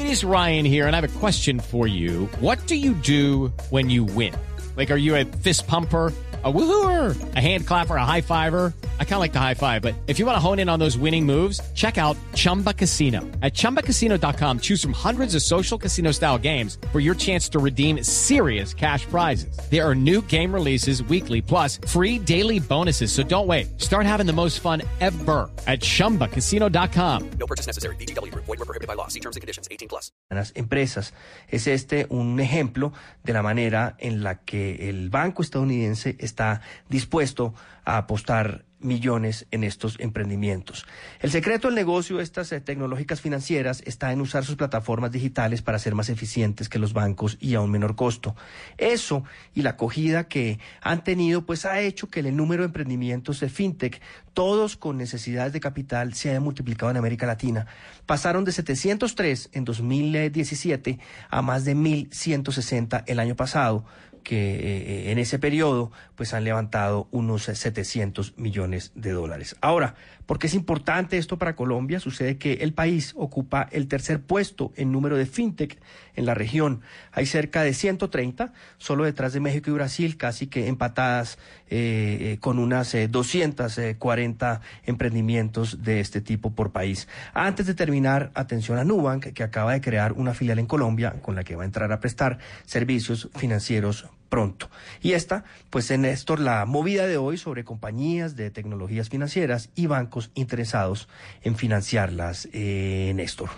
It is Ryan here, and I have a question for you. What do you do when you win? Like, are you a fist pumper, a woohooer, a hand clapper, a high fiver? I kind of like the high five, but if you want to hone in on those winning moves, check out Chumba Casino. At ChumbaCasino.com, choose from hundreds of social casino-style games for your chance to redeem serious cash prizes. There are new game releases weekly, plus free daily bonuses. So don't wait. Start having the most fun ever at ChumbaCasino.com. No purchase necessary. VGW Group. Void where prohibited by law. See terms and conditions. 18+. Las empresas. Es un ejemplo de la manera en la que el banco estadounidense está dispuesto a apostar millones en estos emprendimientos. El secreto del negocio de estas tecnológicas financieras está en usar sus plataformas digitales para ser más eficientes que los bancos y a un menor costo. Eso y la acogida que han tenido pues ha hecho que el número de emprendimientos de fintech, todos con necesidades de capital, se haya multiplicado en América Latina. Pasaron de 703 en 2017 a más de 1.160 el año pasado, que en ese periodo pues han levantado unos 700 millones de dólares. Ahora, ¿por qué es importante esto para Colombia? Sucede que el país ocupa el tercer puesto en número de fintech en la región. Hay cerca de 130, solo detrás de México y Brasil, casi que empatadas con unas 240 emprendimientos de este tipo por país. Antes de terminar, atención a Nubank, que acaba de crear una filial en Colombia con la que va a entrar a prestar servicios financieros pronto. Y esta, pues en Néstor, la movida de hoy sobre compañías de tecnologías financieras y bancos interesados en financiarlas, Néstor.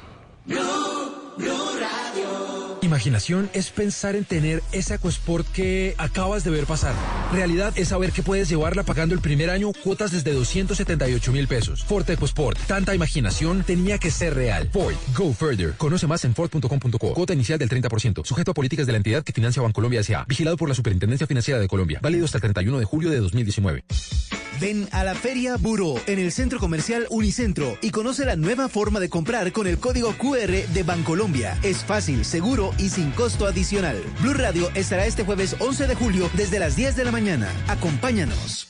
Imaginación es pensar en tener ese EcoSport que acabas de ver pasar. Realidad es saber que puedes llevarla pagando el primer año cuotas desde 278,000 pesos. Ford EcoSport. Tanta imaginación tenía que ser real. Ford. Go further. Conoce más en Ford.com.co. Cuota inicial del 30%. Sujeto a políticas de la entidad que financia Bancolombia S.A. Vigilado por la Superintendencia Financiera de Colombia. Válido hasta el 31 de julio de 2019. Ven a la Feria Buró en el Centro Comercial Unicentro y conoce la nueva forma de comprar con el código QR de Bancolombia. Es fácil, seguro y sin costo adicional. Blue Radio estará este jueves 11 de julio desde las 10 de la mañana. Acompáñanos.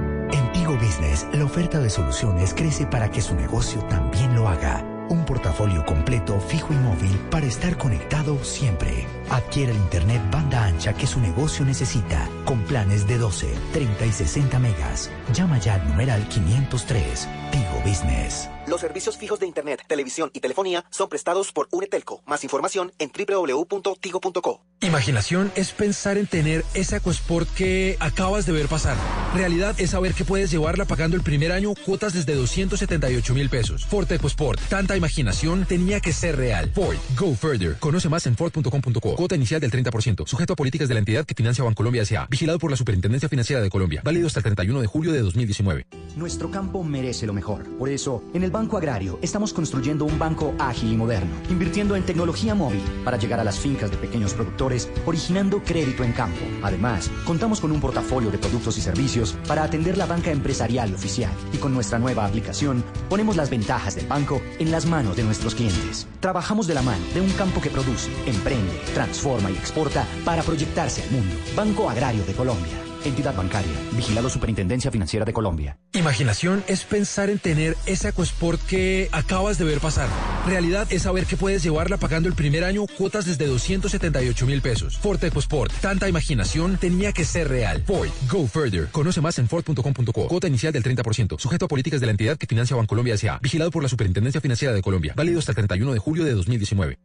En Tigo Business, la oferta de soluciones crece para que su negocio también lo haga. Un portafolio completo, fijo y móvil para estar conectado siempre. Adquiere el internet banda ancha que su negocio necesita, con planes de 12, 30 y 60 megas. Llama ya al numeral 503. Tigo Business. Los servicios fijos de internet, televisión y telefonía son prestados por Unetelco. Más información en www.tigo.co. Imaginación es pensar en tener ese EcoSport que acabas de ver pasar. Realidad es saber que puedes llevarla pagando el primer año cuotas desde 278,000 pesos. Ford EcoSport. Tanta imaginación tenía que ser real. Ford. Go further. Conoce más en Ford.com.co. Cuota inicial del 30%. Sujeto a políticas de la entidad que financia Bancolombia S.A. Vigilado por la Superintendencia Financiera de Colombia. Válido hasta el 31 de julio de 2019. Nuestro campo merece lo mejor. Por eso, en el Banco Agrario estamos construyendo un banco ágil y moderno, invirtiendo en tecnología móvil para llegar a las fincas de pequeños productores, originando crédito en campo. Además, contamos con un portafolio de productos y servicios para atender la banca empresarial oficial. Y con nuestra nueva aplicación, ponemos las ventajas del banco en las manos de nuestros clientes. Trabajamos de la mano de un campo que produce, emprende, transforma y exporta para proyectarse al mundo. Banco Agrario de Colombia. Entidad bancaria. Vigilado Superintendencia Financiera de Colombia. Imaginación es pensar en tener ese EcoSport que acabas de ver pasar. Realidad es saber que puedes llevarla pagando el primer año cuotas desde 278,000 pesos. Ford EcoSport. Tanta imaginación tenía que ser real. Ford. Go further. Conoce más en Ford.com.co. Cuota inicial del 30%. Sujeto a políticas de la entidad que financia Bancolombia S.A. Vigilado por la Superintendencia Financiera de Colombia. Válido hasta el 31 de julio de 2019.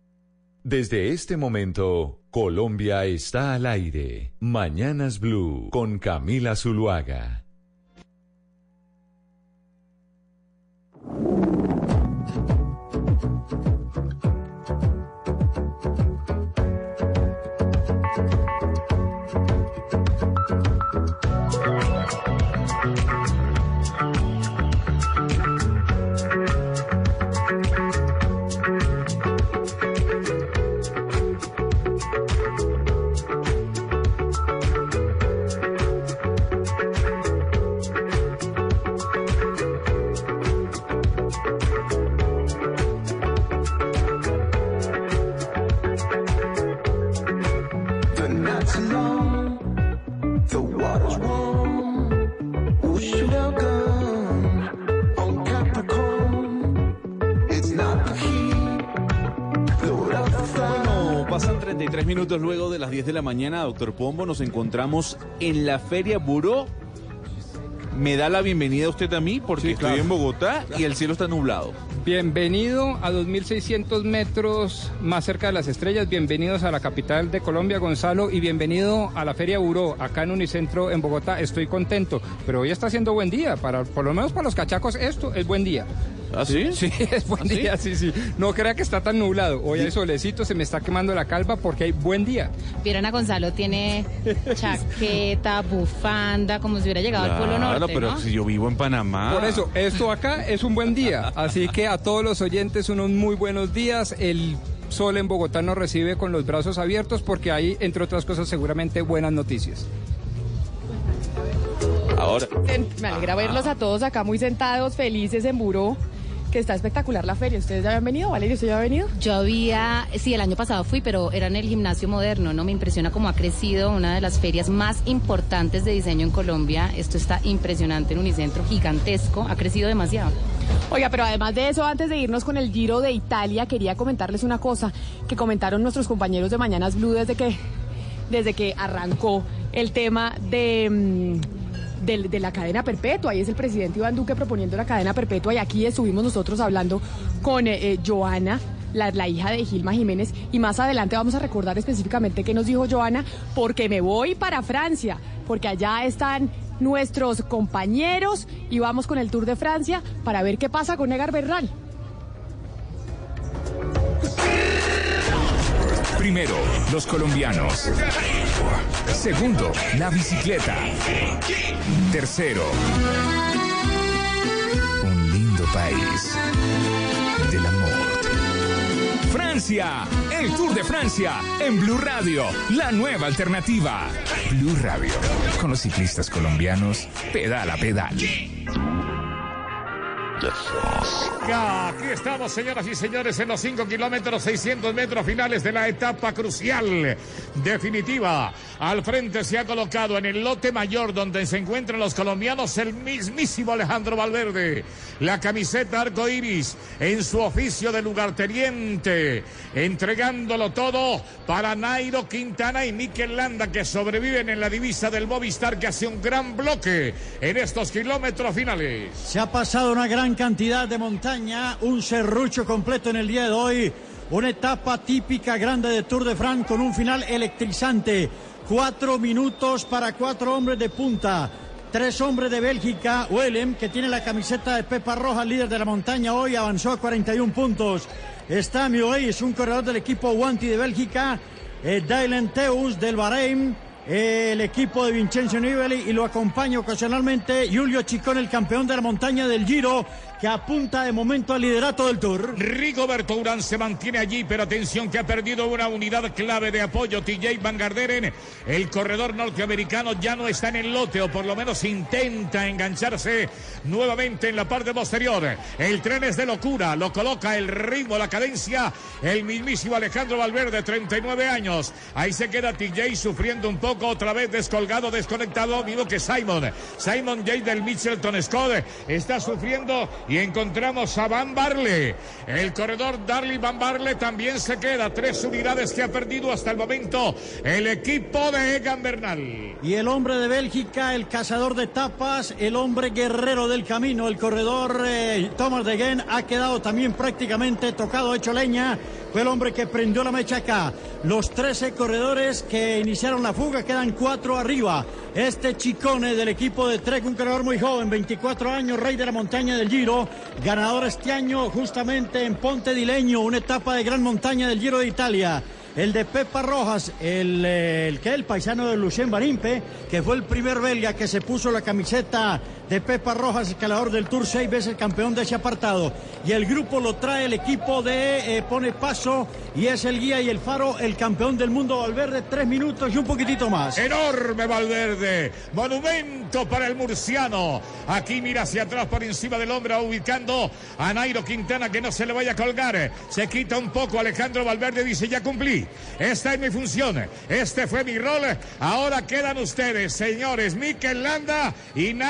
Desde este momento, Colombia está al aire. Mañanas Blue con Camila Zuluaga. Pasan 33 minutos luego de las 10 de la mañana, doctor Pombo. Nos encontramos en la Feria Buró. Me da la bienvenida usted a mí porque estoy en Bogotá y el cielo está nublado. Bienvenido a 2.600 metros más cerca de las estrellas. Bienvenidos a la capital de Colombia, Gonzalo, y bienvenido a la Feria Buró, acá en Unicentro, en Bogotá. Estoy contento, pero hoy está haciendo buen día. Por lo menos para los cachacos, esto es buen día. ¿Ah, sí? Sí, es buen día, sí. No crea que está tan nublado. Hoy hay solecito, se me está quemando la calva porque hay buen día. Vieron a Gonzalo, tiene chaqueta, bufanda, como si hubiera llegado al Polo Norte, Claro, pero ¿no? si yo vivo en Panamá. Por eso, esto acá es un buen día. Así que a todos los oyentes, unos muy buenos días. El sol en Bogotá nos recibe con los brazos abiertos porque hay, entre otras cosas, seguramente buenas noticias. Ahora. Me alegra verlos a todos acá muy sentados, felices en Buró, que está espectacular la feria. ¿Ustedes ya habían venido? Valeria, ¿usted ya había venido? Yo sí, el año pasado fui, pero era en el Gimnasio Moderno, ¿no? Me impresiona cómo ha crecido, una de las ferias más importantes de diseño en Colombia. Esto está impresionante en Unicentro, gigantesco, ha crecido demasiado. Oiga, pero además de eso, antes de irnos con el Giro de Italia, quería comentarles una cosa que comentaron nuestros compañeros de Mañanas Blue desde que arrancó el tema de la cadena perpetua. Ahí es el presidente Iván Duque proponiendo la cadena perpetua y aquí estuvimos nosotros hablando con Joana, la hija de Gilma Jiménez, y más adelante vamos a recordar específicamente qué nos dijo Joana, porque me voy para Francia, porque allá están nuestros compañeros y vamos con el Tour de Francia para ver qué pasa con Egan Bernal. Primero, los colombianos. Segundo, la bicicleta. Tercero, un lindo país del amor. Francia, el Tour de Francia en Blue Radio, la nueva alternativa. Blue Radio, con los ciclistas colombianos, pedal a pedal. Aquí estamos, señoras y señores, en los 5 kilómetros, 600 metros finales de la etapa crucial, definitiva. Al frente se ha colocado en el lote mayor donde se encuentran los colombianos el mismísimo Alejandro Valverde. La camiseta arcoíris en su oficio de lugarteniente, entregándolo todo para Nairo Quintana y Mikel Landa, que sobreviven en la divisa del Movistar, que hace un gran bloque en estos kilómetros finales. Se ha pasado una gran cantidad de montaña, un serrucho completo en el día de hoy, una etapa típica grande de Tour de France con un final electrizante. 4 minutos para 4 hombres de punta. 3 hombres de Bélgica. Willem, que tiene la camiseta de Pepa Roja, líder de la montaña hoy, avanzó a 41 puntos. Está Mioris, un corredor del equipo Wanty de Bélgica. Dylan Teus del Bahrein, el equipo de Vincenzo Nibali, y lo acompaña ocasionalmente Giulio Ciccone, el campeón de la montaña del Giro, que apunta de momento al liderato del Tour. Rigoberto Urán se mantiene allí, pero atención que ha perdido una unidad clave de apoyo. TJ Van Garderen, el corredor norteamericano, ya no está en el lote, o por lo menos intenta engancharse nuevamente en la parte posterior. El tren es de locura, lo coloca el ritmo, la cadencia, el mismísimo Alejandro Valverde, 39 años. Ahí se queda TJ sufriendo un poco, otra vez descolgado, desconectado, mismo que Simon Yates del Mitchelton Scott está sufriendo. Y encontramos a Van Barle, el corredor Darly Van Barle también se queda. 3 unidades que ha perdido hasta el momento el equipo de Egan Bernal. Y el hombre de Bélgica, el cazador de etapas, el hombre guerrero del camino, el corredor Thomas de Gendt, ha quedado también prácticamente tocado, hecho leña. Fue el hombre que prendió la mecha acá. Los 13 corredores que iniciaron la fuga, quedan 4 arriba. Este Ciccone del equipo de Trek, un corredor muy joven, 24 años, rey de la montaña del Giro, ganador este año justamente en Ponte di Legno, una etapa de gran montaña del Giro de Italia. El de Pepa Rojas, el paisano de Lucien Barimpe, que fue el primer belga que se puso la camiseta de Pepa Rojas, escalador del Tour, 6 veces campeón de ese apartado. Y el grupo lo trae el equipo de Pone Paso, y es el guía y el faro, el campeón del mundo Valverde, 3 minutos y un poquitito más. Enorme Valverde, monumento para el murciano. Aquí mira hacia atrás por encima del hombro, ubicando a Nairo Quintana, que no se le vaya a colgar. Se quita un poco Alejandro Valverde, dice: ya cumplí, esta es mi función, este fue mi rol. Ahora quedan ustedes, señores, Mikel Landa y Nairo Quintana.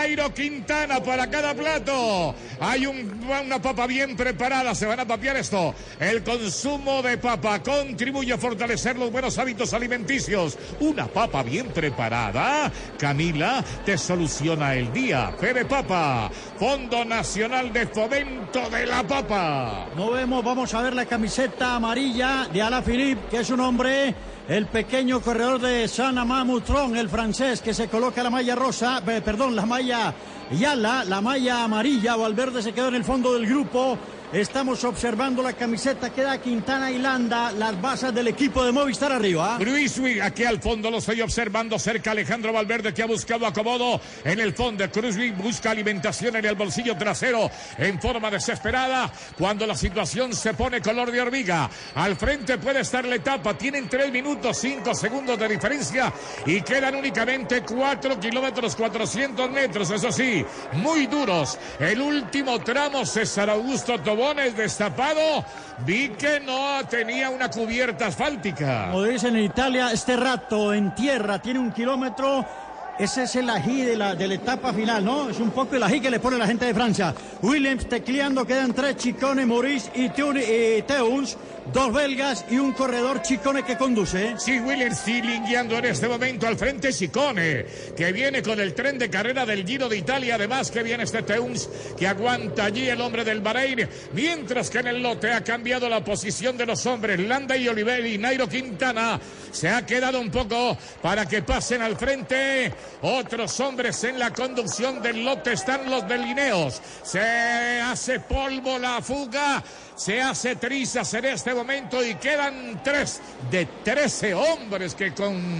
Quintana para cada plato. Hay una papa bien preparada, se van a papear esto. El consumo de papa contribuye a fortalecer los buenos hábitos alimenticios. Una papa bien preparada, Camila, te soluciona el día. Fede Papa, Fondo Nacional de Fomento de la Papa. No vemos, vamos a ver la camiseta amarilla de Alaphilippe, que es un hombre, el pequeño corredor de Saint-Amand-Moutron, el francés, que se coloca la malla rosa, la malla Yala, la malla amarilla. Valverde se quedó en el fondo del grupo. Estamos observando la camiseta, queda Quintana y Landa, las bases del equipo de Movistar arriba. Cruiswig, aquí al fondo lo estoy observando cerca Alejandro Valverde, que ha buscado acomodo en el fondo. Cruiswig busca alimentación en el bolsillo trasero en forma desesperada cuando la situación se pone color de hormiga. Al frente puede estar la etapa, tienen 3 minutos 5 segundos de diferencia y quedan únicamente 4 kilómetros 400 metros, eso sí, muy duros. El último tramo, César Augusto Tobones destapado, vi que no tenía una cubierta asfáltica. Como dicen en Italia, este rato en tierra tiene 1 kilómetro. Ese es el ají de la etapa final, ¿no? Es un poco el ají que le pone la gente de Francia. Williams tecleando, quedan 3, Chicone, Maurice y Teuns, 2 belgas y un corredor, Chicone, que conduce. Sí, Williams guiando en este momento al frente, Chicone, que viene con el tren de carrera del Giro de Italia. Además que viene este Teuns, que aguanta allí el hombre del Bahrein, mientras que en el lote ha cambiado la posición de los hombres. Landa y Oliveira y Nairo Quintana se ha quedado un poco para que pasen al frente. Otros hombres en la conducción del lote están los de Lineos. Se hace polvo la fuga, se hace trizas en este momento y quedan 3 de 13 hombres que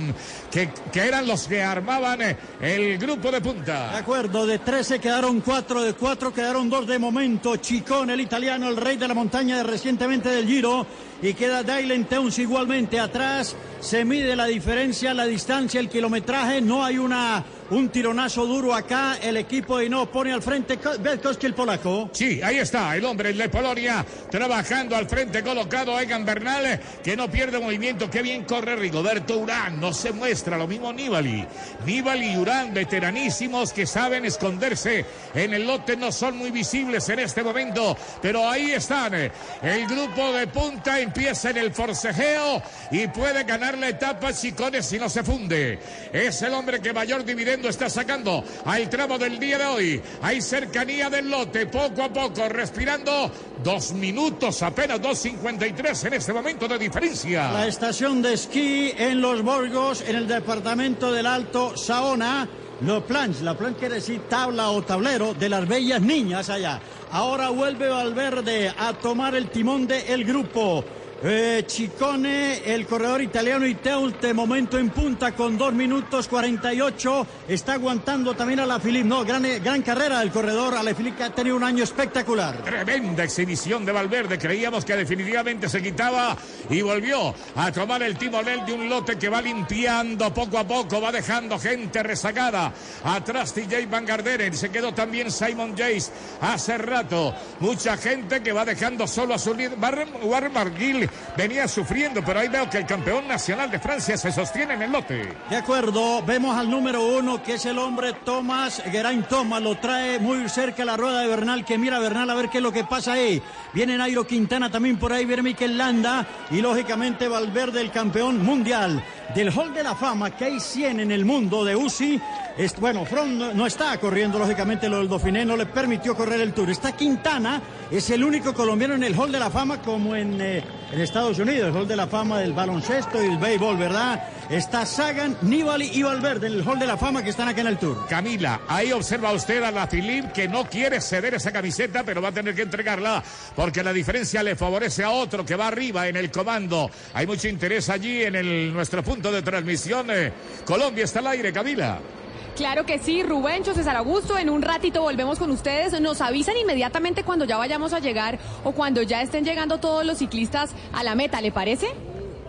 eran los que armaban el grupo de punta. De acuerdo, de 13 quedaron 4, de 4 quedaron 2 de momento. Chicone, el italiano, el rey de la montaña recientemente del Giro, y queda Dylan Teuns igualmente atrás. Se mide la diferencia, la distancia, el kilometraje. No hay un tironazo duro acá. El equipo de no pone al frente Belkowski, el polaco. Sí, ahí está el hombre de Polonia trabajando al frente, colocado Egan Bernal, que no pierde movimiento. Qué bien corre Rigoberto Urán, no se muestra. Lo mismo Nibali y Urán, veteranísimos que saben esconderse en el lote. No son muy visibles en este momento, pero ahí están. El grupo de punta empieza en el forcejeo y puede ganar la etapa Chicone si no se funde. Es el hombre que mayor dividendo está sacando al tramo del día de hoy. Hay cercanía del lote, poco a poco, respirando. 2 minutos, apenas 2:53 en este momento de diferencia. La estación de esquí en Los Borgos, en el departamento del Alto Saona. La planche quiere decir tabla o tablero de las bellas niñas allá. Ahora vuelve Valverde a tomar el timón del grupo. Chicone, el corredor italiano, y Teuns de momento en punta con 2 minutos 48. Está aguantando también a Alaphilippe. No, gran carrera del corredor Alaphilippe, que ha tenido un año espectacular. Tremenda exhibición de Valverde. Creíamos que definitivamente se quitaba y volvió a tomar el timonel de un lote que va limpiando poco a poco, va dejando gente rezagada. Atrás TJ Van Garderen, se quedó también Simon Yates hace rato. Mucha gente que va dejando solo a su líder. Warren Barguil venía sufriendo, pero ahí veo que el campeón nacional de Francia se sostiene en el lote. De acuerdo, vemos al número 1, que es el hombre Thomas, Geraint Thomas, lo trae muy cerca a la rueda de Bernal, que mira a Bernal a ver qué es lo que pasa ahí. Viene Nairo Quintana también por ahí, viene Mikel Landa y lógicamente Valverde, el campeón mundial del Hall de la Fama, que hay 100 en el mundo de UCI. Bueno, Froome no está corriendo, lógicamente lo del Dauphiné no le permitió correr el Tour. Está Quintana, es el único colombiano en el Hall de la Fama, como en Estados Unidos, el Hall de la Fama del baloncesto y el béisbol, ¿verdad? Está Sagan, Nibali y Valverde en el Hall de la Fama, que están acá en el Tour. Camila, ahí observa usted a Alaphilippe, que no quiere ceder esa camiseta, pero va a tener que entregarla porque la diferencia le favorece a otro que va arriba en el comando. Hay mucho interés allí en nuestro punto de transmisión. Colombia está al aire, Camila. Claro que sí, Rubencho, César Augusto, en un ratito volvemos con ustedes. Nos avisan inmediatamente cuando ya vayamos a llegar o cuando ya estén llegando todos los ciclistas a la meta, ¿le parece?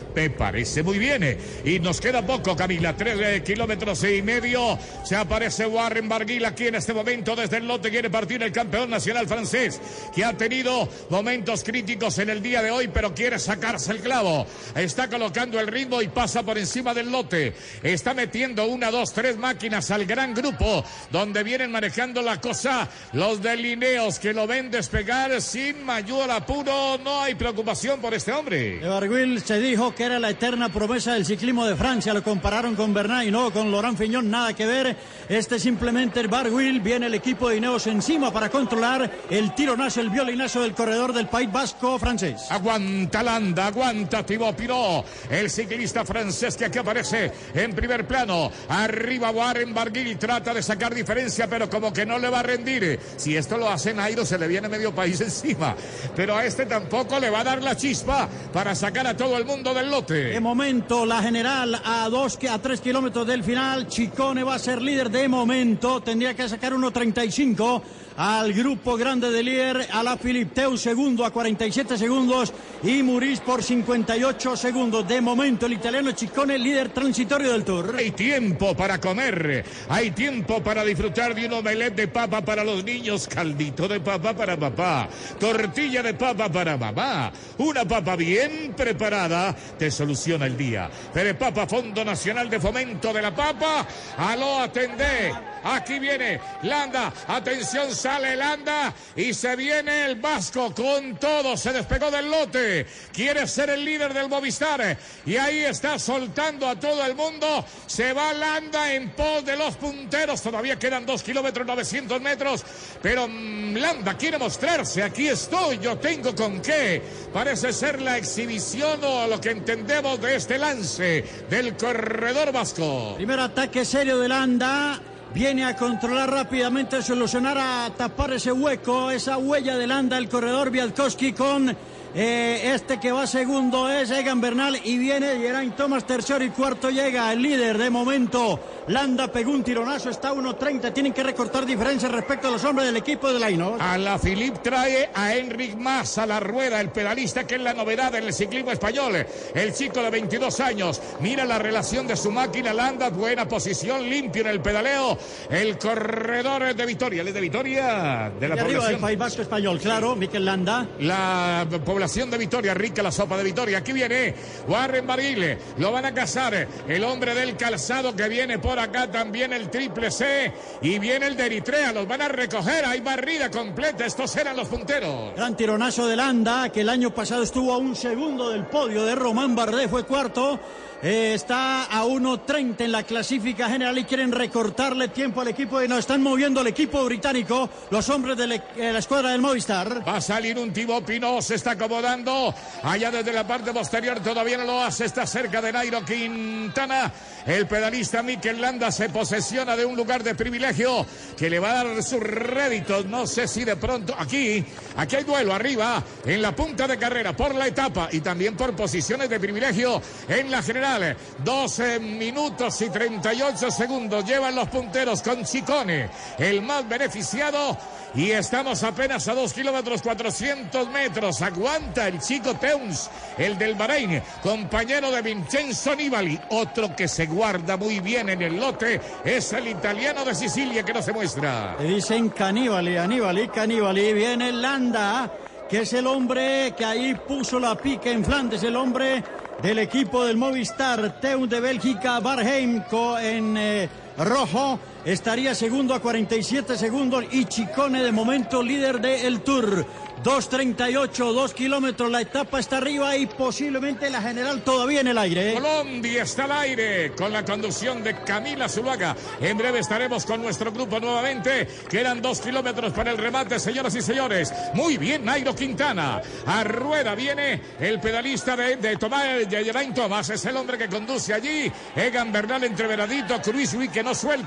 Me parece muy bien. Y nos queda poco, Camila, 3 kilómetros y medio. Se aparece Warren Barguil aquí en este momento desde el lote. Quiere partir el campeón nacional francés, que ha tenido momentos críticos en el día de hoy, pero quiere sacarse el clavo. Está colocando el ritmo y pasa por encima del lote. Está metiendo 1, 2, 3 máquinas al gran grupo, donde vienen manejando la cosa los de Lineos, que lo ven despegar sin mayor apuro. No hay preocupación por este hombre. Barguil se dijo que era la eterna promesa del ciclismo de Francia. Lo compararon con Bernal y no con Laurent Fignon, nada que ver. Este simplemente el Barguil. Viene el equipo de Ineos encima para controlar el tironazo, el violinazo del corredor del País Vasco francés. Aguanta Landa, aguanta Thibaut Pinot, el ciclista francés que aquí aparece en primer plano. Arriba Warren Barguil, trata de sacar diferencia, pero como que no le va a rendir. Si esto lo hace Nairo, se le viene medio país encima, pero a este tampoco le va a dar la chispa para sacar a todo el mundo del lote. De momento la general a 3 kilómetros del final. Ciccone va a ser líder de momento, tendría que sacar 1.35 al grupo grande de líder, a la Philippe Teu segundo a 47 segundos y Muris por 58 segundos. De momento el italiano Ciccone, líder transitorio del Tour. Hay tiempo para comer, hay tiempo para disfrutar de un omelette de papa para los niños, caldito de papa para papá, tortilla de papa para mamá. Una papa bien preparada te soluciona el día. Perepapa, Fondo Nacional de Fomento de la Papa. Aló, atendé. Aquí viene Landa, atención, sale Landa y se viene el vasco con todo, se despegó del lote, quiere ser el líder del Movistar y ahí está soltando a todo el mundo. Se va Landa en pos de los punteros, todavía quedan 2 kilómetros 900 metros, pero Landa quiere mostrarse, aquí estoy, yo tengo con qué. Parece ser la exhibición o lo que entendemos de este lance del corredor vasco. Primer ataque serio de Landa. Viene a controlar rápidamente, a solucionar, a tapar ese hueco, esa huella de Landa, el corredor Kwiatkowski con este que va segundo es Egan Bernal y viene Geraint Thomas tercero y cuarto llega el líder de momento. Landa pegó un tironazo, está 1.30, tienen que recortar diferencias respecto a los hombres del equipo de Ineos. A la Philippe trae a Enric Mas a la rueda, el pedalista que es la novedad en el ciclismo español, el chico de 22 años. Mira la relación de su máquina, Landa, buena posición, limpio en el pedaleo, el corredor de Vitoria, él es de Vitoria, de la y arriba del País Vasco español, claro, Mikel Landa. La población de Vitoria, rica la sopa de Vitoria. Aquí viene Warren Barguil, lo van a cazar, el hombre del calzado que viene por acá, también el Triple C y viene el de Eritrea, los van a recoger, hay barrida completa, estos eran los punteros. Gran tironazo de Landa, que el año pasado estuvo a un segundo del podio de Romain Bardet, fue cuarto. Está a 1.30 en la clasifica general y quieren recortarle tiempo al equipo. No, están moviendo el equipo británico, los hombres de la escuadra del Movistar. Va a salir un Thibaut Pinot, se está acomodando allá desde la parte posterior, todavía no lo hace, está cerca de Nairo Quintana. El pedalista Mikel Landa se posesiona de un lugar de privilegio que le va a dar sus réditos. No sé si de pronto aquí hay duelo arriba en la punta de carrera por la etapa y también por posiciones de privilegio en la general. 12 minutos y 38 segundos llevan los punteros con Ciccone, el más beneficiado. Y estamos apenas a 2 kilómetros 400 metros. Aguanta el chico Teuns, el del Bahrein, compañero de Vincenzo Nibali. Otro que se guarda muy bien en el lote es el italiano de Sicilia que no se muestra. Le dicen Canibali. Viene Landa, que es el hombre que ahí puso la pica en Flandes, el hombre del equipo del Movistar. Teuns de Bélgica, Barheim en rojo, estaría segundo a 47 segundos y Ciccone de momento líder del Tour. 2.38, 2 kilómetros, la etapa está arriba y posiblemente la general todavía en el aire. Colombia está al aire con la conducción de Camila Zuluaga. En breve estaremos con nuestro grupo nuevamente. Quedan 2 kilómetros para el remate, señoras y señores. Muy bien, Nairo Quintana. A rueda viene el pedalista de Tomás, Geraint Thomas, es el hombre que conduce allí. Egan Bernal entreveradito, Cruz que no suelta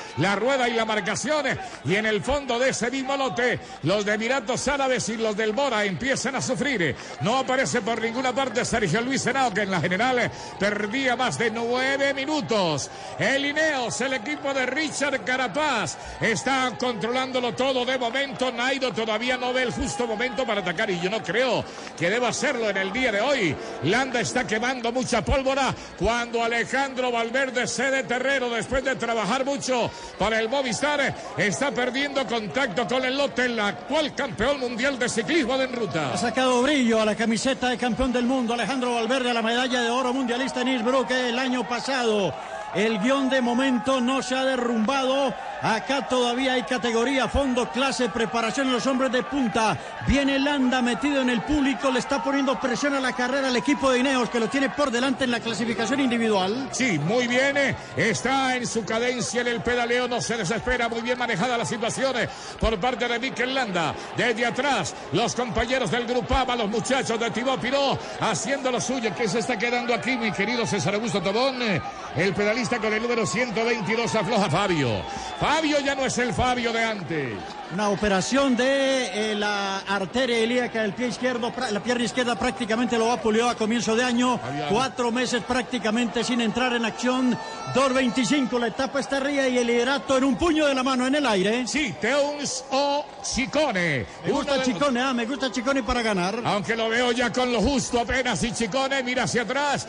la rueda y la marcación. Y en el fondo de ese mismo lote, los de Emiratos Árabes y los del Bora empiezan a sufrir. No aparece por ninguna parte Sergio Luis Henao, que en la general perdía más de 9 minutos. El Ineos, el equipo de Richard Carapaz, está controlándolo todo de momento. Nairo todavía no ve el justo momento para atacar y yo no creo que deba hacerlo en el día de hoy. Landa está quemando mucha pólvora cuando Alejandro Valverde cede terreno después de trabajar mucho para el Movistar. Está perdiendo contacto con el lote, el actual campeón mundial de ciclismo de en ruta. Ha sacado brillo a la camiseta de campeón del mundo Alejandro Valverde, a la medalla de oro mundialista en Innsbruck el año pasado. El guión de momento no se ha derrumbado. Acá todavía hay categoría, fondo, clase, preparación de los hombres de punta. Viene Landa metido en el público, le está poniendo presión a la carrera al equipo de Ineos, que lo tiene por delante en la clasificación individual. Sí, muy bien, está en su cadencia en el pedaleo, no se desespera, muy bien manejada la situación por parte de Mikel Landa. Desde atrás, los compañeros del Grupama, los muchachos de Thibaut Pinot, haciendo lo suyo. ¿Qué se está quedando aquí, mi querido César Augusto Tobón? El pedalista con el número 122 afloja Fabio. Fabio ya no es el Fabio de antes. Una operación de la arteria ilíaca del pie izquierdo, la pierna izquierda prácticamente lo vapuleó a comienzo de año. 4 meses prácticamente sin entrar en acción. 2.25, la etapa está arriba y el liderato en un puño de la mano en el aire. Sí, Teuns o Ciccone. Me gusta Ciccone, me gusta Ciccone para ganar. Aunque lo veo ya con lo justo apenas y Ciccone mira hacia atrás.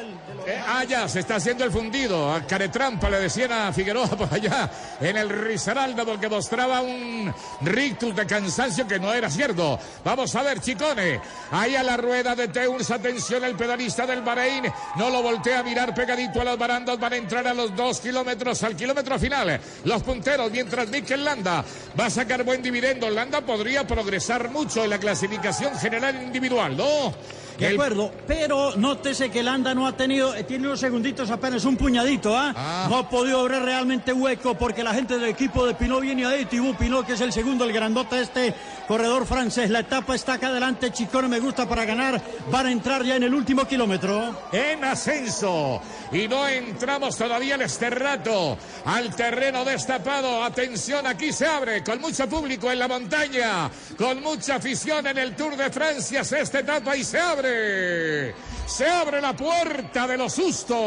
Ya se está haciendo el fundido. A caretrampa le decían a Figueroa por allá en el Risaralda porque mostraba un rictus de cansancio que no era cierto. Vamos a ver, Ciccone. Ahí a la rueda de Teuns. Atención, el pedalista del Bahrein. No lo voltea a mirar pegadito a las barandas. Van a entrar a los 2 kilómetros, al kilómetro final. Los punteros, mientras Mikel Landa va a sacar buen dividendo. Landa podría progresar mucho en la clasificación general individual, ¿no? De acuerdo, pero nótese que Landa no ha tenido, tiene unos segunditos apenas, un puñadito, no ha podido abrir realmente hueco porque la gente del equipo de Pinot viene ahí. Thibaut Pinot, que es el segundo, el grandote este corredor francés. La etapa está acá adelante, Ciccone me gusta para ganar. Van a entrar ya en el último kilómetro. En ascenso. Y no entramos todavía en este rato al terreno destapado. Atención, aquí se abre con mucho público en la montaña, con mucha afición en el Tour de Francia. Esta etapa y se abre la puerta de los sustos.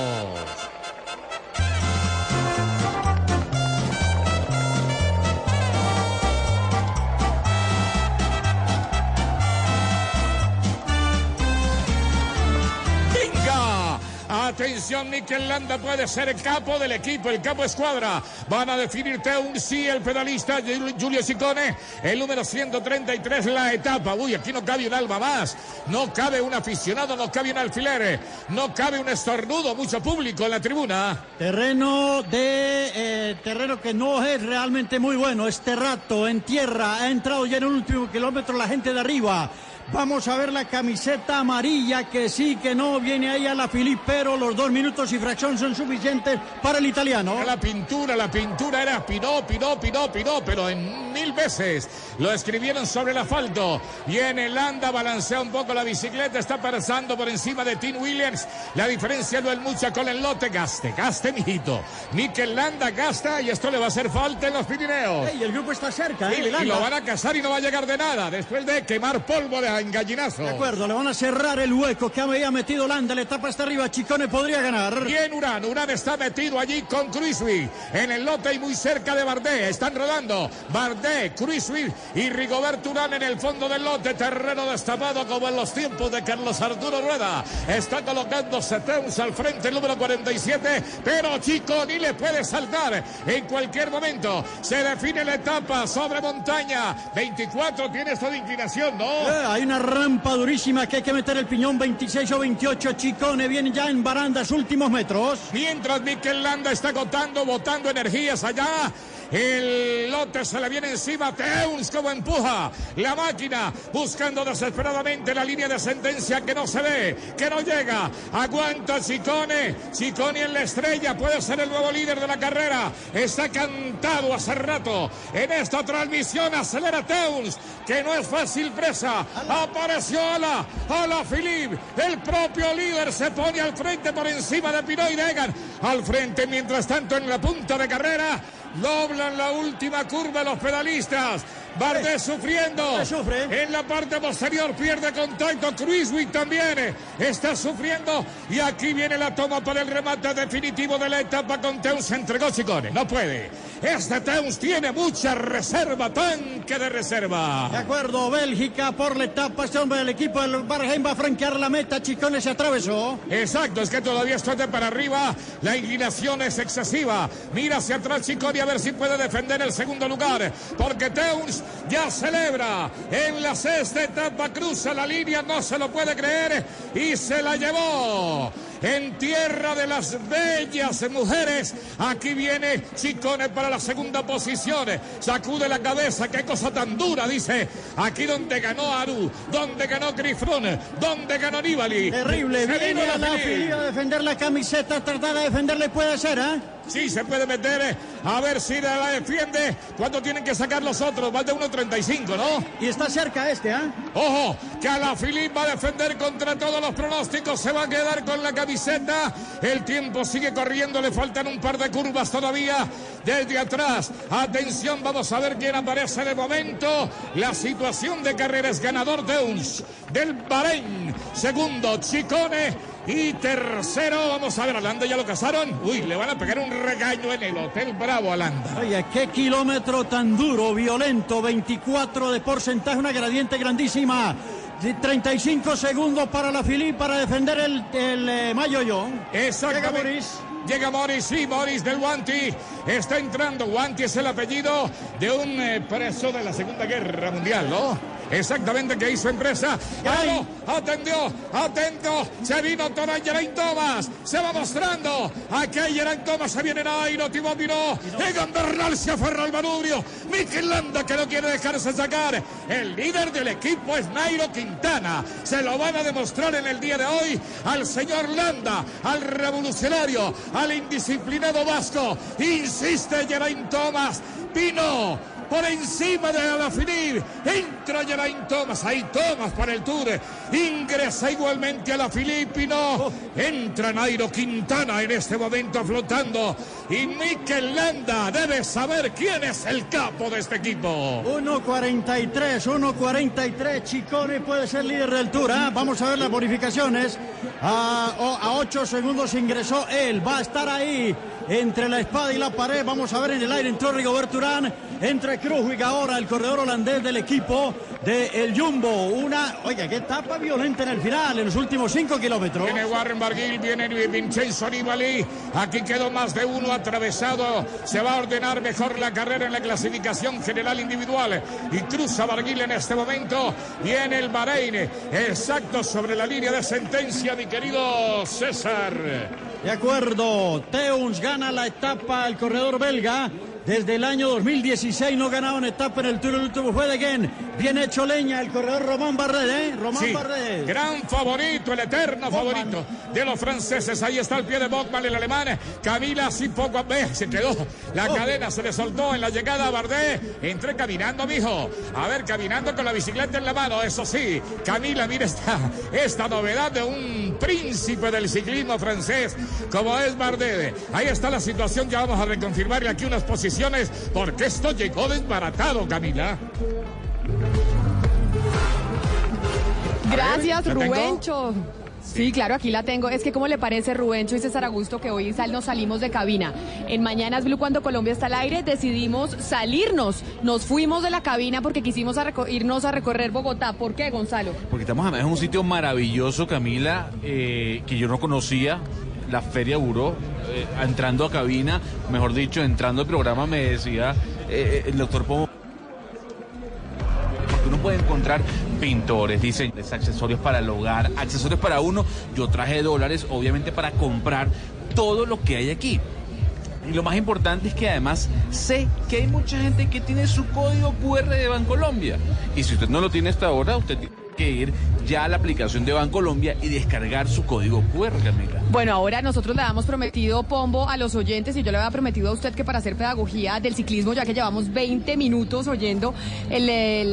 Atención, Mikel Landa puede ser el capo del equipo, el capo escuadra. Van a definir Teuns, sí, el pedalista Giulio Ciccone, el número 133, la etapa. Uy, aquí no cabe un alma más, no cabe un aficionado, no cabe un alfiler, no cabe un estornudo, mucho público en la tribuna. Terreno que no es realmente muy bueno, es terrato, en tierra, ha entrado ya en el último kilómetro la gente de arriba. Vamos a ver la camiseta amarilla, que sí, que no, viene ahí a la Philippe, pero los 2 minutos y fracción son suficientes para el italiano. La pintura era Pinot, pero en 1000 veces lo escribieron sobre el asfalto. Viene Landa, balancea un poco la bicicleta, está pasando por encima de Tim Williams. La diferencia no es mucha con el lote. Gaste, mijito. Mikel Landa gasta y esto le va a hacer falta en los Pirineos. Y el grupo está cerca, y lo van a cazar y no va a llegar de nada, después de quemar polvo de engallinazo. De acuerdo, le van a cerrar el hueco que había metido Landa. La etapa está arriba, Ciccone podría ganar. Bien, Urán está metido allí con Kruijswijk en el lote y muy cerca de Bardet. Están rodando Bardet, Kruijswijk y Rigoberto Urán en el fondo del lote. Terreno destapado como en los tiempos de Carlos Arturo Rueda. Está colocándose Teuns al frente, el número 47, pero Ciccone le puede saltar en cualquier momento. Se define la etapa sobre montaña. 24 tiene esto de inclinación, ¿no? Hay una rampa durísima que hay que meter el piñón. 26 o 28, Ciccone viene ya en barandas, últimos metros. Mientras Mikel Landa está botando energías allá El lote se le viene encima. Teuns como empuja la máquina, buscando desesperadamente la línea de sentencia que no se ve, que no llega. Aguanta Ciccone. Ciccone en la estrella. Puede ser el nuevo líder de la carrera. Está cantado hace rato. En esta transmisión acelera Teuns, que no es fácil presa. Apareció Alaphilippe. El propio líder se pone al frente por encima de Pinot y de Egan. Al frente, mientras tanto, en la punta de carrera, doblan la última curva los pedalistas. Bardet sufriendo. En la parte posterior pierde contacto. Kruijswijk también está sufriendo. Y aquí viene la toma para el remate definitivo de la etapa con Teuns. Se entregó Ciccone. No puede. Este Teuns tiene mucha reserva. Tanque de reserva. De acuerdo, Bélgica por la etapa. Este hombre del equipo del Bahrein va a franquear la meta. Ciccone se atravesó. Exacto, es que todavía estoy de para arriba. La inclinación es excesiva. Mira hacia atrás Ciccone a ver si puede defender el segundo lugar. Porque Teuns ya celebra en la sexta etapa, cruza la línea, no se lo puede creer y se la llevó. En tierra de las bellas mujeres, aquí viene Ciccone para la segunda posición. Sacude la cabeza, qué cosa tan dura, dice. Aquí donde ganó Aru, donde ganó Grifrón, donde ganó Nibali. Terrible, viene Alaphilippe a defender la camiseta, tratar de defenderle puede ser, ¿eh? Sí, se puede meter, a ver si la defiende. ¿Cuánto tienen que sacar los otros? Más de 1.35, ¿no? Y está cerca este, ¿eh? Ojo, que Alaphilippe va a defender contra todos los pronósticos. Se va a quedar con la camiseta. El tiempo sigue corriendo, le faltan un par de curvas todavía desde atrás. Atención, vamos a ver quién aparece de momento. La situación de carrera es ganador Teuns del Bahrein. Segundo, Ciccone. Y tercero, vamos a ver, a Landa ya lo cazaron. Uy, le van a pegar un regaño en el Hotel Bravo a Landa. Oye, qué kilómetro tan duro, violento, 24 de porcentaje, una gradiente grandísima. 35 segundos para Alaphilippe para defender el Mayoyo. Exactamente. Llega Moris, sí, Moris del Wanty. Está entrando. Wanty es el apellido de un preso de la Segunda Guerra Mundial, ¿no? Exactamente, que hizo empresa. ¡Aló! Atendió, atento. Se vino todo Geraint Thomas. Se va mostrando. Aquí Geraint Thomas. Se viene Nairo, Thibaut Pinot. Egan Bernal se aferra al manubrio. Mikel Landa, que no quiere dejarse sacar. El líder del equipo es Nairo Quintana. Se lo van a demostrar en el día de hoy al señor Landa, al revolucionario, al indisciplinado vasco. Insiste Geraint Thomas. Pinot por encima de Alaphilippe. Entra Geraint Thomas. Ahí Thomas para el Tour. Ingresa igualmente Alaphilippe. Pinot. Entra Nairo Quintana en este momento flotando. Y Mikel Landa debe saber quién es el capo de este equipo. 1.43. Ciccone puede ser líder del Tour. Vamos a ver las bonificaciones. A 8 segundos ingresó él. Va a estar ahí entre la espada y la pared. Vamos a ver en el aire. Entró Rigobert Urán. Entre Kruijswijk ahora, el corredor holandés del equipo del Jumbo. Oiga, qué etapa violenta en el final, en los últimos 5 kilómetros. Viene Warren Barguil, viene Vincenzo Nibali. Aquí quedó más de uno atravesado. Se va a ordenar mejor la carrera en la clasificación general individual. Y cruza Barguil en este momento. Viene el Bahrein. Exacto sobre la línea de sentencia, mi querido César. De acuerdo, Teuns gana la etapa, el corredor belga. Desde el año 2016 no ganaba una etapa en el Tour, el último fue de Gen. Bien hecho leña el corredor Romain Bardet, Romain Bardet. Gran favorito, el eterno favorito de los franceses. Ahí está el pie de Bogman, el alemán. Camila así poco a ver, se quedó. La cadena se le soltó en la llegada a Bardet. Entré caminando, mijo. A ver, caminando con la bicicleta en la mano, eso sí. Camila, mira esta novedad de un príncipe del ciclismo francés como es Bardet. Ahí está la situación, ya vamos a reconfirmarle aquí unas posiciones porque esto llegó desbaratado, Camila. Gracias, Rubencho. Sí, claro, aquí la tengo. Es que, ¿cómo le parece, Rubencho y César Augusto, que hoy nos salimos de cabina? En Mañanas Blue, cuando Colombia está al aire, decidimos salirnos. Nos fuimos de la cabina porque quisimos irnos a recorrer Bogotá. ¿Por qué, Gonzalo? Porque estamos además en un sitio maravilloso, Camila, que yo no conocía. La Feria Buró, entrando a cabina, mejor dicho, entrando al programa, me decía el doctor Pombo, porque uno puede encontrar pintores, diseñadores, accesorios para el hogar, accesorios para uno. Yo traje dólares, obviamente, para comprar todo lo que hay aquí. Y lo más importante es que además sé que hay mucha gente que tiene su código QR de Bancolombia. Y si usted no lo tiene hasta ahora, usted tiene que ir ya a la aplicación de Bancolombia y descargar su código QR, Camila. Bueno, ahora nosotros le habíamos prometido, Pombo, a los oyentes, y yo le había prometido a usted que para hacer pedagogía del ciclismo, ya que llevamos 20 minutos oyendo el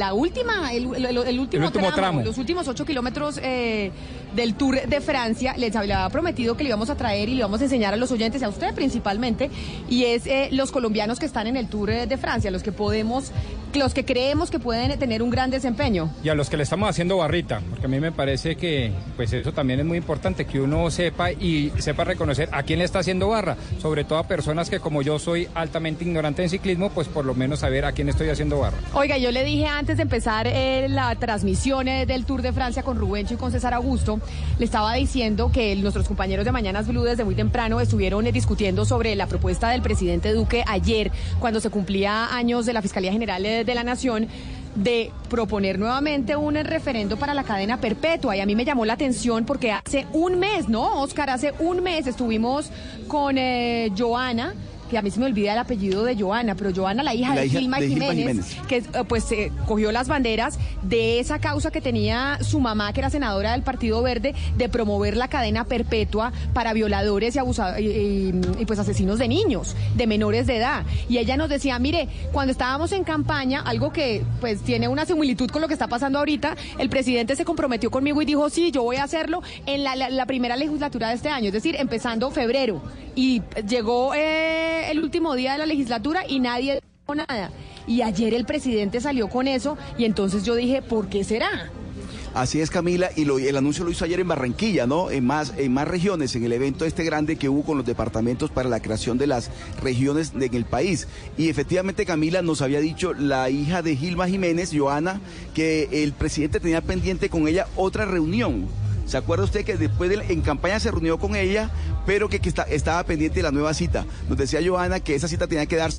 último tramo, los últimos 8 kilómetros del Tour de Francia, le había prometido que le íbamos a traer y le íbamos a enseñar a los oyentes, a usted principalmente, y es los colombianos que están en el Tour de Francia, los que creemos que pueden tener un gran desempeño. Y a los que le estamos haciendo barrita, porque a mí me parece que pues eso también es muy importante, que uno sepa reconocer a quién le está haciendo barra, sobre todo a personas que como yo soy altamente ignorante en ciclismo, pues por lo menos saber a quién estoy haciendo barra. Oiga, yo le dije antes de empezar la transmisión del Tour de Francia con Rubencho y con César Augusto, le estaba diciendo que nuestros compañeros de Mañanas Blue desde muy temprano estuvieron discutiendo sobre la propuesta del presidente Duque ayer, cuando se cumplía años de la Fiscalía General de la Nación, de proponer nuevamente un referendo para la cadena perpetua. Y a mí me llamó la atención porque hace un mes, ¿no, Oscar? Hace un mes estuvimos con Joana, que a mí se me olvida el apellido de Joana, pero Joana, la hija de Gilma Jiménez, que cogió las banderas de esa causa que tenía su mamá, que era senadora del Partido Verde, de promover la cadena perpetua para violadores y abusadores y pues asesinos de niños, de menores de edad. Y ella nos decía, mire, cuando estábamos en campaña, algo que pues tiene una similitud con lo que está pasando ahorita, el presidente se comprometió conmigo y dijo, sí, yo voy a hacerlo en la primera legislatura de este año, es decir, empezando febrero. Y llegó el último día de la legislatura y nadie dijo nada. Y ayer el presidente salió con eso y entonces yo dije, ¿por qué será? Así es, Camila, y el anuncio lo hizo ayer en Barranquilla, ¿no? En más regiones, en el evento grande que hubo con los departamentos para la creación de las regiones en el país. Y efectivamente, Camila, nos había dicho la hija de Gilma Jiménez, Joana, que el presidente tenía pendiente con ella otra reunión. ¿Se acuerda usted que después en campaña se reunió con ella, pero que estaba pendiente de la nueva cita? Nos decía Joana que esa cita tenía que darse.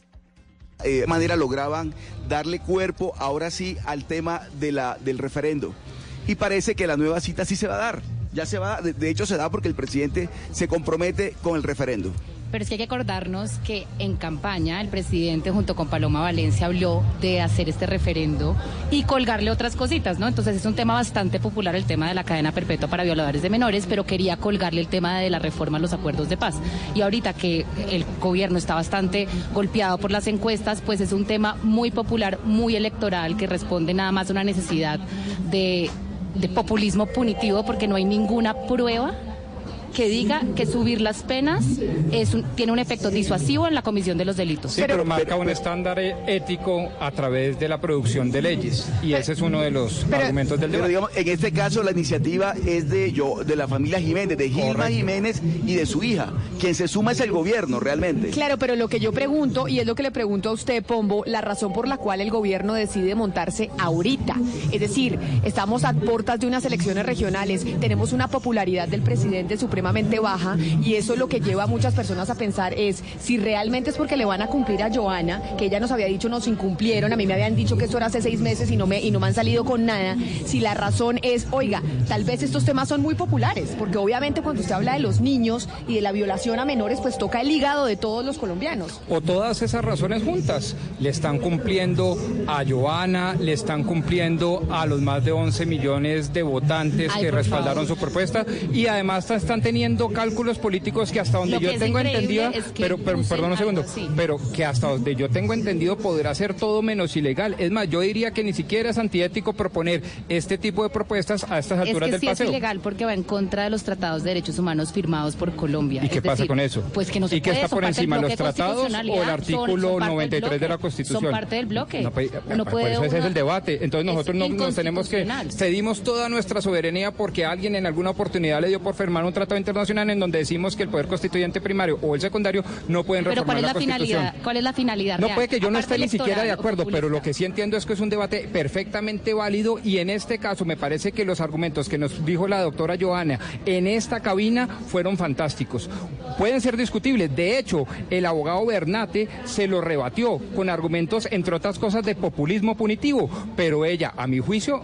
De manera lograban darle cuerpo ahora sí al tema del referendo. Y parece que la nueva cita sí se va a dar. Ya se va, de hecho se da porque el presidente se compromete con el referendo. Pero es que hay que acordarnos que en campaña el presidente junto con Paloma Valencia habló de hacer este referendo y colgarle otras cositas, ¿no? Entonces es un tema bastante popular el tema de la cadena perpetua para violadores de menores, pero quería colgarle el tema de la reforma a los acuerdos de paz. Y ahorita que el gobierno está bastante golpeado por las encuestas, pues es un tema muy popular, muy electoral, que responde nada más a una necesidad de populismo punitivo, porque no hay ninguna prueba que diga que subir las penas tiene un efecto disuasivo en la comisión de los delitos. Sí, pero marca un estándar ético a través de la producción de leyes, y ese es uno de los argumentos del debate. Pero digamos, en este caso la iniciativa es de la familia Jiménez, de Gilma Jiménez y de su hija. Quien se suma es el gobierno, realmente. Claro, pero lo que yo pregunto, y es lo que le pregunto a usted, Pombo, la razón por la cual el gobierno decide montarse ahorita. Es decir, estamos a puertas de unas elecciones regionales, tenemos una popularidad del presidente supremamente baja, y eso es lo que lleva a muchas personas a pensar es si realmente es porque le van a cumplir a Joana, que ella nos había dicho nos incumplieron, a mí me habían dicho que eso era hace 6 meses y no me han salido con nada, si la razón es, oiga, tal vez estos temas son muy populares, porque obviamente cuando usted habla de los niños y de la violación a menores, pues toca el hígado de todos los colombianos. O todas esas razones juntas, le están cumpliendo a Joana, le están cumpliendo a los más de 11 millones de votantes que respaldaron su propuesta, y además están teniendo cálculos políticos que hasta donde yo tengo entendido, pero perdón un segundo, pero que hasta donde yo tengo entendido podrá ser todo menos ilegal. Es más, yo diría que ni siquiera es antiético proponer este tipo de propuestas a estas alturas del paseo. Es ilegal porque va en contra de los tratados de derechos humanos firmados por Colombia. ¿Y qué pasa con eso? Pues que no se ¿Y qué está por encima, los tratados o el artículo 93 de la Constitución? Son parte del bloque. Por eso ese es el debate. Entonces nosotros no tenemos que cedimos toda nuestra soberanía porque alguien en alguna oportunidad le dio por firmar un tratado internacional en donde decimos que el poder constituyente primario o el secundario no pueden reformar la Constitución. ¿Cuál es la finalidad? No puede que yo no esté ni siquiera de acuerdo, pero lo que sí entiendo es que es un debate perfectamente válido, y en este caso me parece que los argumentos que nos dijo la doctora Joana en esta cabina fueron fantásticos. Pueden ser discutibles, de hecho el abogado Bernate se lo rebatió con argumentos, entre otras cosas, de populismo punitivo, pero ella, a mi juicio,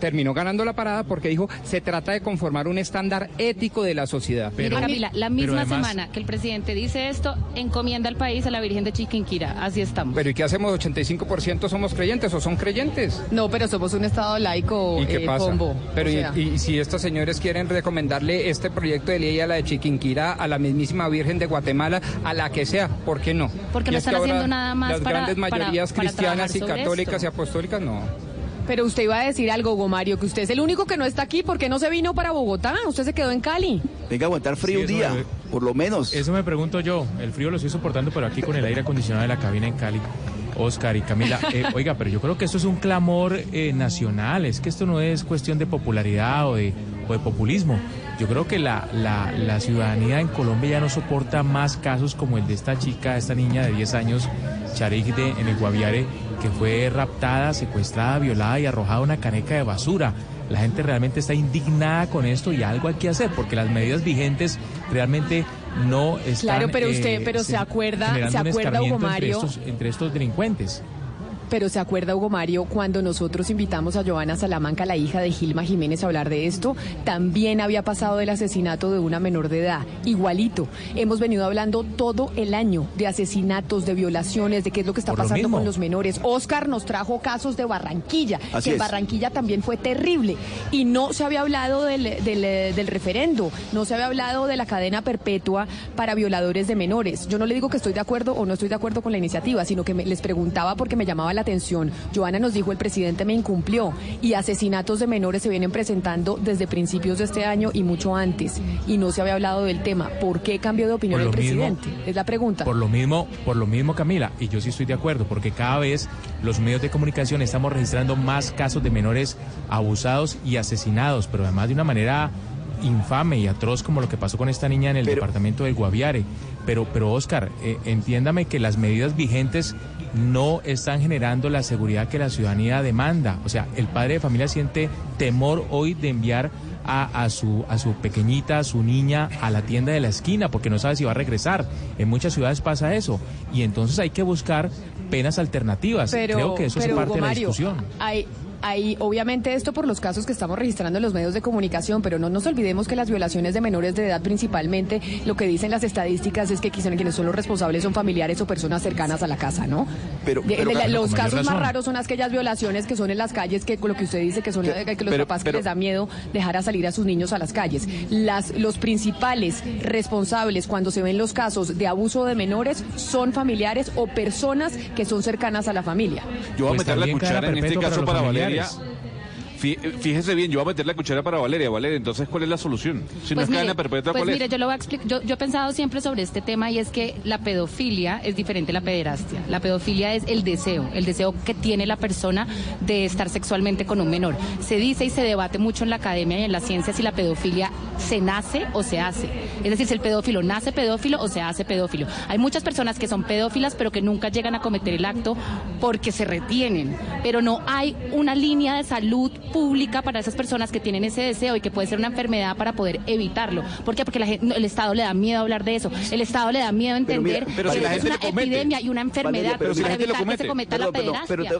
terminó ganando la parada porque dijo, se trata de conformar un estándar ético de la sociedad. Mire, Camila, la misma semana que el presidente dice esto, encomienda al país a la Virgen de Chiquinquirá. Así estamos. Pero ¿y qué hacemos? ¿85% somos creyentes o son creyentes? No, pero somos un estado laico, ¿Y qué pasa? Pombo. Pero O sea, y si estos señores quieren recomendarle este proyecto de ley a la de Chiquinquirá, a la mismísima Virgen de Guatemala, a la que sea, ¿por qué no? Porque Y no es que están ahora haciendo nada más las grandes mayorías para cristianas y trabajar sobre católicas esto. y apostólicas, no. Pero usted iba a decir algo, Hugo Mario, que usted es el único que no está aquí. ¿Por qué no se vino para Bogotá? Usted se quedó en Cali. Venga a aguantar frío un día, por lo menos. Eso me pregunto yo. El frío lo estoy soportando, pero aquí con el aire acondicionado de la cabina en Cali. Oscar y Camila, oiga, pero yo creo que esto es un clamor nacional. Es que esto no es cuestión de popularidad o de populismo. Yo creo que la ciudadanía en Colombia ya no soporta más casos como el de esta chica, esta niña de 10 años, Charigde, en el Guaviare, que fue raptada, secuestrada, violada y arrojada a una caneca de basura. La gente realmente está indignada con esto y algo hay que hacer porque las medidas vigentes realmente no están. Claro, pero usted, se acuerda, Hugo Mario, entre estos delincuentes. Pero se acuerda, Hugo Mario, cuando nosotros invitamos a Johanna Salamanca, la hija de Gilma Jiménez, a hablar de esto, también había pasado el asesinato de una menor de edad, igualito. Hemos venido hablando todo el año de asesinatos, de violaciones, de qué es lo que está pasando con los menores. Oscar nos trajo casos de Barranquilla, que en Barranquilla también fue terrible. Y no se había hablado del referendo, no se había hablado de la cadena perpetua para violadores de menores. Yo no le digo que estoy de acuerdo o no estoy de acuerdo con la iniciativa, sino que les preguntaba porque me llamaba la atención. Johanna nos dijo, el presidente me incumplió, y asesinatos de menores se vienen presentando desde principios de este año y mucho antes, y no se había hablado del tema. ¿Por qué cambió de opinión el presidente? Es la pregunta. Por lo mismo, Camila, y yo sí estoy de acuerdo, porque cada vez los medios de comunicación estamos registrando más casos de menores abusados y asesinados, pero además de una manera infame y atroz como lo que pasó con esta niña en el departamento del Guaviare. Pero Oscar, entiéndame que las medidas vigentes no están generando la seguridad que la ciudadanía demanda. O sea, el padre de familia siente temor hoy de enviar a su pequeñita, a su niña, a la tienda de la esquina porque no sabe si va a regresar. En muchas ciudades pasa eso. Y entonces hay que buscar penas alternativas. Creo que eso es parte de la discusión. Hay obviamente esto por los casos que estamos registrando en los medios de comunicación, pero no nos olvidemos que las violaciones de menores de edad, principalmente, lo que dicen las estadísticas es que quienes son los responsables son familiares o personas cercanas a la casa, ¿no? Los casos más raros son aquellas violaciones que son en las calles, que lo que usted dice que son que los papás que les da miedo dejar a salir a sus niños a las calles. Los principales responsables cuando se ven los casos de abuso de menores son familiares o personas que son cercanas a la familia. Yo voy a meter la cuchara en este caso para Valeria. Fíjese bien, yo voy a meter la cuchara para Valeria. Valeria, entonces, ¿cuál es la solución? Si no es cadena perpetua, ¿cuál es? Mire, yo lo voy a explicar. Yo he pensado siempre sobre este tema y es que la pedofilia es diferente a la pederastia. La pedofilia es el deseo que tiene la persona de estar sexualmente con un menor. Se dice y se debate mucho en la academia y en la ciencia si la pedofilia se nace o se hace. Es decir, si el pedófilo nace pedófilo o se hace pedófilo. Hay muchas personas que son pedófilas pero que nunca llegan a cometer el acto porque se retienen. Pero no hay una línea de salud pública para esas personas que tienen ese deseo y que puede ser una enfermedad para poder evitarlo. ¿Por qué? Porque el Estado le da miedo hablar de eso. El Estado le da miedo entender que es una epidemia y una enfermedad para evitar que se cometa la pederastia. Pero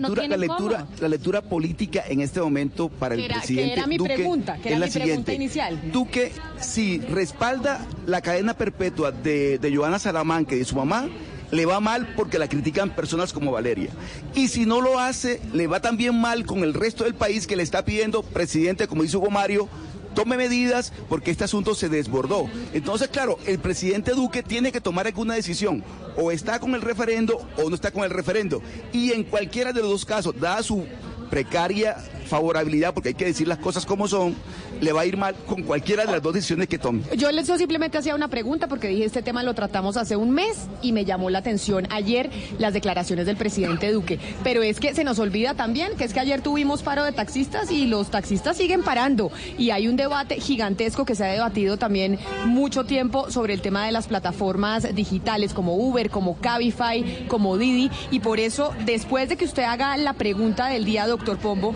la lectura política en este momento para el presidente que era mi Duque pregunta, que era es la mi siguiente. pregunta inicial. Duque, si respalda la cadena perpetua de Johanna Salamanca y de su mamá, le va mal porque la critican personas como Valeria. Y si no lo hace, le va también mal con el resto del país que le está pidiendo, presidente, como dice Hugo Mario, tome medidas porque este asunto se desbordó. Entonces, claro, el presidente Duque tiene que tomar alguna decisión. O está con el referendo o no está con el referendo. Y en cualquiera de los dos casos, dada su precaria favorabilidad, porque hay que decir las cosas como son, le va a ir mal con cualquiera de las dos decisiones que tome. Yo simplemente hacía una pregunta porque dije, este tema lo tratamos hace un mes y me llamó la atención ayer las declaraciones del presidente Duque. Pero es que se nos olvida también que es que ayer tuvimos paro de taxistas y los taxistas siguen parando. Y hay un debate gigantesco que se ha debatido también mucho tiempo sobre el tema de las plataformas digitales como Uber, como Cabify, como Didi. Y por eso, después de que usted haga la pregunta del día, doctor Pombo, nos va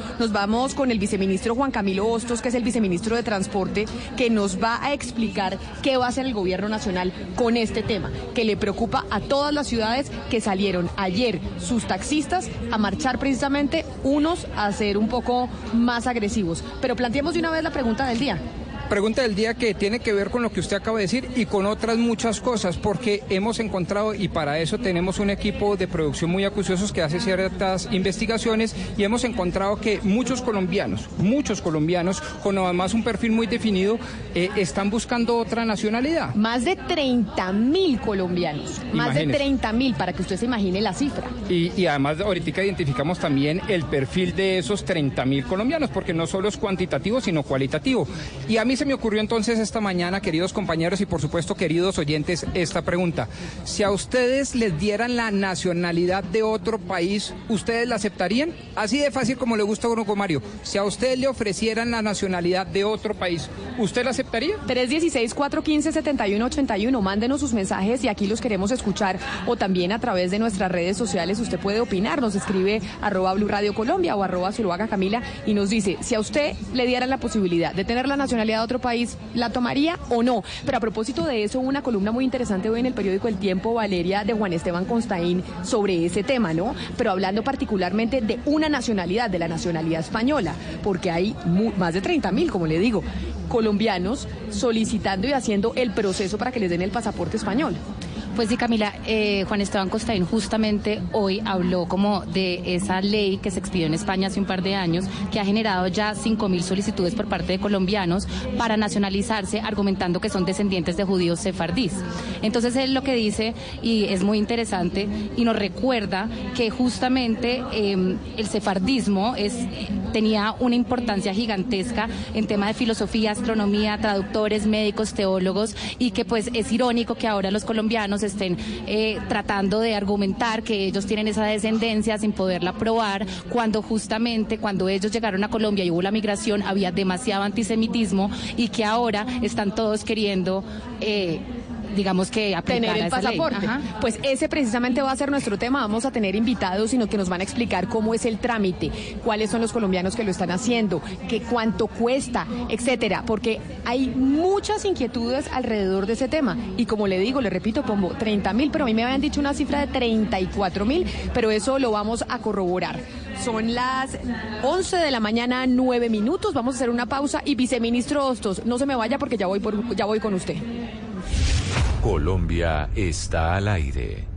Estamos con el viceministro Juan Camilo Hostos, que es el viceministro de Transporte, que nos va a explicar qué va a hacer el gobierno nacional con este tema, que le preocupa a todas las ciudades que salieron ayer sus taxistas a marchar precisamente, unos a ser un poco más agresivos. Pero planteemos de una vez la pregunta del día. Pregunta del día que tiene que ver con lo que usted acaba de decir y con otras muchas cosas, porque hemos encontrado, y para eso tenemos un equipo de producción muy acuciosos que hace ciertas investigaciones, y hemos encontrado que muchos colombianos, con además un perfil muy definido, están buscando otra nacionalidad. Más de 30.000 colombianos, más de 30.000, para que usted se imagine la cifra. Y además ahorita identificamos también el perfil de esos 30.000 colombianos, porque no solo es cuantitativo, sino cualitativo. Y a mí se me ocurrió entonces esta mañana, queridos compañeros y por supuesto queridos oyentes, esta pregunta. Si a ustedes les dieran la nacionalidad de otro país, ¿ustedes la aceptarían? Así de fácil como le gusta a Grupo Mario. Si a ustedes le ofrecieran la nacionalidad de otro país, ¿usted la aceptaría? 316-415-7181. Mándenos sus mensajes y aquí los queremos escuchar. O también a través de nuestras redes sociales usted puede opinar. Nos escribe @Blue Radio Colombia o @Zuluaga Camila y nos dice, si a usted le dieran la posibilidad de tener la nacionalidad de otro país, ¿la tomaría o no? Pero a propósito de eso, una columna muy interesante hoy en el periódico El Tiempo, Valeria, de Juan Esteban Constaín, sobre ese tema, ¿no? Pero hablando particularmente de una nacionalidad, de la nacionalidad española, porque hay más de 30.000, como le digo, colombianos solicitando y haciendo el proceso para que les den el pasaporte español. Pues sí, Camila, Juan Esteban Constaín justamente hoy habló como de esa ley que se expidió en España hace un par de años, que ha generado ya 5.000 solicitudes por parte de colombianos para nacionalizarse, argumentando que son descendientes de judíos sefardíes. Entonces él lo que dice, y es muy interesante, y nos recuerda que justamente el sefardismo tenía una importancia gigantesca en tema de filosofía, astronomía, traductores, médicos, teólogos, y que pues es irónico que ahora los colombianos estén tratando de argumentar que ellos tienen esa descendencia sin poderla probar, cuando justamente cuando ellos llegaron a Colombia y hubo la migración había demasiado antisemitismo, y que ahora están todos queriendo digamos que aplicar tener el pasaporte. Pues ese precisamente va a ser nuestro tema. Vamos a tener invitados, sino que nos van a explicar cómo es el trámite, cuáles son los colombianos que lo están haciendo, cuánto cuesta, etcétera, porque hay muchas inquietudes alrededor de ese tema. Y como le digo, le repito, pongo 30.000, pero a mí me habían dicho una cifra de 34.000, pero eso lo vamos a corroborar. Son las 11 de la mañana, 9 minutos. Vamos a hacer una pausa y viceministro Hostos, no se me vaya porque ya voy con usted. Colombia está al aire.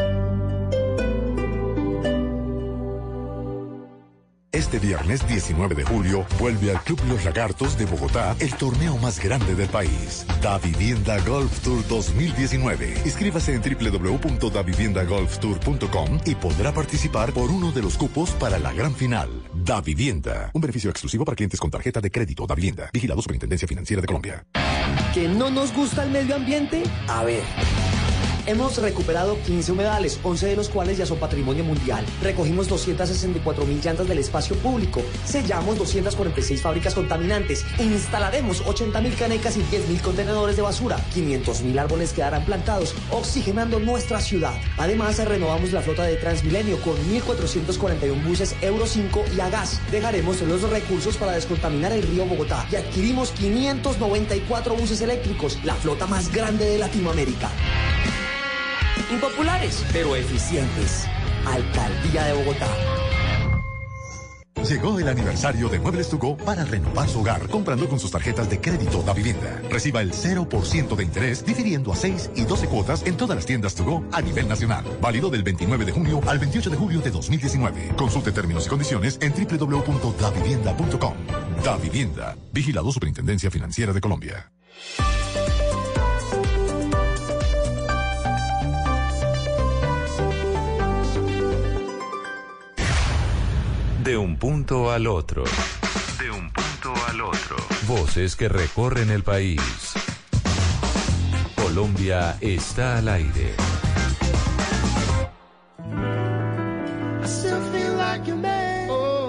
Este viernes 19 de julio vuelve al Club Los Lagartos de Bogotá el torneo más grande del país, Davivienda Golf Tour 2019. Inscríbase en www.daviviendagolftour.com y podrá participar por uno de los cupos para la gran final. Davivienda, un beneficio exclusivo para clientes con tarjeta de crédito Davivienda, vigilado Superintendencia Financiera de Colombia. ¿Que no nos gusta el medio ambiente? A ver. Hemos recuperado 15 humedales, 11 de los cuales ya son patrimonio mundial. Recogimos 264.000 llantas del espacio público. Sellamos 246 fábricas contaminantes. Instalaremos 80.000 canecas y 10.000 contenedores de basura. 500.000 árboles quedarán plantados, oxigenando nuestra ciudad. Además, renovamos la flota de Transmilenio con 1.441 buses Euro 5 y a gas. Dejaremos los recursos para descontaminar el río Bogotá y adquirimos 594 buses eléctricos, la flota más grande de Latinoamérica. Impopulares, pero eficientes. Alcaldía de Bogotá. Llegó el aniversario de Muebles To Go para renovar su hogar, comprando con sus tarjetas de crédito Davivienda. Reciba el 0% de interés, difiriendo a 6 y 12 cuotas en todas las tiendas To Go a nivel nacional. Válido del 29 de junio al 28 de julio de 2019. Consulte términos y condiciones en www.davivienda.com. Davivienda, vigilado Superintendencia Financiera de Colombia. De un punto al otro. De un punto al otro. Voces que recorren el país. Colombia está al aire. I still feel like a man.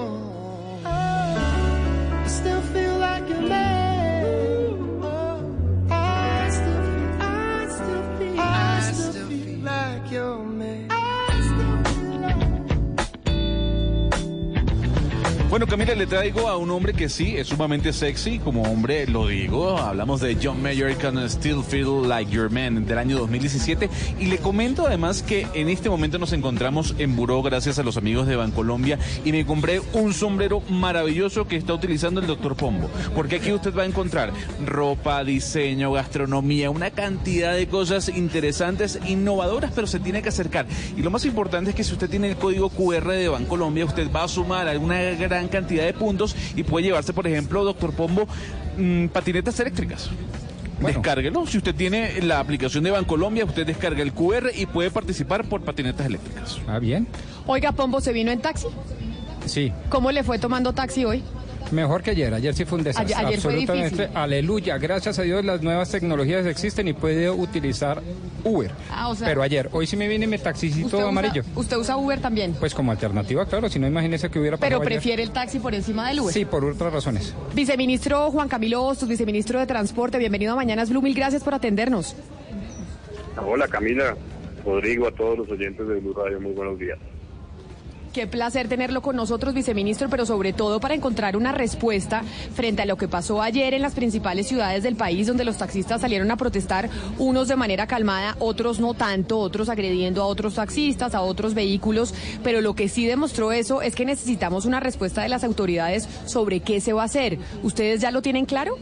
I still feel like a man. I still feel like your man. Bueno, Camila, le traigo a un hombre que sí, es sumamente sexy, como hombre lo digo. Hablamos de John Mayer con Still Feel Like Your Man del año 2017. Y le comento además que en este momento nos encontramos en Buró gracias a los amigos de Bancolombia y me compré un sombrero maravilloso que está utilizando el Dr. Pombo. Porque aquí usted va a encontrar ropa, diseño, gastronomía, una cantidad de cosas interesantes, innovadoras, pero se tiene que acercar. Y lo más importante es que si usted tiene el código QR de Bancolombia, usted va a sumar alguna gran cantidad de puntos y puede llevarse, por ejemplo, Dr. Pombo, patinetas eléctricas. Bueno. Descárguelo. Si usted tiene la aplicación de Bancolombia, usted descarga el QR y puede participar por patinetas eléctricas. Ah, bien. Oiga, Pombo, ¿se vino en taxi? Sí. ¿Cómo le fue tomando taxi hoy? Mejor que ayer. Ayer sí fue un desastre. Ayer fue difícil. Aleluya. Gracias a Dios las nuevas tecnologías existen y puede utilizar Uber. O sea, pero ayer, hoy sí me vine mi taxicito amarillo. ¿Usted usa Uber también? Pues como alternativa, claro. Si no, imagínese que hubiera pasado. ¿Pero prefiere el taxi por encima del Uber? Sí, por otras razones. Viceministro Juan Camilo Hostos, viceministro de Transporte, bienvenido a Mañanas Blue. Mil gracias por atendernos. Hola, Camila, Rodrigo, a todos los oyentes de Blue Radio, muy buenos días. Qué placer tenerlo con nosotros, viceministro, pero sobre todo para encontrar una respuesta frente a lo que pasó ayer en las principales ciudades del país, donde los taxistas salieron a protestar, unos de manera calmada, otros no tanto, otros agrediendo a otros taxistas, a otros vehículos, pero lo que sí demostró eso es que necesitamos una respuesta de las autoridades sobre qué se va a hacer. ¿Ustedes ya lo tienen claro?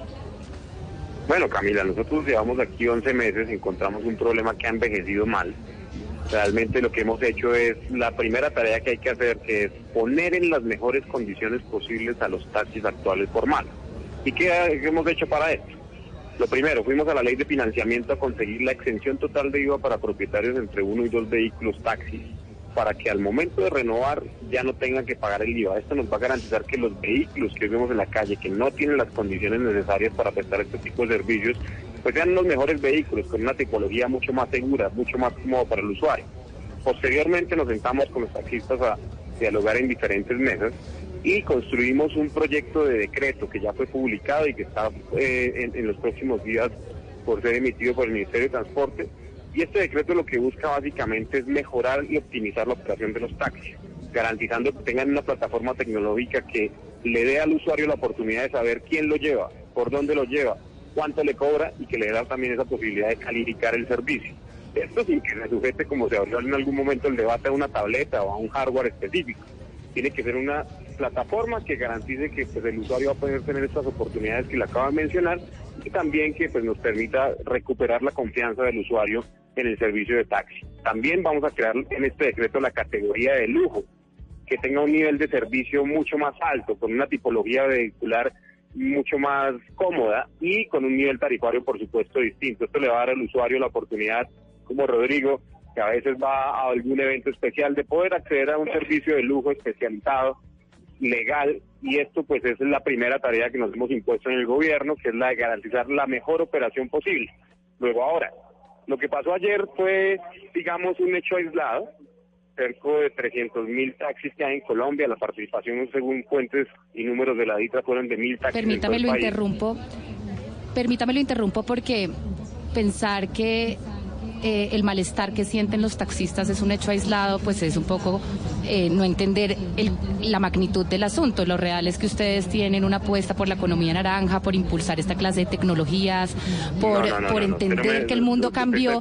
Bueno, Camila, nosotros llevamos aquí 11 meses, encontramos un problema que ha envejecido mal. Realmente lo que hemos hecho es la primera tarea que hay que hacer, que es poner en las mejores condiciones posibles a los taxis actuales formales. ¿Y qué hemos hecho para esto? Lo primero, fuimos a la ley de financiamiento a conseguir la exención total de IVA para propietarios entre 1 y 2 vehículos taxis, para que al momento de renovar ya no tengan que pagar el IVA. Esto nos va a garantizar que los vehículos que vemos en la calle, que no tienen las condiciones necesarias para prestar este tipo de servicios, pues sean los mejores vehículos, con una tipología mucho más segura, mucho más cómoda para el usuario. Posteriormente nos sentamos con los taxistas a dialogar en diferentes mesas y construimos un proyecto de decreto que ya fue publicado y que está en los próximos días por ser emitido por el Ministerio de Transporte. Y este decreto lo que busca básicamente es mejorar y optimizar la operación de los taxis, garantizando que tengan una plataforma tecnológica que le dé al usuario la oportunidad de saber quién lo lleva, por dónde lo lleva, cuánto le cobra y que le da también esa posibilidad de calificar el servicio. Esto sin que se sujete, como se habló en algún momento, el debate a una tableta o a un hardware específico. Tiene que ser una plataforma que garantice que pues, el usuario va a poder tener estas oportunidades que le acabo de mencionar y también que pues, nos permita recuperar la confianza del usuario en el servicio de taxi. También vamos a crear en este decreto la categoría de lujo, que tenga un nivel de servicio mucho más alto, con una tipología vehicular mucho más cómoda y con un nivel tarifario, por supuesto, distinto. Esto le va a dar al usuario la oportunidad, como Rodrigo, que a veces va a algún evento especial, de poder acceder a un servicio de lujo especializado, legal, y esto pues es la primera tarea que nos hemos impuesto en el gobierno, que es la de garantizar la mejor operación posible. Luego ahora, lo que pasó ayer fue, digamos, un hecho aislado, cerca de 300.000 taxis que hay en Colombia. La participación, según fuentes y números de la DITRA, fueron de 1.000 taxis. Permítame lo interrumpo porque pensar que el malestar que sienten los taxistas es un hecho aislado, pues es un poco no entender la magnitud del asunto. Lo real es que ustedes tienen una apuesta por la economía naranja, por impulsar esta clase de tecnologías, por entender que el mundo cambió.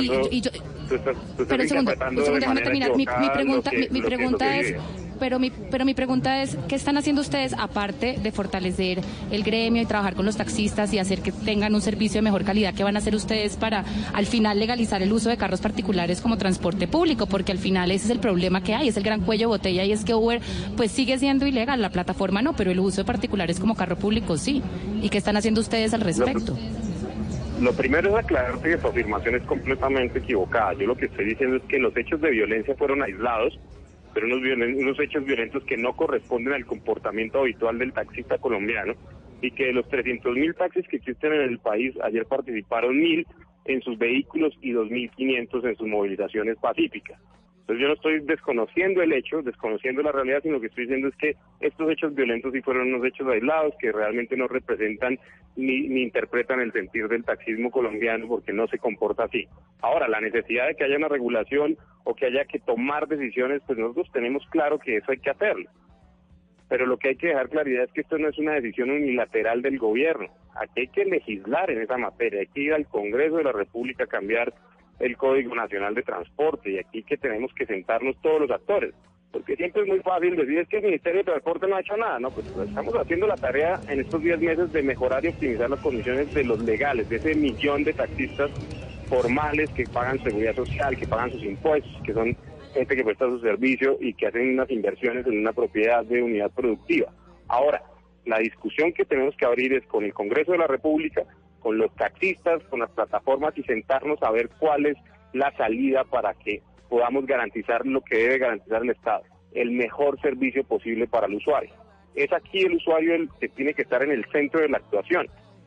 Pero un segundo, déjame terminar. Mi pregunta es... Pero mi pregunta es, ¿qué están haciendo ustedes aparte de fortalecer el gremio y trabajar con los taxistas y hacer que tengan un servicio de mejor calidad? ¿Qué van a hacer ustedes para al final legalizar el uso de carros particulares como transporte público? Porque al final ese es el problema que hay, es el gran cuello de botella, y es que Uber pues sigue siendo ilegal, la plataforma no, pero el uso de particulares como carro público sí. ¿Y qué están haciendo ustedes al respecto? Lo primero es aclararte que tu afirmación es completamente equivocada. Yo lo que estoy diciendo es que los hechos de violencia fueron aislados, pero unos hechos violentos que no corresponden al comportamiento habitual del taxista colombiano, y que de los 300.000 taxis que existen en el país, ayer participaron 1.000 en sus vehículos y 2.500 en sus movilizaciones pacíficas. Entonces yo no estoy desconociendo el hecho, desconociendo la realidad, sino que estoy diciendo es que estos hechos violentos sí fueron unos hechos aislados que realmente no representan ni interpretan el sentir del taxismo colombiano, porque no se comporta así. Ahora, la necesidad de que haya una regulación o que haya que tomar decisiones, pues nosotros tenemos claro que eso hay que hacerlo. Pero lo que hay que dejar claridad es que esto no es una decisión unilateral del gobierno. Aquí hay que legislar en esa materia, hay que ir al Congreso de la República a cambiar el Código Nacional de Transporte, y aquí que tenemos que sentarnos todos los actores. Porque siempre es muy fácil decir, es que el Ministerio de Transporte no ha hecho nada, ¿no? Pues estamos haciendo la tarea en estos 10 meses de mejorar y optimizar las condiciones de los legales, de ese millón de taxistas formales que pagan seguridad social, que pagan sus impuestos, que son gente que presta su servicio y que hacen unas inversiones en una propiedad de unidad productiva. Ahora, la discusión que tenemos que abrir es con el Congreso de la República, con los taxistas, con las plataformas, y sentarnos a ver cuál es la salida para que podamos garantizar lo que debe garantizar el Estado, el mejor servicio posible para el usuario. Es aquí el usuario el que tiene que estar en el centro de la actuación.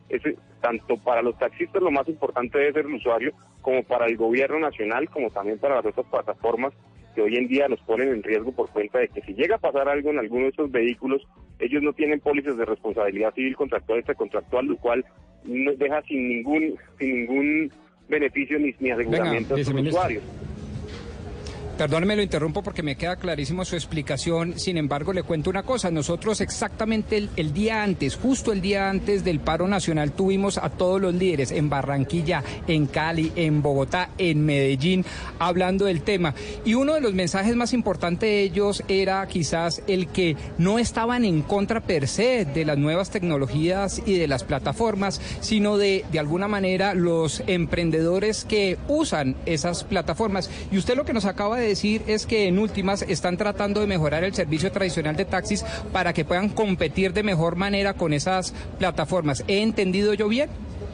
Tanto para los taxistas lo más importante debe ser el usuario, como para el gobierno nacional, como también para las otras plataformas que hoy en día los ponen en riesgo por cuenta de que si llega a pasar algo en alguno de estos vehículos, ellos no tienen pólizas de responsabilidad civil contractual, extracontractual, lo cual nos deja sin ningún beneficio ni aseguramiento a los usuarios. Perdóneme, lo interrumpo porque me queda clarísimo su explicación. Sin embargo, le cuento una cosa. Nosotros exactamente el día antes, justo el día antes del paro nacional, tuvimos a todos los líderes en Barranquilla, en Cali, en Bogotá, en Medellín, hablando del tema. Y uno de los mensajes más importantes de ellos era quizás el que no estaban en contra per se de las nuevas tecnologías y de las plataformas, sino de alguna manera los emprendedores que usan esas plataformas. Y usted lo que nos acaba de decir es que en últimas están tratando de mejorar el servicio tradicional de taxis para que puedan competir de mejor manera con esas plataformas. ¿He entendido yo bien?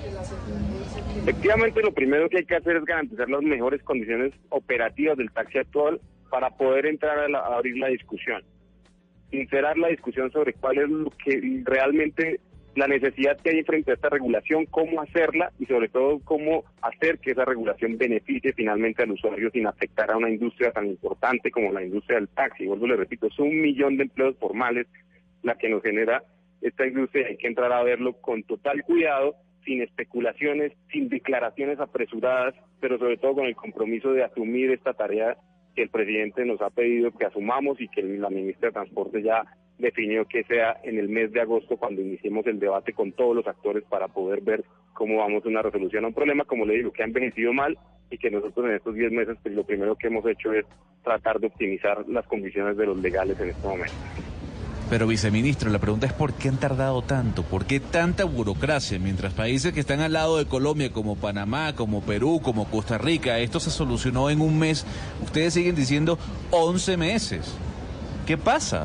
Efectivamente, lo primero que hay que hacer es garantizar las mejores condiciones operativas del taxi actual para poder entrar a abrir la discusión. Sincerar la discusión sobre cuál es lo que realmente la necesidad que hay frente a esta regulación, cómo hacerla y sobre todo cómo hacer que esa regulación beneficie finalmente al usuario sin afectar a una industria tan importante como la industria del taxi. Vuelvo, le repito, es 1 millón de empleos formales la que nos genera esta industria. Hay que entrar a verlo con total cuidado, sin especulaciones, sin declaraciones apresuradas, pero sobre todo con el compromiso de asumir esta tarea que el presidente nos ha pedido que asumamos y que la ministra de Transporte ya definió que sea en el mes de agosto cuando iniciemos el debate con todos los actores para poder ver cómo vamos a una resolución a un problema, como le digo, que ha envejecido mal y que nosotros en estos 10 meses pues lo primero que hemos hecho es tratar de optimizar las condiciones de los legales en este momento. Pero, viceministro, la pregunta es ¿por qué han tardado tanto? ¿Por qué tanta burocracia? Mientras países que están al lado de Colombia, como Panamá, como Perú, como Costa Rica, esto se solucionó en un mes, ustedes siguen diciendo 11 meses. ¿Qué pasa?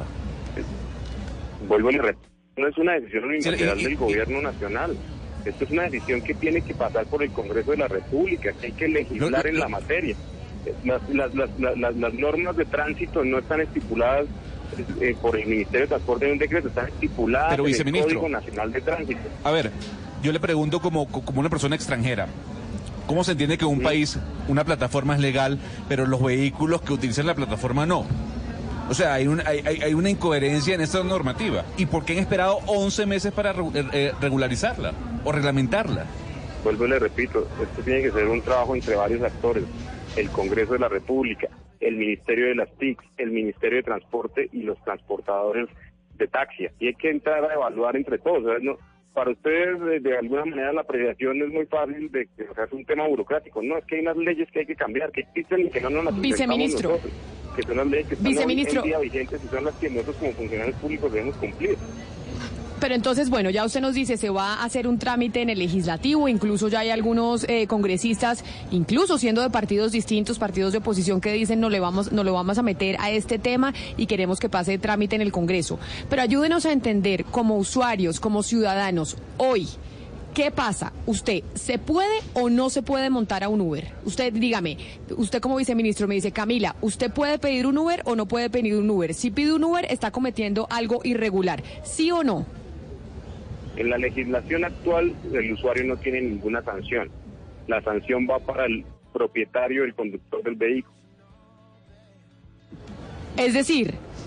Vuelvo a repetir, no es una decisión unilateral del gobierno nacional. Esto es una decisión que tiene que pasar por el Congreso de la República, que hay que legislar en la materia. Las normas de tránsito no están estipuladas por el Ministerio de Transporte en un decreto, están estipuladas en el Código Nacional de Tránsito. A ver, yo le pregunto como una persona extranjera, ¿cómo se entiende que en un país una plataforma es legal, pero los vehículos que utilizan la plataforma no? O sea, hay una incoherencia en esta normativa. ¿Y por qué han esperado 11 meses para regularizarla o reglamentarla? Vuelvo y le repito, esto tiene que ser un trabajo entre varios actores, el Congreso de la República, el Ministerio de las TIC, el Ministerio de Transporte y los transportadores de taxi. Y hay que entrar a evaluar entre todos. O sea, no, para ustedes, de alguna manera, la apreciación es muy fácil de que es un tema burocrático. No, es que hay unas leyes que hay que cambiar, que existen y que no nos las inventamos nosotros, que son las leyes que están hoy en día vigentes y son las que nosotros como funcionarios públicos debemos cumplir. Pero entonces, bueno, ya usted nos dice, se va a hacer un trámite en el legislativo, incluso ya hay algunos congresistas, incluso siendo de partidos distintos, partidos de oposición, que dicen no lo vamos a meter a este tema y queremos que pase de trámite en el Congreso. Pero ayúdenos a entender, como usuarios, como ciudadanos, hoy, ¿qué pasa? ¿Usted se puede o no se puede montar a un Uber? Usted, dígame, usted como viceministro me dice, Camila, ¿usted puede pedir un Uber o no puede pedir un Uber? Si pide un Uber, ¿está cometiendo algo irregular? ¿Sí o no? En la legislación actual, el usuario no tiene ninguna sanción. La sanción va para el propietario, el conductor del vehículo. Es decir,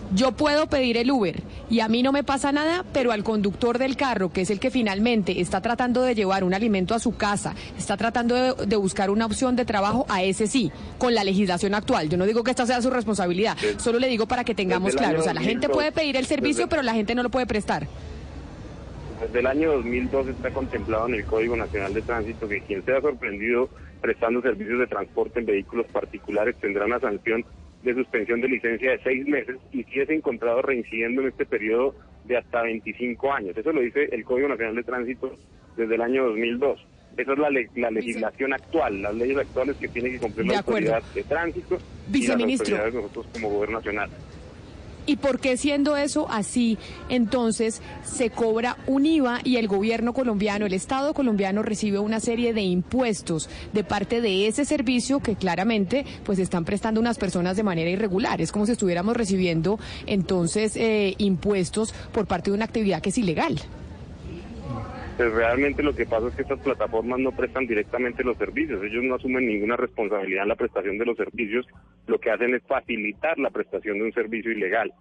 yo puedo pedir el Uber y a mí no me pasa nada, pero al conductor del carro, que es el que finalmente está tratando de llevar un alimento a su casa, está tratando de buscar una opción de trabajo, a ese sí, con la legislación actual. Yo no digo que esta sea su responsabilidad, solo le digo para que tengamos claro. O sea, la gente puede pedir el servicio, pero la gente no lo puede prestar. Desde el año 2002 está contemplado en el Código Nacional de Tránsito que quien sea sorprendido prestando servicios de transporte en vehículos particulares tendrá una sanción de suspensión de licencia de 6 meses y si es encontrado reincidiendo en este periodo de hasta 25 años. Eso lo dice el Código Nacional de Tránsito desde el año 2002. Esa es la legislación actual, las leyes actuales que tiene que cumplir la autoridad de tránsito y las autoridades de nosotros como gobierno nacional. ¿Y por qué siendo eso así, entonces se cobra un IVA y el gobierno colombiano, el Estado colombiano recibe una serie de impuestos de parte de ese servicio que claramente pues están prestando unas personas de manera irregular? Es como si estuviéramos recibiendo entonces impuestos por parte de una actividad que es ilegal. Pues realmente lo que pasa es que estas plataformas no prestan directamente los servicios, ellos no asumen ninguna responsabilidad en la prestación de los servicios, lo que hacen es facilitar la prestación de un servicio ilegal.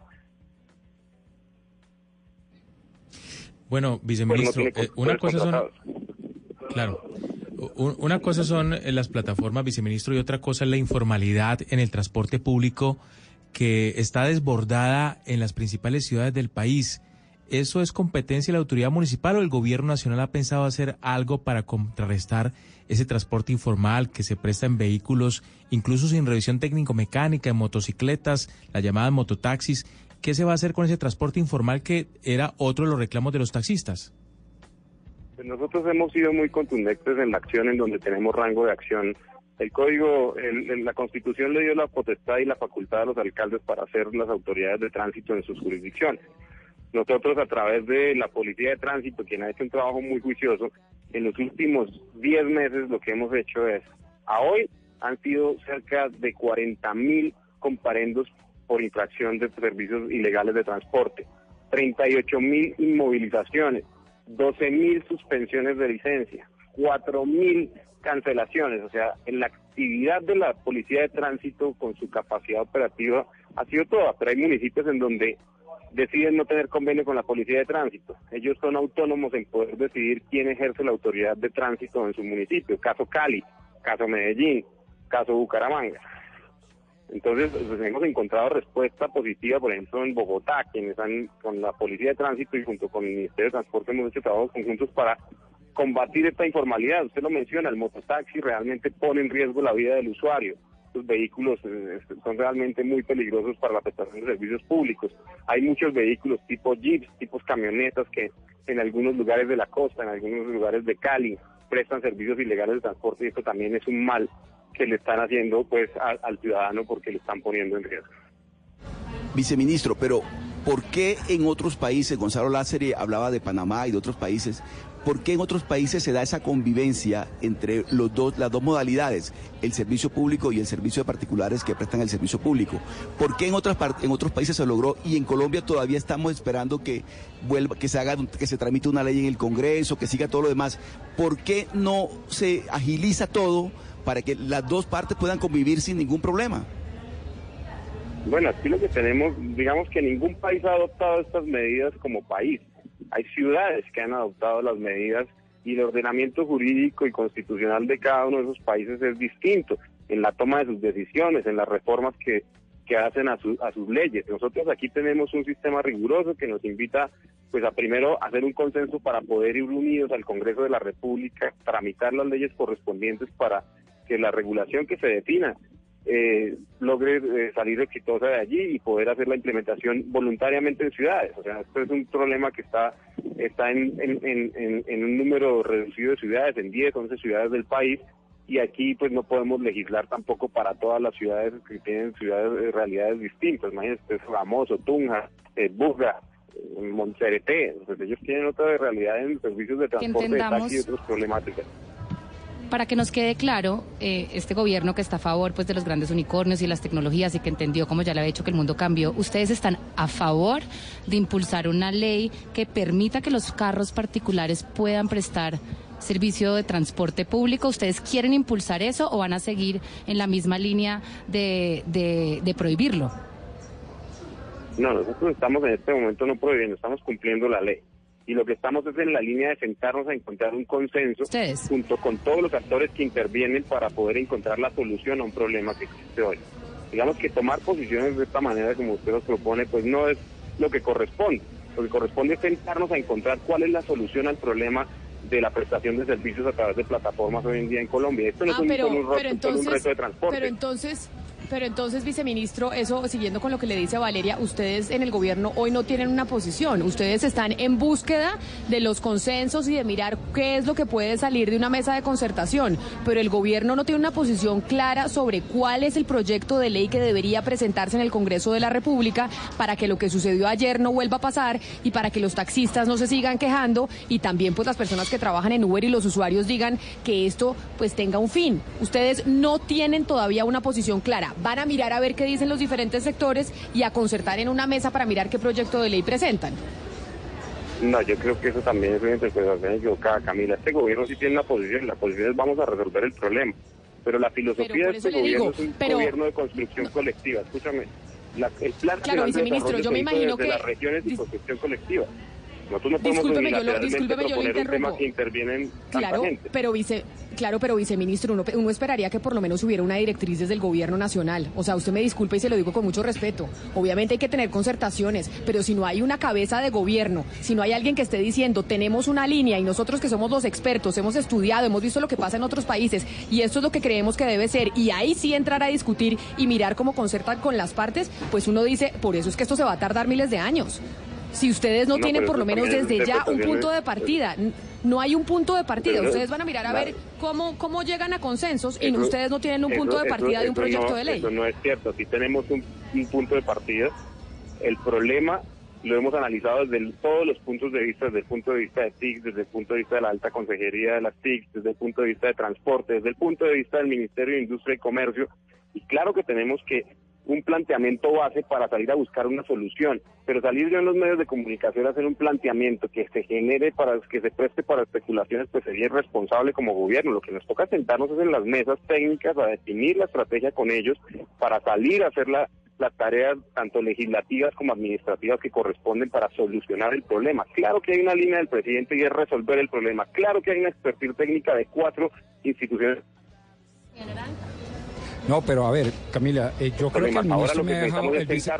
Bueno, viceministro, una cosa son las plataformas, viceministro, y otra cosa es la informalidad en el transporte público que está desbordada en las principales ciudades del país. ¿Eso es competencia de la autoridad municipal o el gobierno nacional ha pensado hacer algo para contrarrestar ese transporte informal que se presta en vehículos, incluso sin revisión técnico-mecánica, en motocicletas, las llamadas mototaxis? ¿Qué se va a hacer con ese transporte informal que era otro de los reclamos de los taxistas? Pues nosotros hemos sido muy contundentes en la acción en donde tenemos rango de acción. El código, la Constitución le dio la potestad y la facultad a los alcaldes para ser las autoridades de tránsito en sus jurisdicciones. Nosotros, a través de la Policía de Tránsito, quien ha hecho un trabajo muy juicioso, en los últimos 10 meses lo que hemos hecho es, a hoy han sido cerca de 40.000 comparendos por infracción de servicios ilegales de transporte, 38.000 inmovilizaciones, 12.000 suspensiones de licencia, 4.000 cancelaciones. O sea, en la actividad de la Policía de Tránsito con su capacidad operativa ha sido toda, pero hay municipios en donde deciden no tener convenio con la Policía de Tránsito. Ellos son autónomos en poder decidir quién ejerce la autoridad de tránsito en su municipio. Caso Cali, caso Medellín, caso Bucaramanga. Entonces, pues, hemos encontrado respuesta positiva, por ejemplo, en Bogotá, quienes están con la Policía de Tránsito y junto con el Ministerio de Transporte hemos hecho trabajos conjuntos para combatir esta informalidad. Usted lo menciona, el mototaxi realmente pone en riesgo la vida del usuario. Los vehículos son realmente muy peligrosos para la prestación de servicios públicos. Hay muchos vehículos tipo jeeps, tipos camionetas que en algunos lugares de la costa, en algunos lugares de Cali, prestan servicios ilegales de transporte y esto también es un mal que le están haciendo pues al ciudadano porque le están poniendo en riesgo. Viceministro, pero ¿por qué en otros países, Gonzalo Lázari hablaba de Panamá y de otros países, ¿por qué en otros países se da esa convivencia entre las dos modalidades, el servicio público y el servicio de particulares que prestan el servicio público? ¿Por qué en otros países se logró y en Colombia todavía estamos esperando que se tramite una ley en el Congreso, que siga todo lo demás? ¿Por qué no se agiliza todo para que las dos partes puedan convivir sin ningún problema? Bueno, aquí lo que tenemos, digamos que ningún país ha adoptado estas medidas como país. Hay ciudades que han adoptado las medidas y el ordenamiento jurídico y constitucional de cada uno de esos países es distinto en la toma de sus decisiones, en las reformas que hacen a sus leyes. Nosotros aquí tenemos un sistema riguroso que nos invita pues a primero hacer un consenso para poder ir unidos al Congreso de la República, tramitar las leyes correspondientes para que la regulación que se defina logre salir exitosa de allí y poder hacer la implementación voluntariamente en ciudades. O sea, esto es un problema que está en un número reducido de ciudades, en 10, 11 ciudades del país, y aquí pues no podemos legislar tampoco para todas las ciudades que tienen realidades distintas. Imagínense, Famoso, Tunja, Buga, Monserete, pues ellos tienen otra realidad en servicios de transporte de taxi y otras problemáticas. Para que nos quede claro, este gobierno que está a favor pues de los grandes unicornios y las tecnologías y que entendió, como ya le había dicho, que el mundo cambió, ¿ustedes están a favor de impulsar una ley que permita que los carros particulares puedan prestar servicio de transporte público? ¿Ustedes quieren impulsar eso o van a seguir en la misma línea de prohibirlo? No, nosotros estamos en este momento no prohibiendo, estamos cumpliendo la ley. Y lo que estamos es en la línea de sentarnos a encontrar un consenso junto con todos los actores que intervienen para poder encontrar la solución a un problema que existe hoy. Digamos que tomar posiciones de esta manera, como usted nos propone, pues no es lo que corresponde. Lo que corresponde es sentarnos a encontrar cuál es la solución al problema de la prestación de servicios a través de plataformas hoy en día en Colombia. Esto no es un reto de transporte. Pero entonces, viceministro, eso siguiendo con lo que le dice Valeria, ustedes en el gobierno hoy no tienen una posición. Ustedes están en búsqueda de los consensos y de mirar qué es lo que puede salir de una mesa de concertación. Pero el gobierno no tiene una posición clara sobre cuál es el proyecto de ley que debería presentarse en el Congreso de la República para que lo que sucedió ayer no vuelva a pasar y para que los taxistas no se sigan quejando y también pues las personas que trabajan en Uber y los usuarios digan que esto pues tenga un fin. Ustedes no tienen todavía una posición clara. Van a mirar a ver qué dicen los diferentes sectores y a concertar en una mesa para mirar qué proyecto de ley presentan. No, yo creo que eso también es una interpretación equivocada, Camila. Este gobierno sí tiene una posición, la posición es vamos a resolver el problema. Pero la filosofía de este gobierno es un gobierno de construcción colectiva. Escúchame, el plan nacional de desarrollo yo me imagino de las regiones y construcción colectiva. Nosotros no podemos unilateralmente proponer un tema que intervienen tanta gente. Pero viceministro, uno esperaría que por lo menos hubiera una directriz desde el gobierno nacional. O sea, usted me disculpa y se lo digo con mucho respeto. Obviamente hay que tener concertaciones, pero si no hay una cabeza de gobierno, si no hay alguien que esté diciendo tenemos una línea y nosotros que somos los expertos, hemos estudiado, hemos visto lo que pasa en otros países y esto es lo que creemos que debe ser y ahí sí entrar a discutir y mirar cómo concertan con las partes, pues uno dice, por eso es que esto se va a tardar miles de años. Si ustedes no tienen por lo menos desde ya un punto de partida, no hay un punto de partida. Ustedes van a mirar a ver cómo llegan a consensos y ustedes no tienen un punto de partida de un proyecto de ley. Eso no es cierto. Si tenemos un punto de partida, el problema lo hemos analizado desde todos los puntos de vista, desde el punto de vista de TIC, desde el punto de vista de la alta consejería de las TIC, desde el punto de vista de transporte, desde el punto de vista del Ministerio de Industria y Comercio. Y claro que tenemos que un planteamiento base para salir a buscar una solución, pero salir yo en los medios de comunicación a hacer un planteamiento que se genere que se preste para especulaciones, pues sería irresponsable como gobierno. Lo que nos toca sentarnos es en las mesas técnicas a definir la estrategia con ellos para salir a hacer las tareas tanto legislativas como administrativas que corresponden para solucionar el problema. Claro que hay una línea del presidente y es resolver el problema. Claro que hay una expertise técnica de 4 instituciones. No, pero a ver, Camila, yo creo que el ministro me ha dejado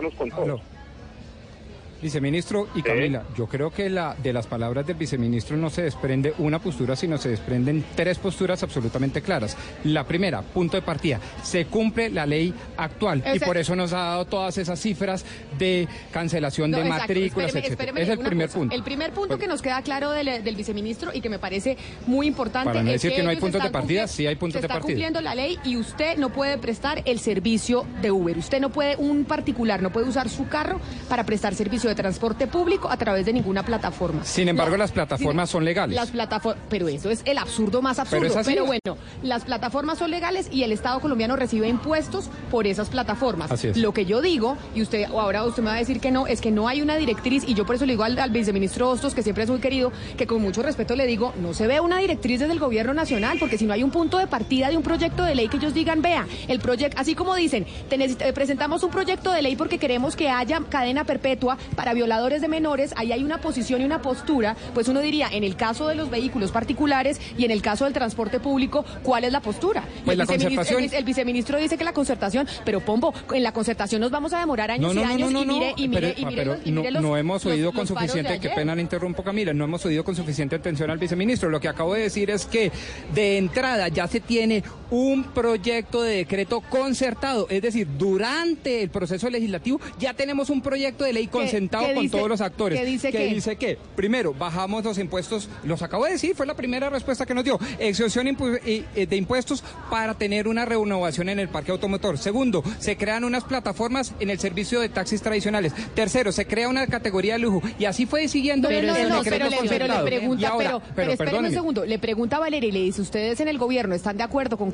Viceministro y Camila, yo creo que de las palabras del viceministro no se desprende una postura, sino se desprenden 3 posturas absolutamente claras. La primera, punto de partida, se cumple la ley actual y por eso nos ha dado todas esas cifras de cancelación de matrículas, etc. Es el primer punto. El primer punto que nos queda claro del viceministro y que me parece muy importante para no decir es que no hay puntos de partida, sí hay puntos de partida. Se está cumpliendo la ley y usted no puede prestar el servicio de Uber. Usted no puede, un particular no puede usar su carro para prestar servicio de transporte público a través de ninguna plataforma. Sin embargo, las plataformas son legales. Pero eso es el absurdo más absurdo. Pero bueno, las plataformas son legales y el Estado colombiano recibe impuestos por esas plataformas. Así es. Lo que yo digo, y ahora usted me va a decir que no, es que no hay una directriz, y yo por eso le digo al viceministro Hostos, que siempre es muy querido, que con mucho respeto le digo, no se ve una directriz desde el gobierno nacional, porque si no hay un punto de partida de un proyecto de ley que ellos digan, vea, el proyecto, así como dicen, presentamos un proyecto de ley porque queremos que haya cadena perpetua para violadores de menores, ahí hay una posición y una postura, pues uno diría, en el caso de los vehículos particulares y en el caso del transporte público, ¿cuál es la postura? Pues la concertación... el viceministro dice que la concertación, pero Pombo, en la concertación nos vamos a demorar años y años y mire no hemos oído con suficiente, qué pena le interrumpo, Camila, no hemos oído con suficiente atención al viceministro. Lo que acabo de decir es que de entrada ya se tiene un proyecto de decreto concertado, es decir, durante el proceso legislativo ya tenemos un proyecto de ley concertado con todos los actores. ¿Qué dice que primero, bajamos los impuestos, los acabo de decir, fue la primera respuesta que nos dio, exención de impuestos para tener una renovación en el parque automotor. Segundo, se crean unas plataformas en el servicio de taxis tradicionales. Tercero, se crea una categoría de lujo y así fue siguiendo el decreto concertado. Pero le pregunta, pero espéreme un segundo, le pregunta a Valeria y le dice, ¿ustedes en el gobierno están de acuerdo con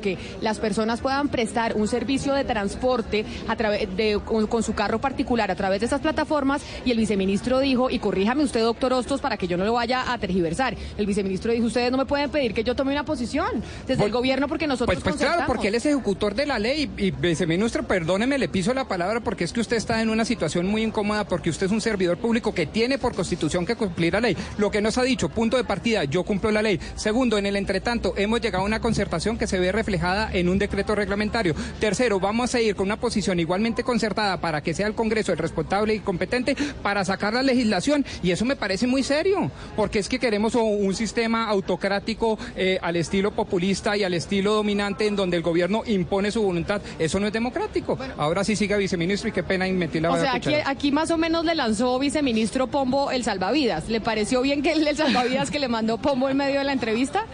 que las personas puedan prestar un servicio de transporte con su carro particular a través de esas plataformas, y el viceministro dijo, y corríjame usted, doctor Hostos, para que yo no lo vaya a tergiversar, el viceministro dijo, ustedes no me pueden pedir que yo tome una posición desde el gobierno porque nosotros pues claro, porque él es ejecutor de la ley, y viceministro, perdóneme, le piso la palabra, porque es que usted está en una situación muy incómoda, porque usted es un servidor público que tiene por constitución que cumplir la ley. Lo que nos ha dicho, punto de partida, yo cumplo la ley. Segundo, en el entretanto, hemos llegado a una concertación que se ve reflejada en un decreto reglamentario. Tercero, vamos a ir con una posición igualmente concertada para que sea el Congreso el responsable y competente para sacar la legislación, y eso me parece muy serio, porque es que queremos un sistema autocrático al estilo populista y al estilo dominante, en donde el gobierno impone su voluntad. Eso no es democrático. Bueno, ahora sí siga, viceministro, y qué pena inventar la cuchara. O sea, aquí más o menos le lanzó viceministro Pombo el salvavidas. ¿Le pareció bien que el salvavidas que le mandó Pombo en medio de la entrevista?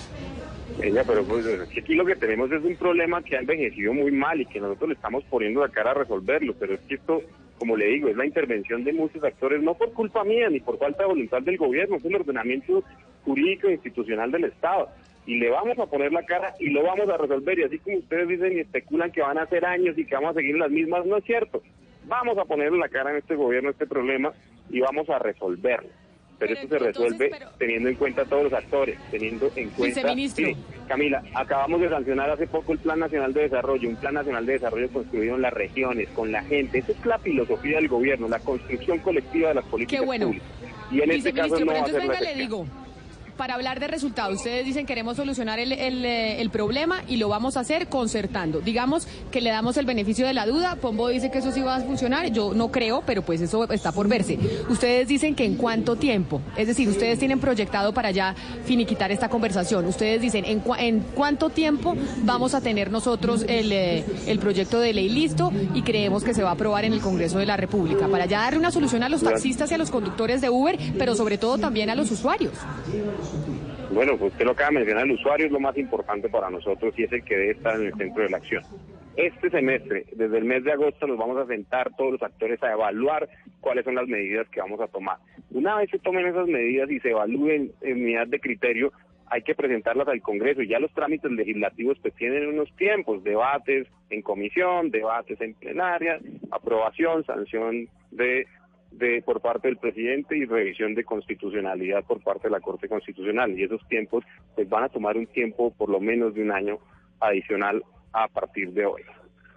Pero pues aquí lo que tenemos es un problema que ha envejecido muy mal y que nosotros le estamos poniendo la cara a resolverlo, pero es que esto, como le digo, es la intervención de muchos actores, no por culpa mía ni por falta de voluntad del gobierno, es el ordenamiento jurídico e institucional del Estado, y le vamos a poner la cara y lo vamos a resolver, y así como ustedes dicen y especulan que van a hacer años y que vamos a seguir las mismas, no es cierto. Vamos a ponerle la cara en este gobierno, este problema, y vamos a resolverlo. Pero esto se resuelve teniendo en cuenta a todos los actores, teniendo en cuenta... Sí, Camila, acabamos de sancionar hace poco el Plan Nacional de Desarrollo, un Plan Nacional de Desarrollo construido en las regiones, con la gente. Esa es la filosofía del gobierno, la construcción colectiva de las políticas públicas. Y en este caso no va a ser la excepción. Para hablar de resultados, ustedes dicen queremos solucionar el problema y lo vamos a hacer concertando. Digamos que le damos el beneficio de la duda, Pombo dice que eso sí va a funcionar, yo no creo, pero pues eso está por verse. Ustedes dicen que en cuánto tiempo, es decir, ustedes tienen proyectado para ya finiquitar esta conversación. Ustedes dicen en cuánto tiempo vamos a tener nosotros el proyecto de ley listo y creemos que se va a aprobar en el Congreso de la República, para ya darle una solución a los taxistas y a los conductores de Uber, pero sobre todo también a los usuarios. Bueno, pues usted lo acaba de mencionar, el usuario es lo más importante para nosotros y es el que debe estar en el centro de la acción. Este semestre, desde el mes de agosto, nos vamos a sentar todos los actores a evaluar cuáles son las medidas que vamos a tomar. Una vez se tomen esas medidas y se evalúen en unidad de criterio, hay que presentarlas al Congreso, y ya los trámites legislativos pues tienen unos tiempos, debates en comisión, debates en plenaria, aprobación, sanción por parte del presidente y revisión de constitucionalidad por parte de la Corte Constitucional, y esos tiempos pues van a tomar un tiempo por lo menos de un año adicional a partir de hoy.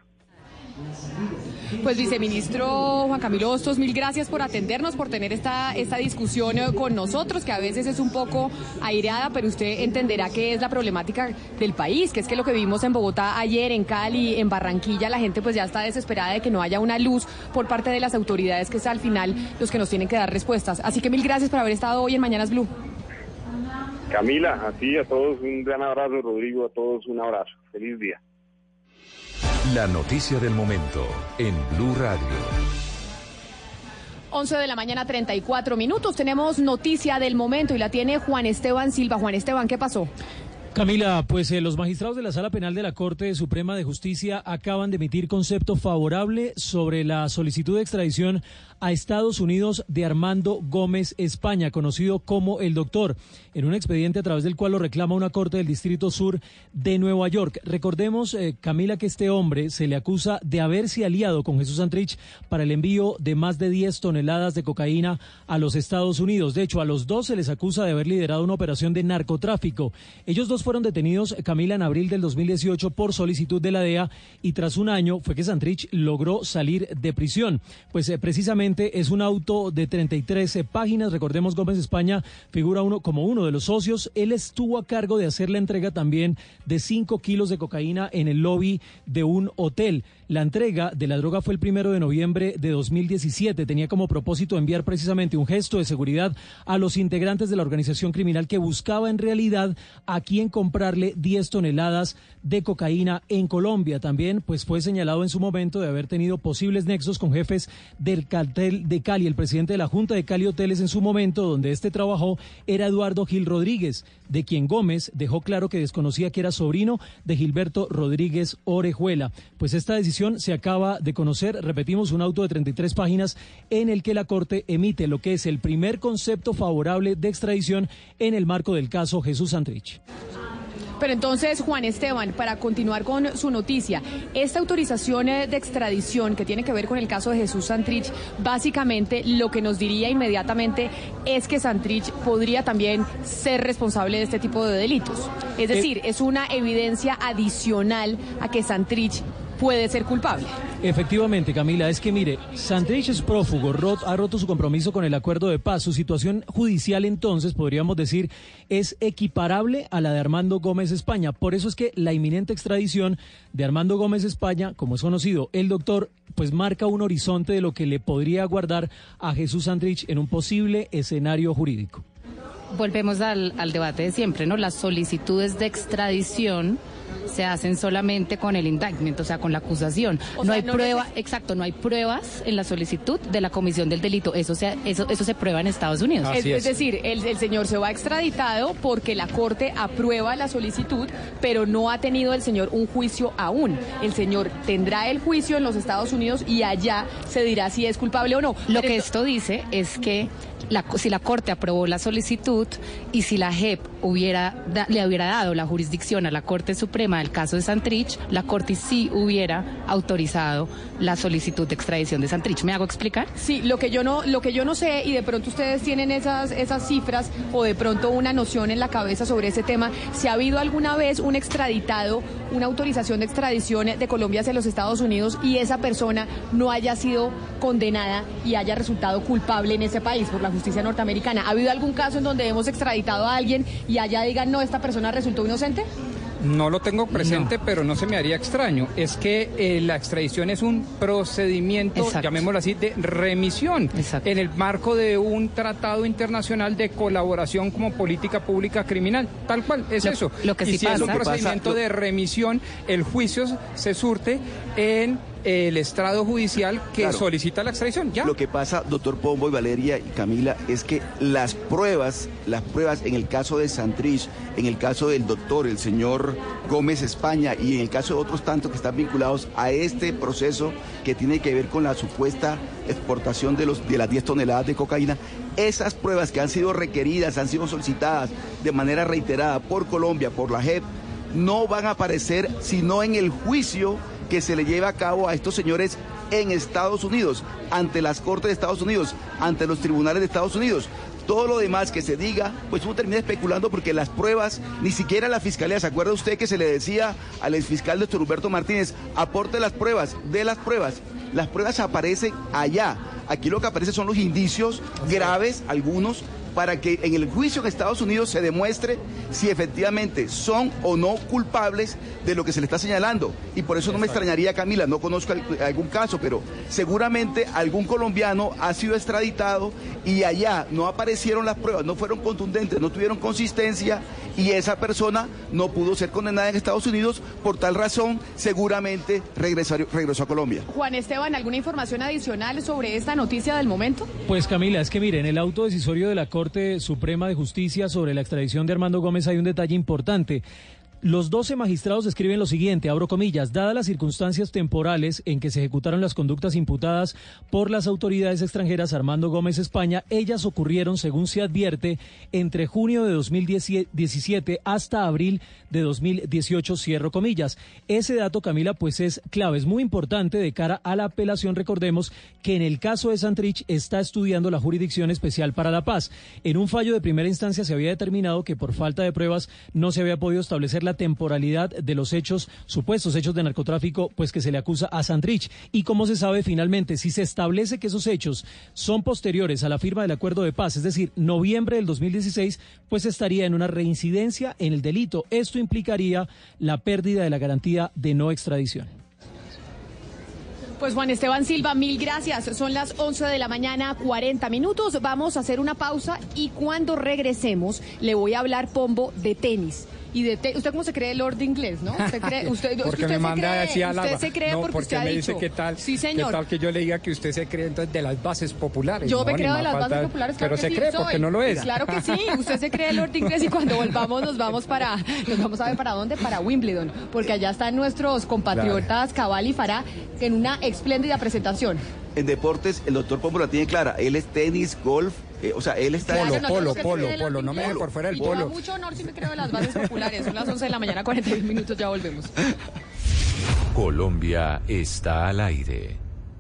Pues viceministro Juan Camilo Hostos, mil gracias por atendernos, por tener esta discusión con nosotros, que a veces es un poco aireada, pero usted entenderá que es la problemática del país, que es que lo que vimos en Bogotá ayer, en Cali, en Barranquilla, la gente pues ya está desesperada de que no haya una luz por parte de las autoridades, que es al final los que nos tienen que dar respuestas. Así que mil gracias por haber estado hoy en Mañanas Blue. Camila, a ti, a todos un gran abrazo, Rodrigo, a todos un abrazo. Feliz día. La noticia del momento en Blue Radio. 11 de la mañana, 34 minutos. Tenemos noticia del momento y la tiene Juan Esteban Silva. Juan Esteban, ¿qué pasó? Camila, pues los magistrados de la Sala Penal de la Corte Suprema de Justicia acaban de emitir concepto favorable sobre la solicitud de extradición a Estados Unidos de Armando Gómez España, conocido como El Doctor, en un expediente a través del cual lo reclama una corte del Distrito Sur de Nueva York. Recordemos, Camila, que este hombre se le acusa de haberse aliado con Jesús Santrich para el envío de más de 10 toneladas de cocaína a los Estados Unidos. De hecho, a los dos se les acusa de haber liderado una operación de narcotráfico. Ellos dos fueron detenidos, Camila, en abril del 2018 por solicitud de la DEA, y tras un año fue que Santrich logró salir de prisión. Pues precisamente es un auto de 33 páginas. Recordemos, Gómez España figura como uno de los socios. Él estuvo a cargo de hacer la entrega también de 5 kilos de cocaína en el lobby de un hotel. La entrega de la droga fue el 1 de noviembre de 2017. Tenía como propósito enviar precisamente un gesto de seguridad a los integrantes de la organización criminal que buscaba en realidad a quien comprarle 10 toneladas de cocaína en Colombia. También pues fue señalado en su momento de haber tenido posibles nexos con jefes del cartel de Cali. El presidente de la Junta de Cali Hoteles en su momento, donde este trabajó, era Eduardo Gil Rodríguez, de quien Gómez dejó claro que desconocía que era sobrino de Gilberto Rodríguez Orejuela. Pues esta decisión se acaba de conocer, repetimos, un auto de 33 páginas en el que la Corte emite lo que es el primer concepto favorable de extradición en el marco del caso Jesús Santrich. Pero entonces, Juan Esteban, para continuar con su noticia, esta autorización de extradición que tiene que ver con el caso de Jesús Santrich, básicamente lo que nos diría inmediatamente es que Santrich podría también ser responsable de este tipo de delitos. Es decir, es una evidencia adicional a que Santrich puede ser culpable. Efectivamente, Camila, es que mire, Santrich es prófugo, ha roto su compromiso con el acuerdo de paz. Su situación judicial, entonces, podríamos decir, es equiparable a la de Armando Gómez España. Por eso es que la inminente extradición de Armando Gómez España, como es conocido, el doctor, pues marca un horizonte de lo que le podría aguardar a Jesús Santrich en un posible escenario jurídico. Volvemos al debate de siempre, ¿no? Las solicitudes de extradición se hacen solamente con el indictment, o sea, con la acusación. No hay prueba, exacto, no hay pruebas en la solicitud de la comisión del delito. Eso se prueba en Estados Unidos. Es decir, el señor se va extraditado porque la Corte aprueba la solicitud, pero no ha tenido el señor un juicio aún. El señor tendrá el juicio en los Estados Unidos y allá se dirá si es culpable o no. Lo que esto dice es que si la Corte aprobó la solicitud y si la JEP le hubiera dado la jurisdicción a la Corte Suprema del caso de Santrich, la Corte sí hubiera autorizado la solicitud de extradición de Santrich. ¿Me hago explicar? Sí, lo que yo no sé, y de pronto ustedes tienen esas cifras o de pronto una noción en la cabeza sobre ese tema, si ha habido alguna vez un extraditado, una autorización de extradición de Colombia hacia los Estados Unidos y esa persona no haya sido condenada y haya resultado culpable en ese país por la justicia norteamericana. ¿Ha habido algún caso en donde hemos extraditado a alguien y allá digan, no, esta persona resultó inocente? No lo tengo presente, pero no se me haría extraño. Es que la extradición es un procedimiento, llamémoslo así, de remisión en el marco de un tratado internacional de colaboración como política pública criminal. Tal cual, es eso. Lo que sí y si pasa, es un procedimiento de remisión, el juicio se surte en el estrado judicial que solicita la extradición. ¿Ya? Lo que pasa, doctor Pombo y Valeria y Camila, es que las pruebas en el caso de Santrich, en el caso del doctor, el señor Gómez España, y en el caso de otros tantos que están vinculados a este proceso que tiene que ver con la supuesta exportación de las 10 toneladas de cocaína, esas pruebas que han sido requeridas, han sido solicitadas de manera reiterada por Colombia, por la JEP, no van a aparecer sino en el juicio que se le lleva a cabo a estos señores en Estados Unidos, ante las Cortes de Estados Unidos, ante los tribunales de Estados Unidos. Todo lo demás que se diga, pues uno termina especulando porque las pruebas, ni siquiera la fiscalía, ¿se acuerda usted que se le decía al exfiscal doctor Humberto Martínez, aporte las pruebas, de las pruebas? Las pruebas aparecen allá. Aquí lo que aparece son los indicios graves, algunos, para que en el juicio en Estados Unidos se demuestre si efectivamente son o no culpables de lo que se le está señalando. Y por eso no me extrañaría, Camila, no conozco algún caso, pero seguramente algún colombiano ha sido extraditado y allá no aparecieron las pruebas, no fueron contundentes, no tuvieron consistencia y esa persona no pudo ser condenada en Estados Unidos. Por tal razón, seguramente regresó a Colombia. Juan Esteban, ¿alguna información adicional sobre esta noticia del momento? Pues Camila, es que mire, en el auto decisorio de la Corte Suprema de Justicia sobre la extradición de Armando Gómez hay un detalle importante. Los 12 magistrados escriben lo siguiente, abro comillas, dadas las circunstancias temporales en que se ejecutaron las conductas imputadas por las autoridades extranjeras Armando Gómez España, ellas ocurrieron, según se advierte, entre junio de 2017 hasta abril de 2018, cierro comillas. Ese dato, Camila, pues es clave, es muy importante de cara a la apelación. Recordemos que en el caso de Santrich está estudiando la Jurisdicción Especial para la Paz. En un fallo de primera instancia se había determinado que por falta de pruebas no se había podido establecer la temporalidad de los hechos, supuestos hechos de narcotráfico, pues que se le acusa a Santrich. Y como se sabe, finalmente, si se establece que esos hechos son posteriores a la firma del acuerdo de paz, es decir, noviembre del 2016, pues estaría en una reincidencia en el delito. Esto implicaría la pérdida de la garantía de no extradición. Pues Juan Esteban Silva, mil gracias. Son las 11 de la mañana, 40 minutos. Vamos a hacer una pausa y cuando regresemos le voy a hablar, Pombo, de tenis. ¿Usted cómo se cree el Lord de inglés, no? ¿Usted cree? Porque me manda así a la... Usted se cree porque usted me ha dice dicho. ¿qué tal? Sí, señor. ¿Qué tal que yo le diga que usted se cree entonces de las bases populares? Yo me creo de las bases populares, claro pero que se cree sí, porque no lo es. Claro que sí, usted se cree el Lord de inglés y cuando volvamos nos vamos a ver para dónde, para Wimbledon, porque allá están nuestros compatriotas Cabal y Farah en una espléndida presentación. en deportes el doctor Pombo la tiene clara. Él es tenis, golf, o sea, él está Claro, en no, polo. no me deje por fuera del polo. Yo a mucho honor sí me creo de las bases populares. Son las 11 de la mañana, 41 minutos, ya volvemos. Colombia está al aire.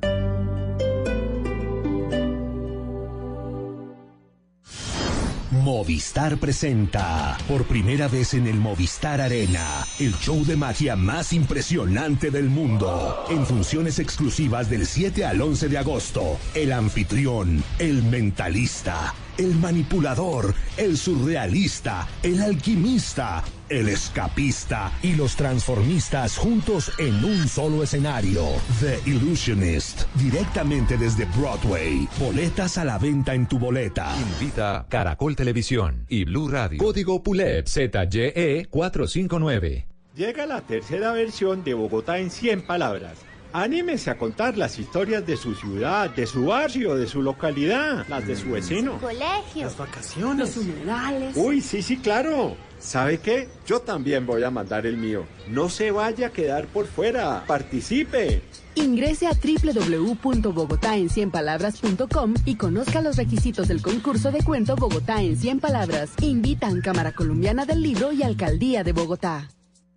Movistar presenta, por primera vez en el Movistar Arena, el show de magia más impresionante del mundo. En funciones exclusivas del 7 al 11 de agosto, el anfitrión, el mentalista, el manipulador, el surrealista, el alquimista, el escapista y los transformistas juntos en un solo escenario. The Illusionist, directamente desde Broadway. Boletas a la venta en tu boleta. Invita Caracol Televisión y Blue Radio. Código PULEP ZYE 459. Llega la tercera versión de Bogotá en 100 palabras. Anímese a contar las historias de su ciudad, de su barrio, de su localidad, las de su vecino. Colegio. Las vacaciones. Los humedales. Uy, sí, claro. ¿Sabe qué? Yo también voy a mandar el mío. No se vaya a quedar por fuera. Participe. Ingrese a www.bogotaen100palabras.com y conozca los requisitos del concurso de cuento Bogotá en 100 palabras. Invitan Cámara Colombiana del Libro y Alcaldía de Bogotá.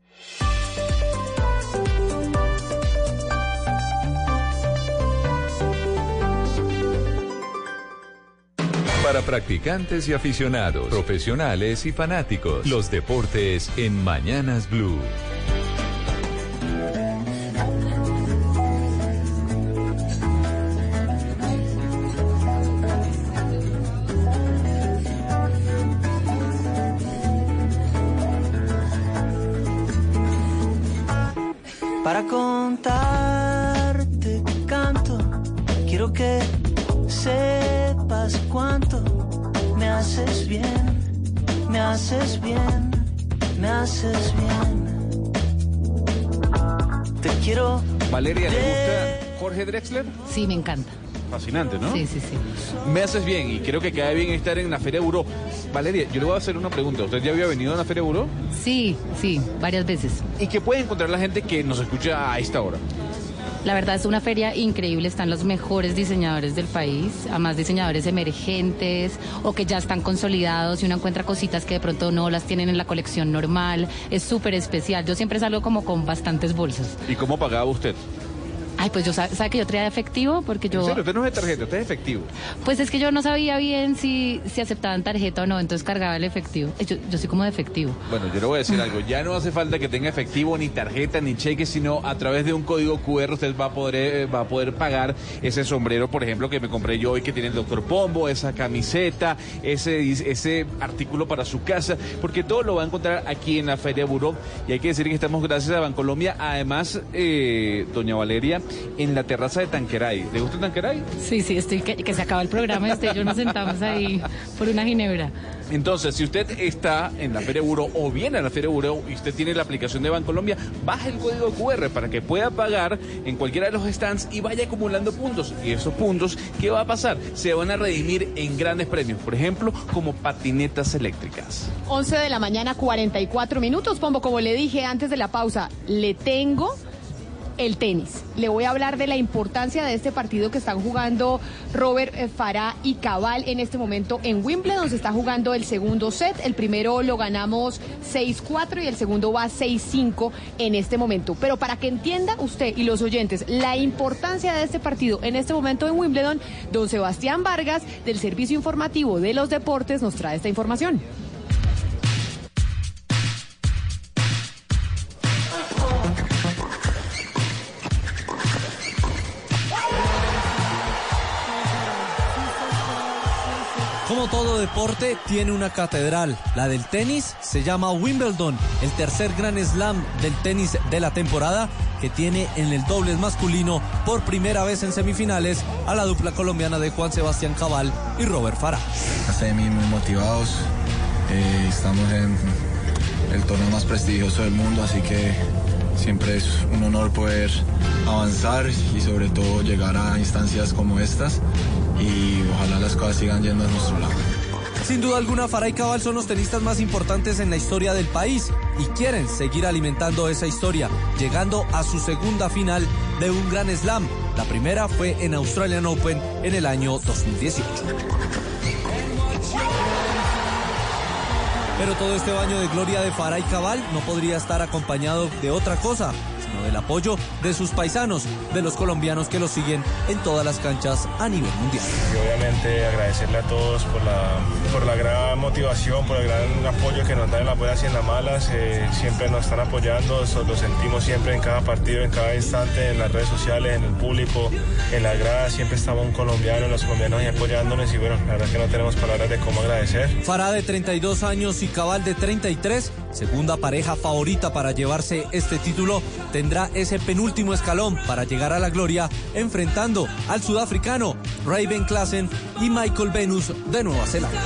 Para practicantes y aficionados, profesionales y fanáticos, los deportes en Mañanas Blue. Para contarte canto, quiero que sepas cuánto me haces bien, me haces bien, me haces bien. Te quiero. Valeria, ¿le gusta Jorge Drexler? Sí, me encanta. Fascinante, ¿no? Sí. Me haces bien y creo que queda bien estar en la Feria Buró. Valeria, yo le voy a hacer una pregunta. ¿Usted ya había venido a la Feria Buró? Sí, varias veces. ¿Y qué puede encontrar la gente que nos escucha a esta hora? La verdad es una feria increíble, están los mejores diseñadores del país, además diseñadores emergentes o que ya están consolidados y uno encuentra cositas que de pronto no las tienen en la colección normal, es súper especial, yo siempre salgo como con bastantes bolsas. ¿Y cómo pagaba usted? Ay, pues ¿sabe que yo traía efectivo? Porque yo... ¿En serio? ¿Usted no es de tarjeta? ¿Usted es efectivo? Pues es que yo no sabía bien si aceptaban tarjeta o no, entonces cargaba el efectivo. Yo soy como de efectivo. Bueno, yo le voy a decir algo. Ya no hace falta que tenga efectivo, ni tarjeta, ni cheque, sino a través de un código QR usted va a poder pagar ese sombrero, por ejemplo, que me compré yo hoy, que tiene el Dr. Pombo, esa camiseta, ese artículo para su casa, porque todo lo va a encontrar aquí en la Feria Buró. Y hay que decir que estamos gracias a Bancolombia. Además, doña Valeria, en la terraza de Tanqueray. ¿Le gusta Tanqueray? Sí, estoy que se acaba el programa y yo nos sentamos ahí por una ginebra. Entonces, si usted está en la Feria Buró o viene a la Feria Buró y usted tiene la aplicación de Bancolombia, baje el código QR para que pueda pagar en cualquiera de los stands y vaya acumulando puntos. Y esos puntos, ¿qué va a pasar? Se van a redimir en grandes premios, por ejemplo, como patinetas eléctricas. 11 de la mañana, 44 minutos, Pombo. Como le dije antes de la pausa, le tengo el tenis. Le voy a hablar de la importancia de este partido que están jugando Robert Farah y Cabal en este momento en Wimbledon. Se está jugando el segundo set. El primero lo ganamos 6-4 y el segundo va 6-5 en este momento. Pero para que entienda usted y los oyentes la importancia de este partido en este momento en Wimbledon, don Sebastián Vargas del Servicio Informativo de los Deportes nos trae esta información. Como todo deporte, tiene una catedral. La del tenis se llama Wimbledon, el tercer gran slam del tenis de la temporada, que tiene en el dobles masculino por primera vez en semifinales a la dupla colombiana de Juan Sebastián Cabal y Robert Farah. Muy motivados, estamos en el torneo más prestigioso del mundo, así que siempre es un honor poder avanzar y sobre todo llegar a instancias como estas y ojalá las cosas sigan yendo a nuestro lado. Sin duda alguna, Farah y Cabal son los tenistas más importantes en la historia del país y quieren seguir alimentando esa historia, llegando a su segunda final de un Grand Slam. La primera fue en Australian Open en el año 2018. Pero todo este baño de gloria de Farah y Cabal no podría estar acompañado de otra cosa, sino del apoyo de sus paisanos, de los colombianos que los siguen en todas las canchas a nivel mundial. Y obviamente agradecerle a todos por la gran motivación, por el gran apoyo que nos dan en las buenas y en las malas. Siempre nos están apoyando, lo sentimos siempre en cada partido, en cada instante, en las redes sociales, en el público, en las gradas. Siempre estaba un colombiano, los colombianos ahí apoyándonos y bueno, la verdad es que no tenemos palabras de cómo agradecer. Farah, de 32 años, y Cabal, de 33, segunda pareja favorita para llevarse este título, tendrá ese penúltimo escalón para llegar a la gloria, enfrentando al sudafricano Raven Klaasen y Michael Venus de Nueva Zelanda.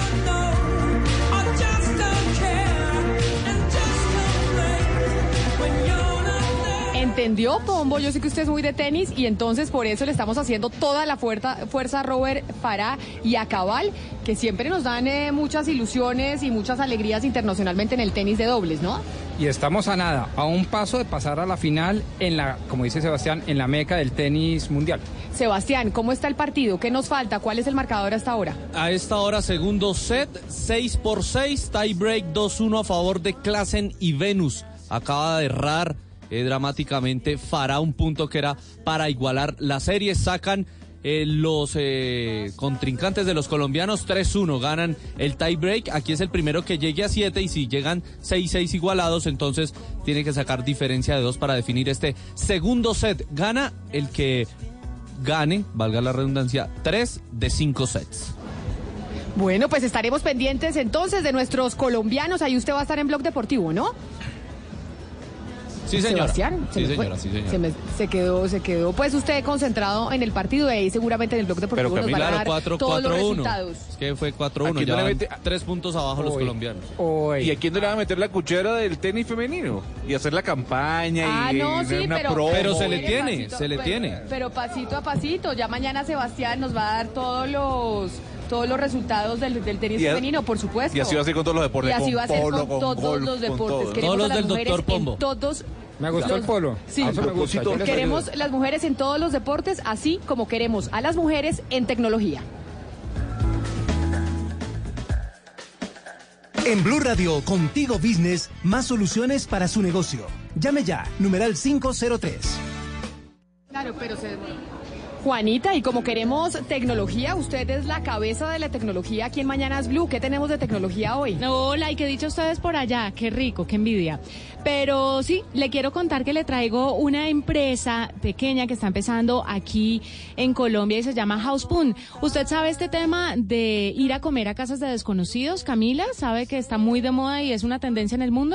¿Entendió, Pombo? Yo sé que usted es muy de tenis y entonces por eso le estamos haciendo toda la fuerza a Robert Farah y a Cabal, que siempre nos dan muchas ilusiones y muchas alegrías internacionalmente en el tenis de dobles, ¿no? Y estamos a nada, a un paso de pasar a la final en la, como dice Sebastián, en la meca del tenis mundial. Sebastián, ¿cómo está el partido? ¿Qué nos falta? ¿Cuál es el marcador hasta ahora? A esta hora, segundo set, 6-6, tie break 2-1 a favor de Klaasen y Venus. Acaba de errar dramáticamente Farah un punto que era para igualar la serie. Sacan los contrincantes de los colombianos 3-1, ganan el tie break. Aquí es el primero que llegue a 7 y si llegan 6-6 igualados, entonces tiene que sacar diferencia de 2 para definir este segundo set. Gana el que gane, valga la redundancia, 3 de 5 sets. Bueno, pues estaremos pendientes entonces de nuestros colombianos. Ahí usted va a estar en Blog Deportivo, ¿no? Sí, señora. Sebastián, sí, señora, sí, señora. Se quedó pues usted concentrado en el partido y ahí seguramente en el Blog Deportivo nos van a dar todos los resultados. Es que fue 4-1, ya van 3 puntos abajo los colombianos. ¿Y a quién no le va a meter la cuchara del tenis femenino? Y hacer la campaña pero se le tiene. Pero pasito a pasito, ya mañana Sebastián nos va a dar todos los resultados del tenis femenino, por supuesto. Y así va a ser con todos los deportes. Y así va a ser con todos los deportes. Todos los del doctor Pombo. Me gustó el polo. Sí, queremos las mujeres en todos los deportes, así como queremos a las mujeres en tecnología. En Blue Radio, Contigo Business, más soluciones para su negocio. Llame ya, numeral 503. Claro, pero Juanita, y como queremos tecnología, usted es la cabeza de la tecnología aquí en Mañanas Blue. ¿Qué tenemos de tecnología hoy? Hola, y qué dicho ustedes por allá, qué rico, qué envidia. Pero sí, le quiero contar que le traigo una empresa pequeña que está empezando aquí en Colombia y se llama Housepun. ¿Usted sabe este tema de ir a comer a casas de desconocidos, Camila? ¿Sabe que está muy de moda y es una tendencia en el mundo?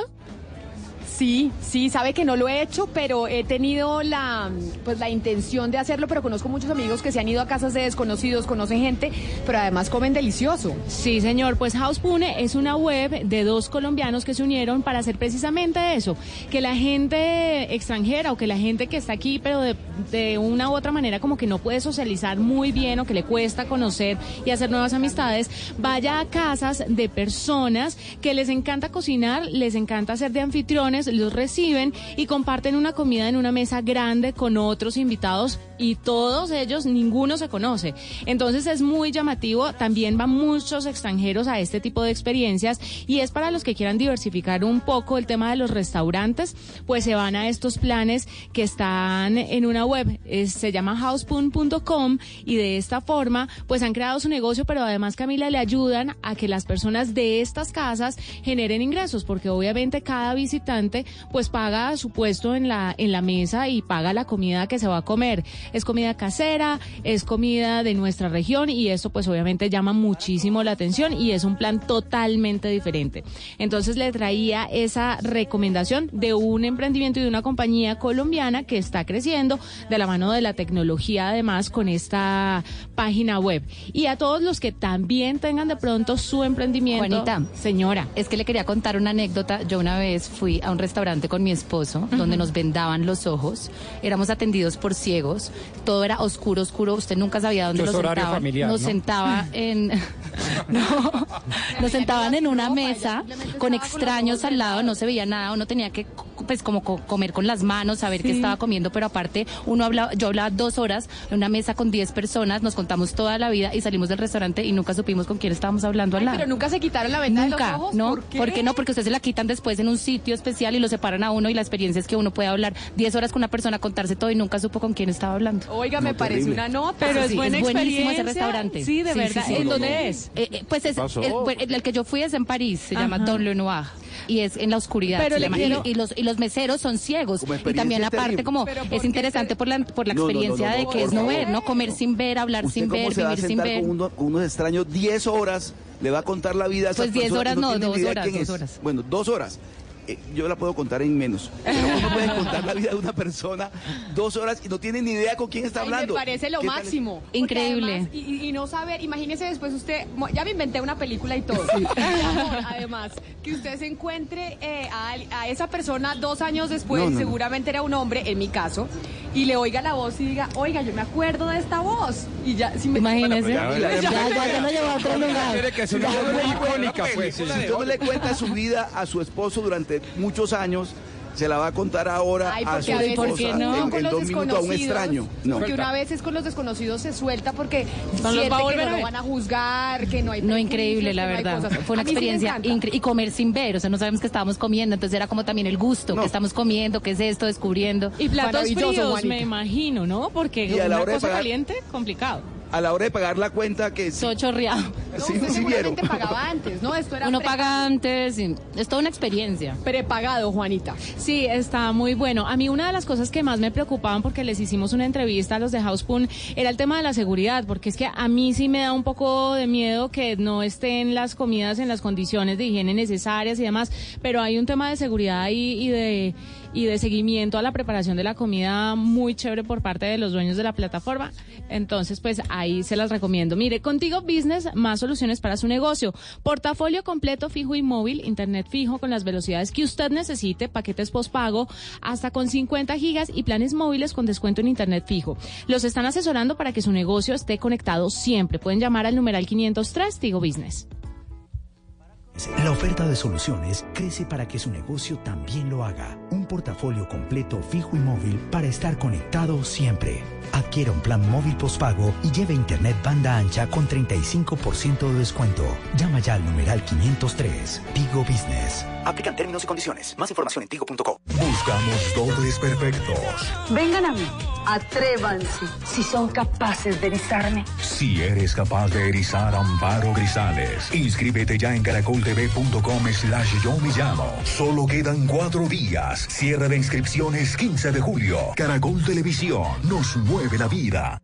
Sí, sabe que no lo he hecho, pero he tenido la intención de hacerlo, pero conozco muchos amigos que se han ido a casas de desconocidos, conocen gente, pero además comen delicioso. Sí, señor, pues Housepune es una web de 2 colombianos que se unieron para hacer precisamente eso, que la gente extranjera o que la gente que está aquí, pero de una u otra manera como que no puede socializar muy bien o que le cuesta conocer y hacer nuevas amistades, vaya a casas de personas que les encanta cocinar, les encanta ser de anfitriones, los reciben y comparten una comida en una mesa grande con otros invitados y todos ellos, ninguno se conoce. Entonces es muy llamativo, también van muchos extranjeros a este tipo de experiencias y es para los que quieran diversificar un poco el tema de los restaurantes, pues se van a estos planes que están en una web, se llama housepun.com y de esta forma pues han creado su negocio, pero además, Camila, le ayudan a que las personas de estas casas generen ingresos, porque obviamente cada visitante pues paga su puesto en la mesa y paga la comida que se va a comer. Es comida casera, es comida de nuestra región y eso pues obviamente llama muchísimo la atención y es un plan totalmente diferente. Entonces le traía esa recomendación de un emprendimiento y de una compañía colombiana que está creciendo de la mano de la tecnología, además con esta página web. Y a todos los que también tengan de pronto su emprendimiento. Juanita, señora, es que le quería contar una anécdota. Yo una vez fui a un restaurante con mi esposo, donde nos vendaban los ojos, éramos atendidos por ciegos, todo era oscuro, usted nunca sabía dónde nos sentaba. Familiar, nos ¿no? sentaba en No, nos sentaban en una mesa con extraños al lado, no se veía nada, uno tenía que pues como comer con las manos, saber qué estaba comiendo, pero aparte yo hablaba 2 horas en una mesa con 10 personas, nos contamos toda la vida y salimos del restaurante y nunca supimos con quién estábamos hablando al lado. Pero nunca se quitaron la venda de los ojos. ¿No? ¿Por qué? No, porque ustedes se la quitan después en un sitio especial y lo separan a uno y la experiencia es que uno puede hablar 10 horas con una persona, contarse todo y nunca supo con quién estaba hablando. Oiga, me parece una nota. Pero es buena buenísimo ese experiencia. restaurante. Sí, de verdad. ¿En dónde es? Pues es el que yo fui es en París, se llama Don Lenoir. Y es en la oscuridad. Pero y los meseros son ciegos. Y también aparte como es interesante por la experiencia de que es no ver, ¿no? Comer sin ver, hablar sin ver, vivir sin ver. Con unos extraños 10 horas, le va a contar la vida a esas pues 10 horas personas, no, 2 horas. horas. Bueno, 2 horas. Yo la puedo contar en menos. Pero uno puede contar la vida de una persona 2 horas y no tiene ni idea con quién está hablando. Me parece lo máximo. Increíble. Además, y no saber, imagínese después usted, ya me inventé una película y todo. Además, que usted se encuentre a esa persona 2 años después, seguramente era un hombre, en mi caso, y le oiga la voz y diga, oiga, yo me acuerdo de esta voz. Y ya, si me imagínese. Ya lo llevó a otro lugar. Tiene que ser una voz muy icónica, pues. Si usted no le cuenta su vida a su esposo durante muchos años, se la va a contar ahora a su esposa ¿por qué no? en 2 minutos a un extraño. No. Porque una vez es con los desconocidos se suelta porque No los siente va a que volver no a lo ver. van a juzgar, que no hay No, increíble, la prejuicios, que no hay verdad. cosas. Fue una A mí sí me experiencia encanta. increíble. Y comer sin ver, o sea, no sabemos qué estábamos comiendo, entonces era como también el gusto, que estamos comiendo, qué es esto, descubriendo. Y platos Maravilloso, fríos, Juanita. me imagino, ¿no? Porque Y a la una hora de cosa pagar- caliente, complicado. A la hora de pagar la cuenta que Todo chorreado. No, sí, usted sí vieron. seguramente pagaba antes, ¿no? Esto era Uno paga antes, y es toda una experiencia. prepagado, Juanita. Sí, está muy bueno. A mí una de las cosas que más me preocupaban, porque les hicimos una entrevista a los de House Spoon, era el tema de la seguridad, porque es que a mí sí me da un poco de miedo que no estén las comidas en las condiciones de higiene necesarias y demás, pero hay un tema de seguridad ahí y de seguimiento a la preparación de la comida muy chévere por parte de los dueños de la plataforma. Entonces, pues ahí se las recomiendo. Mire, Contigo Business, más soluciones para su negocio. Portafolio completo, fijo y móvil, internet fijo con las velocidades que usted necesite, paquetes postpago hasta con 50 gigas y planes móviles con descuento en internet fijo. Los están asesorando para que su negocio esté conectado siempre. Pueden llamar al numeral 503 Tigo Business. La oferta de soluciones crece para que su negocio también lo haga. Un portafolio completo fijo y móvil para estar conectado siempre. Adquiera un plan móvil postpago y lleve internet banda ancha con 35% de descuento. Llama ya al numeral 503. Tigo Business. Aplican términos y condiciones. Más información en tigo.co. Buscamos dobles perfectos. Vengan a mí, atrévanse, si son capaces de erizarme. Si eres capaz de erizar a Amparo Grisales, inscríbete ya en caracoltv.com/yo me llamo. Solo quedan 4 días. Cierre de inscripciones 15 de julio. Caracol Televisión nos mueve la vida.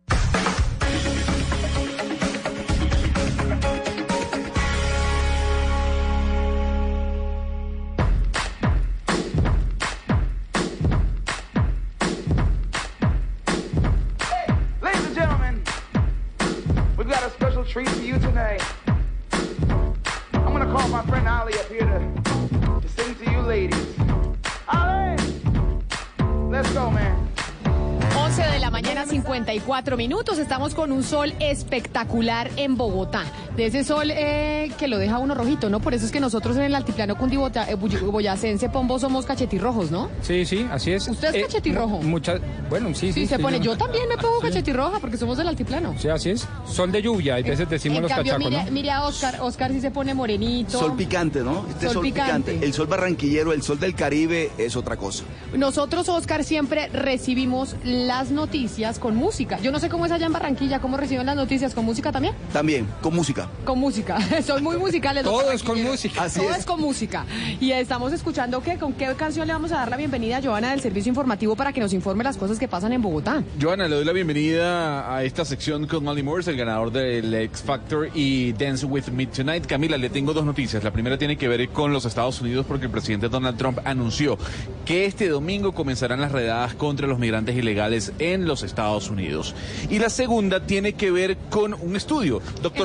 Ladies and gentlemen, we've got a special treat for you tonight. I'm gonna call my friend Ali up here to sing to you ladies. Ali! Let's go, man. 11 de la mañana, 54 minutos. Estamos con un sol espectacular en Bogotá. De ese sol que lo deja uno rojito, ¿no? Por eso es que nosotros en el altiplano cundiboyacense, Pombo, somos cachetirrojos, ¿no? Sí, sí, así es. ¿Usted es cachetirrojo? Bueno, sí. Sí, se pone. Yo también me pongo cachetirroja porque somos del altiplano. Sí, así es. Sol de lluvia, a veces decimos En los cambio, cachacos, mire, ¿no? mire a Oscar. Oscar sí se pone morenito. Sol picante, ¿no? Este Sol sol picante. El sol barranquillero, el sol del Caribe es otra cosa. Nosotros, Oscar, siempre recibimos las noticias con música. Yo no sé cómo es allá en Barranquilla, cómo reciben las noticias, ¿con música también? También, con música. Con música. Son muy musicales. Todo es con música. Así Todo es. es con música. Y estamos escuchando ¿con qué canción le vamos a dar la bienvenida a Joana del Servicio Informativo para que nos informe las cosas que pasan en Bogotá? Joana, le doy la bienvenida a esta sección con Molly Morris, el ganador del X Factor y Dance With Me Tonight. Camila, le tengo 2 noticias. La primera tiene que ver con los Estados Unidos porque el presidente Donald Trump anunció que este domingo comenzarán las redadas contra los migrantes ilegales en los Estados Unidos. Y la segunda tiene que ver con un estudio. Doctor Pop. Venga,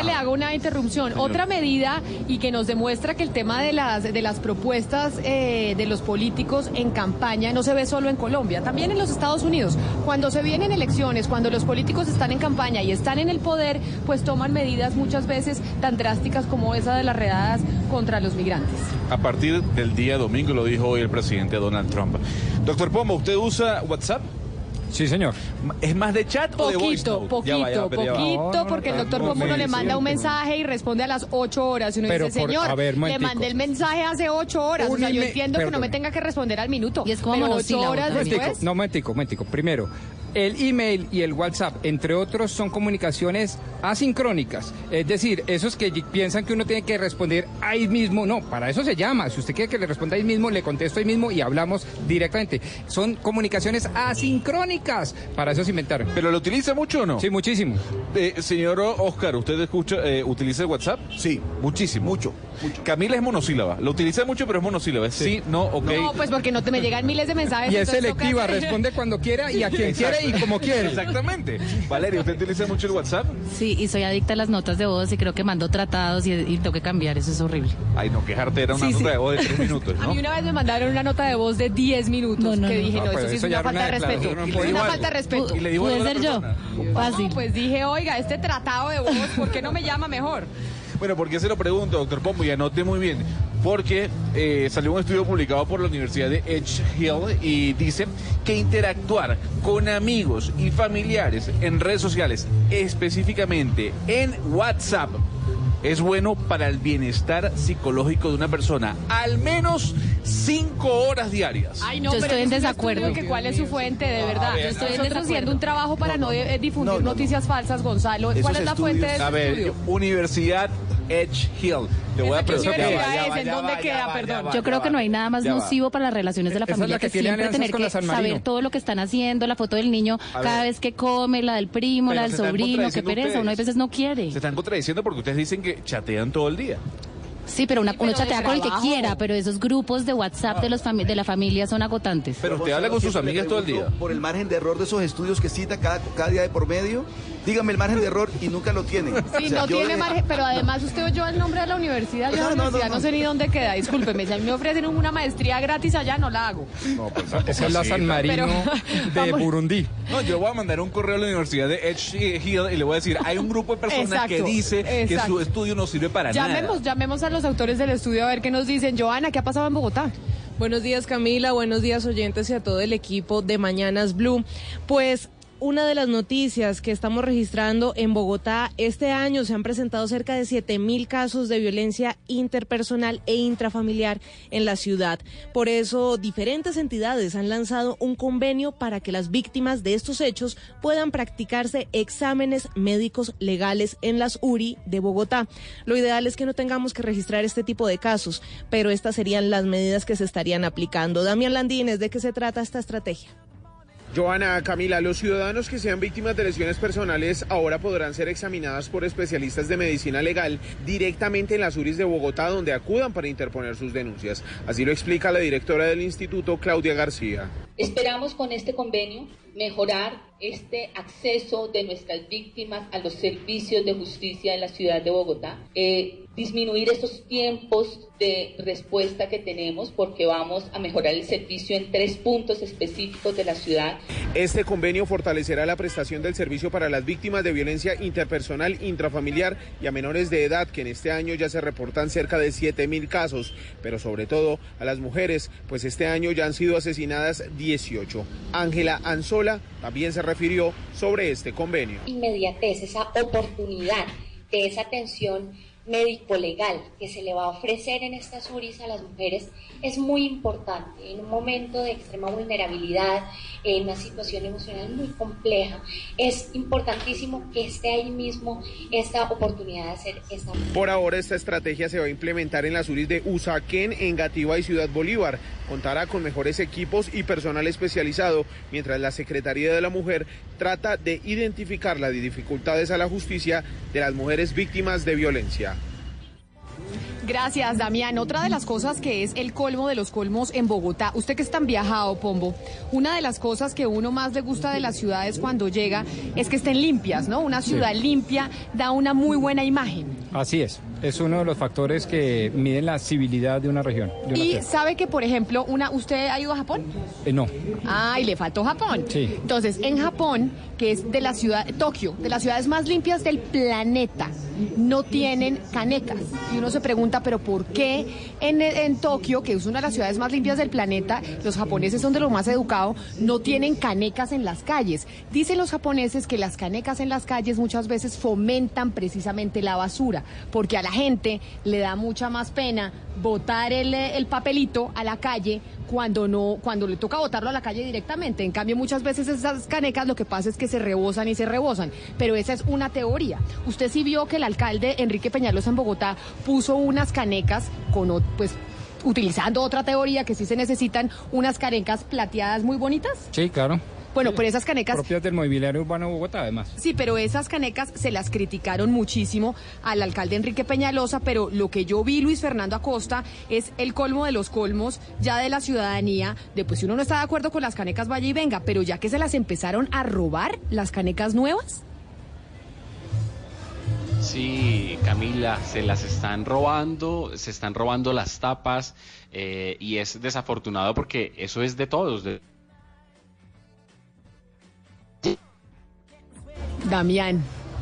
le hago una interrupción. Señor. Otra medida y que nos demuestra que el tema de las propuestas de los políticos en campaña no se ve solo en Colombia, también en los Estados Unidos. Cuando se vienen elecciones, cuando los políticos están en campaña y están en el poder, pues toman medidas muchas veces tan drásticas como esa de las redadas contra los migrantes. A partir del día domingo, lo dijo hoy el presidente Donald Trump. Doctor Pombo, ¿usted usa WhatsApp? Sí, señor. ¿Es más de chat o de voice note? Poquito, porque el doctor Pombo uno le manda un mensaje y responde a las 8 horas. Y uno dice, señor, le mandé el mensaje hace 8 horas. O sea, yo entiendo que no me tenga que responder al minuto. Y es como 8 horas después. Momentico. Primero, el email y el WhatsApp, entre otros, son comunicaciones asincrónicas. Es decir, esos que piensan que uno tiene que responder ahí mismo. No, para eso se llama. Si usted quiere que le responda ahí mismo, le contesto ahí mismo y hablamos directamente. Son comunicaciones asincrónicas. Para eso se inventaron. ¿Pero lo utiliza mucho o no? Sí, muchísimo. Señor Oscar, ¿usted utiliza el WhatsApp? Sí. Muchísimo. Mucho. Camila es monosílaba. Lo utiliza mucho, pero es monosílaba. Sí, no, ok. No, pues porque no te me llegan miles de mensajes. Y es selectiva, responde cuando quiera y a quien quiere y como quiere. Exactamente. Valeria, ¿usted utiliza mucho el WhatsApp? Sí, y soy adicta a las notas de voz y creo que mando tratados y tengo que cambiar, eso es horrible. Ay, no, quejarte, era una nota de voz de 3 minutos, ¿no? A mí una vez me mandaron una nota de voz de 10 minutos que dije, no, eso sí es una falta de respeto. Es una falta de respeto. Y le digo ¿Puede ser yo? Fácil. No, pues dije, oiga, este tratado de voz, ¿por qué no me llama mejor? Bueno, ¿por qué se lo pregunto, doctor Pombo? Y anote muy bien, porque salió un estudio publicado por la Universidad de Edge Hill y dice que interactuar con amigos y familiares en redes sociales, específicamente en WhatsApp, es bueno para el bienestar psicológico de una persona, al menos 5 horas diarias. Ay, no, yo estoy en desacuerdo. ¿Cuál es su fuente, de verdad? Yo estoy Nosotros haciendo un trabajo para no difundir noticias falsas, Gonzalo. ¿Cuál es la fuente de ese estudio? Universidad Edge Hill. Le voy a preguntar. ¿En dónde queda? Perdón. Yo creo que no hay nada más nocivo para las relaciones de la familia que siempre tener que saber todo lo que están haciendo, la foto del niño cada vez que come, la del primo, la del sobrino, qué pereza. Uno a veces no quiere. Se están contradiciendo porque ustedes dicen que chatean todo el día. Sí, pero uno chatea con el que quiera, pero esos grupos de WhatsApp de la familia son agotantes. Pero usted habla con sus amigas todo el día. Por el margen de error de esos estudios que cita cada día de por medio, dígame el margen de error y nunca lo tienen. Sí, no tiene margen, pero además usted oyó el nombre de la universidad. No sé ni dónde queda, discúlpeme. Si a mí me ofrecen una maestría gratis allá, no la hago. No, pues esa es la San Marino de Burundi. No, yo voy a mandar un correo a la Universidad de Edge Hill y le voy a decir, hay un grupo de personas que dice que su estudio no sirve para nada. Llamemos a los autores del estudio a ver qué nos dicen. Joana, ¿qué ha pasado en Bogotá? Buenos días, Camila, buenos días, oyentes, y a todo el equipo de Mañanas Blue. Pues una de las noticias que estamos registrando en Bogotá, este año se han presentado cerca de 7.000 casos de violencia interpersonal e intrafamiliar en la ciudad. Por eso, diferentes entidades han lanzado un convenio para que las víctimas de estos hechos puedan practicarse exámenes médicos legales en las URI de Bogotá. Lo ideal es que no tengamos que registrar este tipo de casos, pero estas serían las medidas que se estarían aplicando. Damián Landines, ¿de qué se trata esta estrategia? Joana, Camila, los ciudadanos que sean víctimas de lesiones personales ahora podrán ser examinadas por especialistas de medicina legal directamente en las URIs de Bogotá, donde acudan para interponer sus denuncias. Así lo explica la directora del instituto, Claudia García. Esperamos con este convenio mejorar este acceso de nuestras víctimas a los servicios de justicia en la ciudad de Bogotá, disminuir estos tiempos de respuesta que tenemos porque vamos a mejorar el servicio en 3 puntos específicos de la ciudad. Este convenio fortalecerá la prestación del servicio para las víctimas de violencia interpersonal, intrafamiliar y a menores de edad, que en este año ya se reportan cerca de 7.000 casos, pero sobre todo a las mujeres, pues este año ya han sido asesinadas 18. Ángela Anzola también se refirió sobre este convenio. Inmediatez, esa oportunidad de esa atención médico-legal que se le va a ofrecer en estas URIs a las mujeres es muy importante. En un momento de extrema vulnerabilidad, en una situación emocional muy compleja, es importantísimo que esté ahí mismo esta oportunidad de hacer esta. Por ahora esta estrategia se va a implementar en las URIs de Usaquén, Engativá y Ciudad Bolívar. Contará con mejores equipos y personal especializado, mientras la Secretaría de la Mujer trata de identificar las dificultades a la justicia de las mujeres víctimas de violencia. Gracias, Damián. Otra de las cosas que es el colmo de los colmos en Bogotá, usted que es tan viajado, Pombo, una de las cosas que uno más le gusta de las ciudades cuando llega es que estén limpias, ¿no? Una ciudad limpia da una muy buena imagen. Así es uno de los factores que miden la civilidad de una región. Y sabe que, por ejemplo, ¿usted ha ido a Japón? No. Ay, le faltó Japón. Sí. Entonces, en Japón, que es de la ciudad, Tokio, de las ciudades más limpias del planeta, no tienen canecas. Y uno se pregunta, ¿pero por qué en Tokio, que es una de las ciudades más limpias del planeta, los japoneses son de lo más educados, no tienen canecas en las calles? Dicen los japoneses que las canecas en las calles muchas veces fomentan precisamente la basura, porque a la gente le da mucha más pena botar el papelito a la calle cuando le toca botarlo a la calle directamente. En cambio, muchas veces esas canecas lo que pasa es que se rebosan y se rebosan. Pero esa es una teoría. Usted sí vio que el alcalde Enrique Peñalosa en Bogotá puso unas canecas utilizando otra teoría que sí se necesitan unas canecas plateadas muy bonitas. Sí, claro. Bueno, pero esas canecas... propias del mobiliario urbano de Bogotá, además. Sí, pero esas canecas se las criticaron muchísimo al alcalde Enrique Peñalosa, pero lo que yo vi, Luis Fernando Acosta, es el colmo de los colmos ya de la ciudadanía, de pues si uno no está de acuerdo con las canecas, vaya y venga, pero ya que se las empezaron a robar, las canecas nuevas. Sí, Camila, se las están robando, se están robando las tapas y es desafortunado porque eso es de todos, Damián.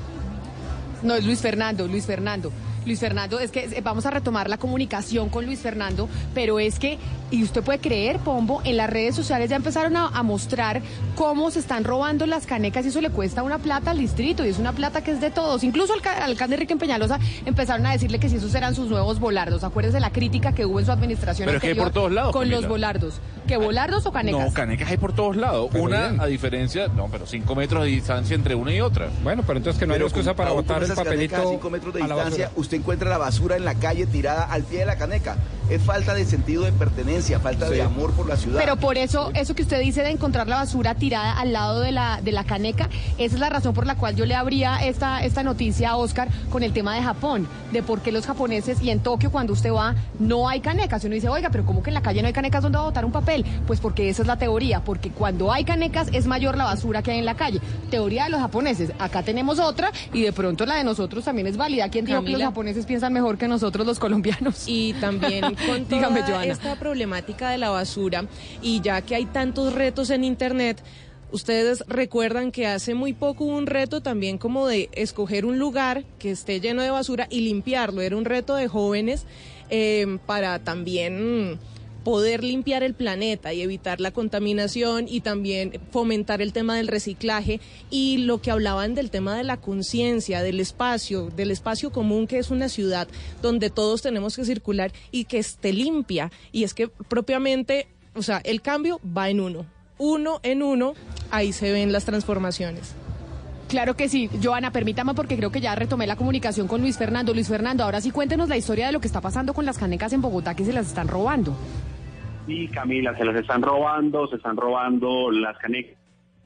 No, es Luis Fernando. Luis Fernando, es que vamos a retomar la comunicación con Luis Fernando, pero es que, y usted puede creer, Pombo, en las redes sociales ya empezaron a mostrar cómo se están robando las canecas y eso le cuesta una plata al distrito y es una plata que es de todos. Incluso al alcalde Enrique Peñalosa empezaron a decirle que si esos eran sus nuevos volardos. Acuérdese la crítica que hubo en su administración pero anterior es que hay por todos lados, con Camila. los volardos. ¿Que volardos o canecas? No, canecas hay por todos lados. Pero una bien. a diferencia, pero 5 metros de distancia entre una y otra. Bueno, pero entonces que no hay excusa para botar el papelito a 5 metros de a la distancia, basura. usted encuentra la basura en la calle tirada al pie de la caneca. Es falta de sentido de pertenencia, falta de amor por la ciudad. Pero por eso que usted dice de encontrar la basura tirada al lado de la caneca, esa es la razón por la cual yo le abría esta noticia a Oscar con el tema de Japón, de por qué los japoneses y en Tokio cuando usted va no hay canecas. Y uno dice, oiga, pero ¿cómo que en la calle no hay canecas donde va a botar un papel? Pues porque esa es la teoría, porque cuando hay canecas es mayor la basura que hay en la calle. Teoría de los japoneses. Acá tenemos otra y de pronto la de nosotros también es válida. ¿Quién dijo que los japoneses piensan mejor que nosotros los colombianos? Y también con Dígame, toda Joana. esta problemática de la basura y ya que hay tantos retos en internet, ustedes recuerdan que hace muy poco hubo un reto también como de escoger un lugar que esté lleno de basura y limpiarlo. Era un reto de jóvenes para también poder limpiar el planeta y evitar la contaminación y también fomentar el tema del reciclaje y lo que hablaban del tema de la conciencia, del espacio común que es una ciudad donde todos tenemos que circular y que esté limpia. Y es que propiamente, o sea, el cambio va en uno en uno, ahí se ven las transformaciones. Claro que sí. Joana, permítame porque creo que ya retomé la comunicación con Luis Fernando. Luis Fernando, ahora sí cuéntenos la historia de lo que está pasando con las canecas en Bogotá que se las están robando. Sí, Camila, se las están robando las canecas.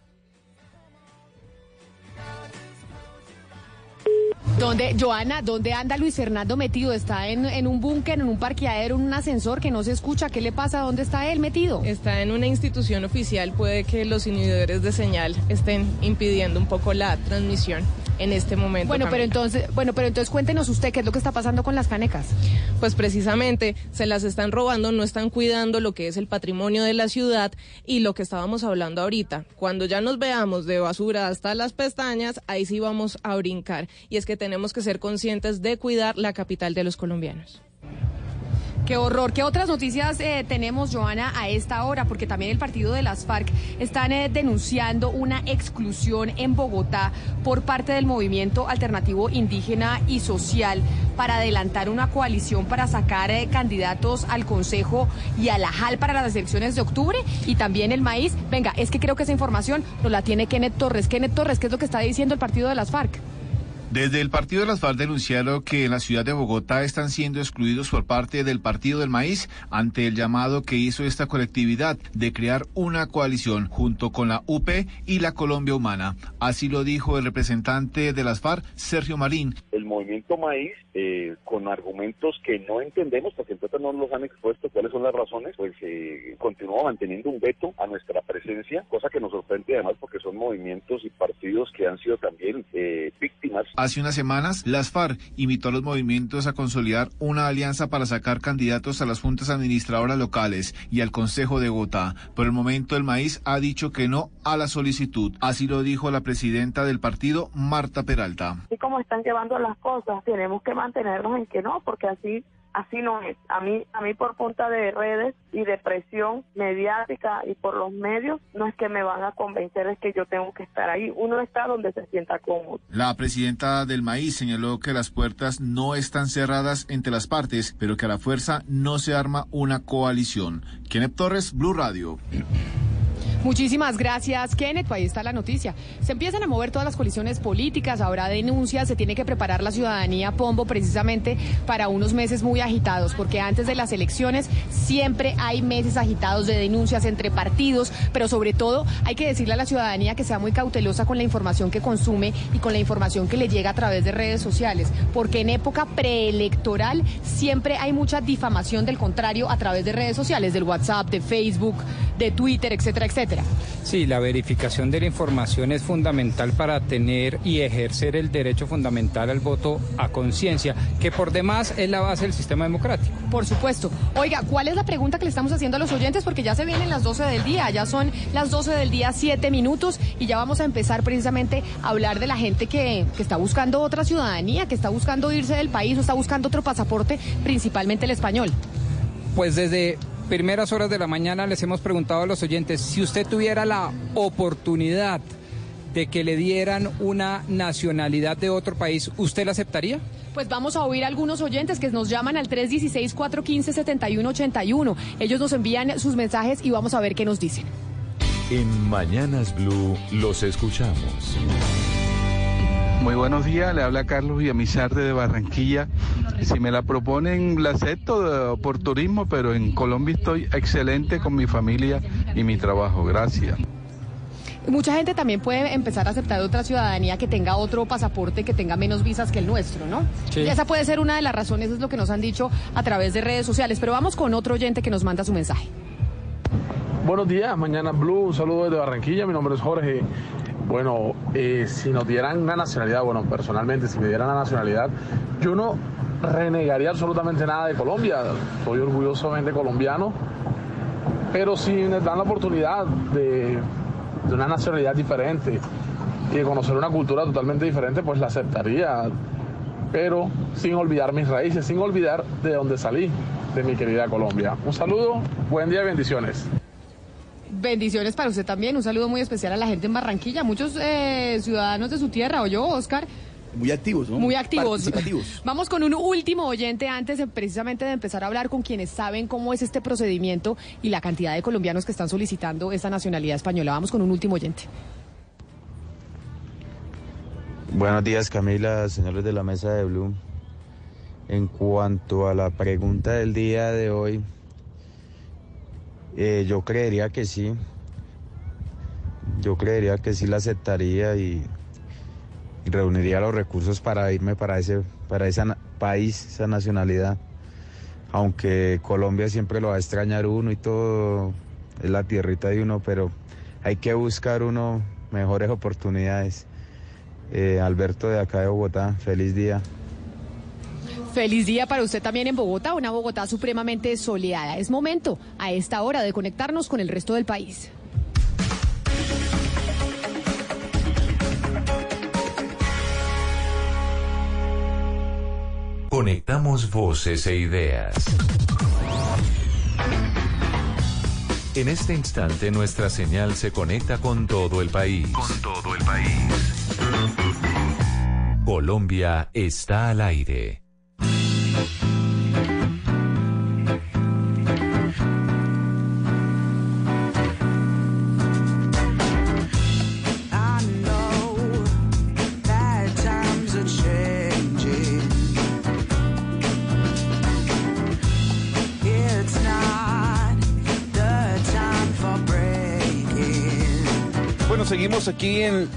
Joana, ¿dónde anda Luis Fernando metido? ¿Está en un búnker, en un parqueadero, en un ascensor que no se escucha? ¿Qué le pasa? ¿Dónde está él metido? Está en una institución oficial, puede que los inhibidores de señal estén impidiendo un poco la transmisión en este momento. Bueno, pero entonces cuéntenos usted qué es lo que está pasando con las canecas. Pues precisamente se las están robando, no están cuidando lo que es el patrimonio de la ciudad y lo que estábamos hablando ahorita. Cuando ya nos veamos de basura hasta las pestañas, ahí sí vamos a brincar. Y es que tenemos que ser conscientes de cuidar la capital de los colombianos. Qué horror. ¿Qué otras noticias tenemos, Joana, a esta hora? Porque también el partido de las FARC están denunciando una exclusión en Bogotá por parte del movimiento alternativo indígena y social para adelantar una coalición para sacar candidatos al Consejo y a la JAL para las elecciones de octubre y también el maíz. Venga, es que creo que esa información nos la tiene Kenneth Torres. Kenneth Torres, ¿qué es lo que está diciendo el partido de las FARC? Desde el partido de las FARC denunciaron que en la ciudad de Bogotá están siendo excluidos por parte del Partido del Maíz ante el llamado que hizo esta colectividad de crear una coalición junto con la UP y la Colombia Humana. Así lo dijo el representante de las FARC, Sergio Marín. El movimiento Maíz, con argumentos que no entendemos, porque entonces no nos han expuesto cuáles son las razones, pues continúa manteniendo un veto a nuestra presencia, cosa que nos sorprende además porque son movimientos y partidos que han sido también víctimas. Hace unas semanas, las FARC invitó a los movimientos a consolidar una alianza para sacar candidatos a las juntas administradoras locales y al Consejo de Bogotá. Por el momento, el Maíz ha dicho que no a la solicitud. Así lo dijo la presidenta del partido, Marta Peralta. Así como están llevando las cosas, tenemos que mantenernos en que no, porque así no es. A mí por punta de redes y de presión mediática y por los medios, no es que me van a convencer, es que yo tengo que estar ahí. Uno está donde se sienta cómodo. La presidenta del Maíz señaló que las puertas no están cerradas entre las partes, pero que a la fuerza no se arma una coalición. Kenneth Torres, Blue Radio. Muchísimas gracias, Kenneth. Ahí está la noticia. Se empiezan a mover todas las coaliciones políticas, habrá denuncias, se tiene que preparar la ciudadanía, Pombo, precisamente para unos meses muy agitados, porque antes de las elecciones siempre hay meses agitados de denuncias entre partidos, pero sobre todo hay que decirle a la ciudadanía que sea muy cautelosa con la información que consume y con la información que le llega a través de redes sociales, porque en época preelectoral siempre hay mucha difamación del contrario a través de redes sociales, del WhatsApp, de Facebook, de Twitter, etcétera, etcétera. Sí, la verificación de la información es fundamental para tener y ejercer el derecho fundamental al voto a conciencia, que por demás es la base del sistema democrático. Por supuesto. Oiga, ¿cuál es la pregunta que le estamos haciendo a los oyentes? Porque ya se vienen las 12 del día, ya son las 12 del día, 7 minutos, y ya vamos a empezar precisamente a hablar de la gente que está buscando otra ciudadanía, que está buscando irse del país o está buscando otro pasaporte, principalmente el español. Pues desde primeras horas de la mañana les hemos preguntado a los oyentes, si usted tuviera la oportunidad de que le dieran una nacionalidad de otro país, ¿usted la aceptaría? Pues vamos a oír a algunos oyentes que nos llaman al 316-415-7181. Ellos nos envían sus mensajes y vamos a ver qué nos dicen. En Mañanas Blue los escuchamos. Muy buenos días, le habla Carlos Villamizarde de Barranquilla. Si me la proponen, la acepto por turismo, pero en Colombia estoy excelente con mi familia y mi trabajo. Gracias. Mucha gente también puede empezar a aceptar otra ciudadanía que tenga otro pasaporte, que tenga menos visas que el nuestro, ¿no? Sí. Y esa puede ser una de las razones, es lo que nos han dicho a través de redes sociales. Pero vamos con otro oyente que nos manda su mensaje. Buenos días, Mañana Blue, un saludo desde Barranquilla, mi nombre es Jorge. Bueno, si nos dieran una nacionalidad, bueno, personalmente, si me dieran la nacionalidad, yo no renegaría absolutamente nada de Colombia. Soy orgullosamente colombiano, pero si nos dan la oportunidad de una nacionalidad diferente y de conocer una cultura totalmente diferente, pues la aceptaría, pero sin olvidar mis raíces, sin olvidar de dónde salí, de mi querida Colombia. Un saludo, buen día y bendiciones. Bendiciones para usted también, un saludo muy especial a la gente en Barranquilla, muchos ciudadanos de su tierra, ¿o yo, Oscar? Muy activos, ¿no? Muy activos. Participativos. Vamos con un último oyente antes precisamente de empezar a hablar con quienes saben cómo es este procedimiento y la cantidad de colombianos que están solicitando esta nacionalidad española. Vamos con un último oyente. Buenos días, Camila, señores de la mesa de Blue. En cuanto a la pregunta del día de hoy, yo creería que sí. Yo creería que sí la aceptaría y reuniría los recursos para irme para ese país, esa nacionalidad. Aunque Colombia siempre lo va a extrañar uno y todo, es la tierrita de uno, pero hay que buscar uno mejores oportunidades. Alberto de acá de Bogotá, feliz día. Feliz día para usted también en Bogotá, una Bogotá supremamente soleada. Es momento a esta hora de conectarnos con el resto del país. Conectamos voces e ideas. En este instante nuestra señal se conecta con todo el país. Colombia está al aire. I know bad times are seguimos aquí en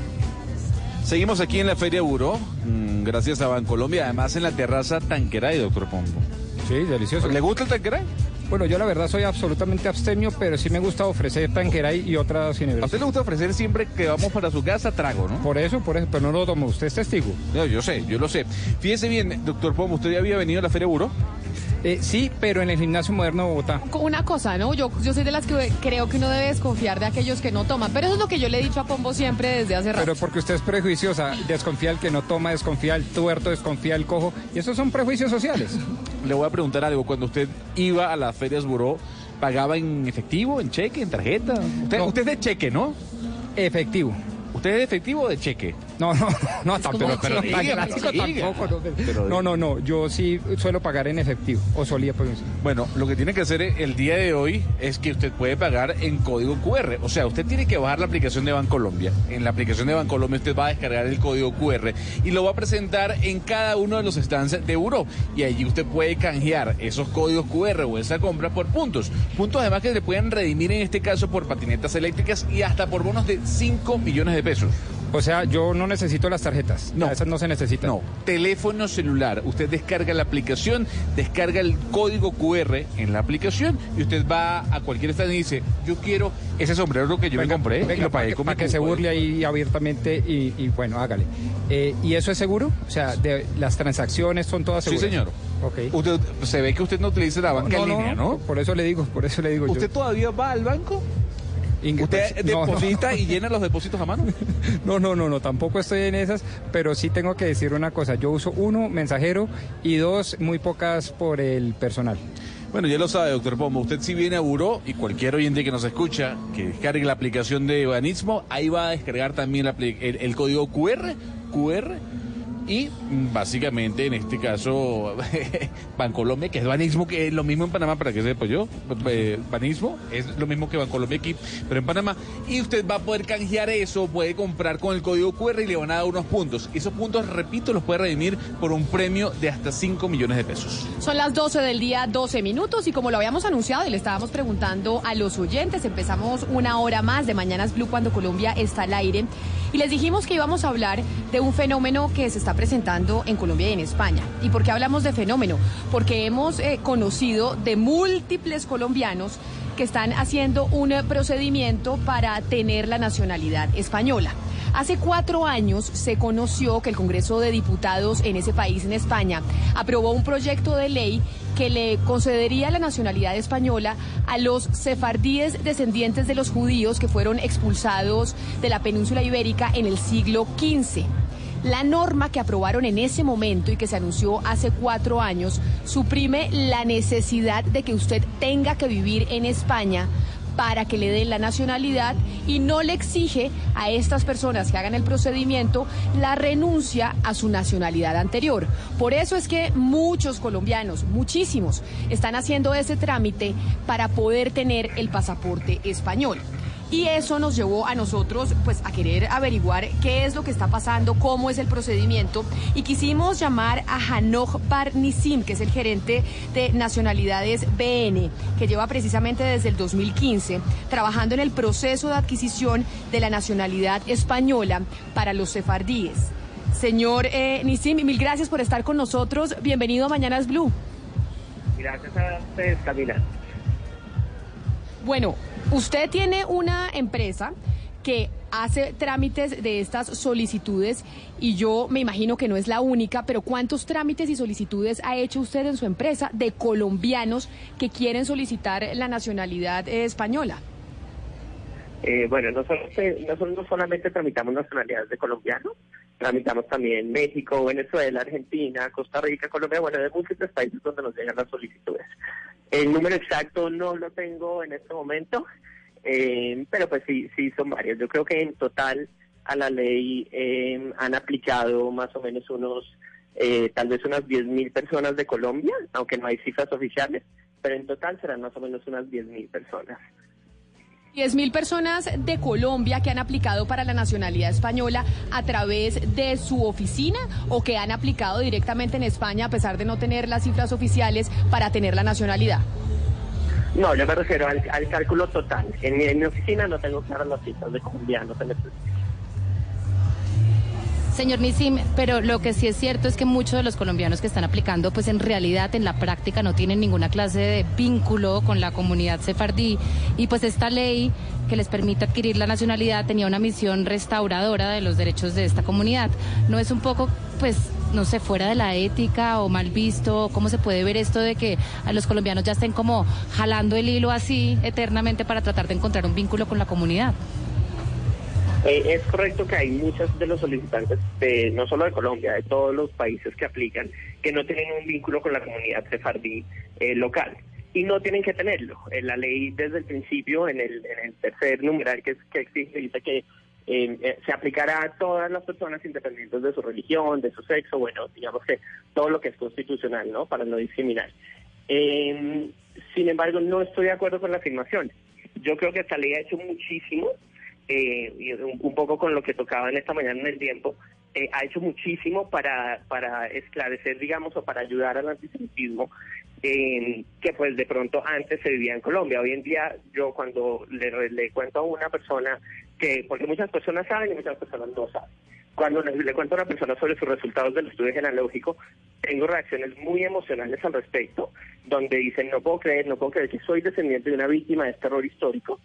la Feria Buró, gracias a Bancolombia, además en la terraza Tanqueray, doctor Pombo. Sí, delicioso. ¿Le gusta el Tanqueray? Bueno, yo la verdad soy absolutamente abstemio, pero sí me gusta ofrecer Tanqueray y otras ginebras. A usted le gusta ofrecer siempre que vamos para su casa trago, ¿no? Por eso, pero no lo tomo. Usted es testigo. No, yo lo sé. Fíjese bien, doctor Pombo, ¿usted ya había venido a la Feria Buró? Sí, pero en el Gimnasio Moderno de Bogotá. Una cosa, ¿no? Yo soy de las que creo que uno debe desconfiar de aquellos que no toman, pero eso es lo que yo le he dicho a Pombo siempre desde hace rato. Pero porque usted es prejuiciosa, desconfía el que no toma, desconfía el tuerto, desconfía el cojo, y esos son prejuicios sociales. Le voy a preguntar algo, cuando usted iba a las Ferias Buró, ¿pagaba en efectivo, en cheque, en tarjeta? Usted es de cheque, ¿no? Efectivo. ¿Usted es de efectivo o de cheque? No, pero tan clásico tampoco. No, yo sí suelo pagar en efectivo, o solía pagar. Bueno, lo que tiene que hacer el día de hoy es que usted puede pagar en código QR. O sea, usted tiene que bajar la aplicación de Bancolombia. En la aplicación de Bancolombia usted va a descargar el código QR y lo va a presentar en cada uno de los stands de Buró. Y allí usted puede canjear esos códigos QR o esa compra por puntos. Puntos además que se pueden redimir en este caso por patinetas eléctricas y hasta por bonos de 5 millones de pesos. O sea, yo no necesito las tarjetas. No, esas no se necesitan. No, teléfono celular. Usted descarga la aplicación, descarga el código QR en la aplicación y usted va a cualquier stand y dice, yo quiero ese sombrero que yo me compré. Venga, para que se burle ahí abiertamente y bueno, hágale. ¿Y eso es seguro? O sea, las transacciones son todas seguras. Sí, señor. Okay. Se ve que usted no utiliza la banca en línea, ¿no? Por eso le digo ¿Usted todavía va al banco? ¿Usted deposita y llena los depósitos a mano? No, tampoco estoy en esas, pero sí tengo que decir una cosa. Yo uso 1, mensajero, y 2, muy pocas por el personal. Bueno, ya lo sabe, doctor Pombo, usted si viene a Buró y cualquier oyente que nos escucha, que descargue la aplicación de Banismo, ahí va a descargar también el código QR, y básicamente en este caso Bancolombia, que es Banismo, que es lo mismo en Panamá, para que sepa yo, Banismo es lo mismo que Bancolombia aquí, pero en Panamá, y usted va a poder canjear eso, puede comprar con el código QR y le van a dar unos puntos. Esos puntos, repito, los puede redimir por un premio de hasta 5 millones de pesos. Son las 12 del día, 12 minutos, y como lo habíamos anunciado y le estábamos preguntando a los oyentes, empezamos una hora más de Mañanas Blue cuando Colombia está al aire, y les dijimos que íbamos a hablar de un fenómeno que se está presentando en Colombia y en España. ¿Y por qué hablamos de fenómeno? Porque hemos conocido de múltiples colombianos que están haciendo un procedimiento para tener la nacionalidad española. Hace 4 años se conoció que el Congreso de Diputados en ese país, en España, aprobó un proyecto de ley que le concedería la nacionalidad española a los sefardíes descendientes de los judíos que fueron expulsados de la península ibérica en el siglo XV. La norma que aprobaron en ese momento y que se anunció hace 4 años suprime la necesidad de que usted tenga que vivir en España para que le den la nacionalidad y no le exige a estas personas que hagan el procedimiento la renuncia a su nacionalidad anterior. Por eso es que muchos colombianos, muchísimos, están haciendo ese trámite para poder tener el pasaporte español. Y eso nos llevó a nosotros pues a querer averiguar qué es lo que está pasando, cómo es el procedimiento, y quisimos llamar a Hanoch Bar Nisim, que es el gerente de Nacionalidades BN, que lleva precisamente desde el 2015 trabajando en el proceso de adquisición de la nacionalidad española para los sefardíes. Señor Nisim, mil gracias por estar con nosotros. Bienvenido a Mañanas Blue. Gracias a ustedes, Camila. Bueno, usted tiene una empresa que hace trámites de estas solicitudes y yo me imagino que no es la única, pero ¿cuántos trámites y solicitudes ha hecho usted en su empresa de colombianos que quieren solicitar la nacionalidad española? Bueno, nosotros no solamente tramitamos nacionalidades de colombianos, tramitamos también México, Venezuela, Argentina, Costa Rica, Colombia, bueno, de múltiples países donde nos llegan las solicitudes. El número exacto no lo tengo en este momento, pero pues sí son varios. Yo creo que en total a la ley han aplicado más o menos tal vez unas 10.000 personas de Colombia, aunque no hay cifras oficiales, pero en total serán más o menos unas 10.000 personas. 10.000 personas de Colombia que han aplicado para la nacionalidad española a través de su oficina o que han aplicado directamente en España a pesar de no tener las cifras oficiales para tener la nacionalidad. No, yo me refiero al cálculo total. En mi oficina no tengo claras las cifras de colombianos en este. Señor Nissim, pero lo que sí es cierto es que muchos de los colombianos que están aplicando, pues en realidad, en la práctica, no tienen ninguna clase de vínculo con la comunidad sefardí, y pues esta ley que les permite adquirir la nacionalidad tenía una misión restauradora de los derechos de esta comunidad. ¿No es un poco, pues, no sé, fuera de la ética o mal visto? ¿Cómo se puede ver esto de que a los colombianos ya estén como jalando el hilo así eternamente para tratar de encontrar un vínculo con la comunidad? Es correcto que hay muchos de los solicitantes, no solo de Colombia, de todos los países que aplican, que no tienen un vínculo con la comunidad sefardí local. Y no tienen que tenerlo. La ley desde el principio, en el tercer numeral que existe, dice que se aplicará a todas las personas independientes de su religión, de su sexo, bueno, digamos que todo lo que es constitucional, ¿no? Para no discriminar. Sin embargo, no estoy de acuerdo con la afirmación. Yo creo que esta ley ha hecho muchísimo. Y un poco con lo que tocaban esta mañana en El Tiempo, ha hecho muchísimo para esclarecer, digamos, o para ayudar al antisemitismo que pues de pronto antes se vivía en Colombia. Hoy en día yo cuando le cuento a una persona porque muchas personas saben y muchas personas no saben, cuando le cuento a una persona sobre sus resultados del estudio genealógico, tengo reacciones muy emocionales al respecto, donde dicen no puedo creer que soy descendiente de una víctima de este error histórico.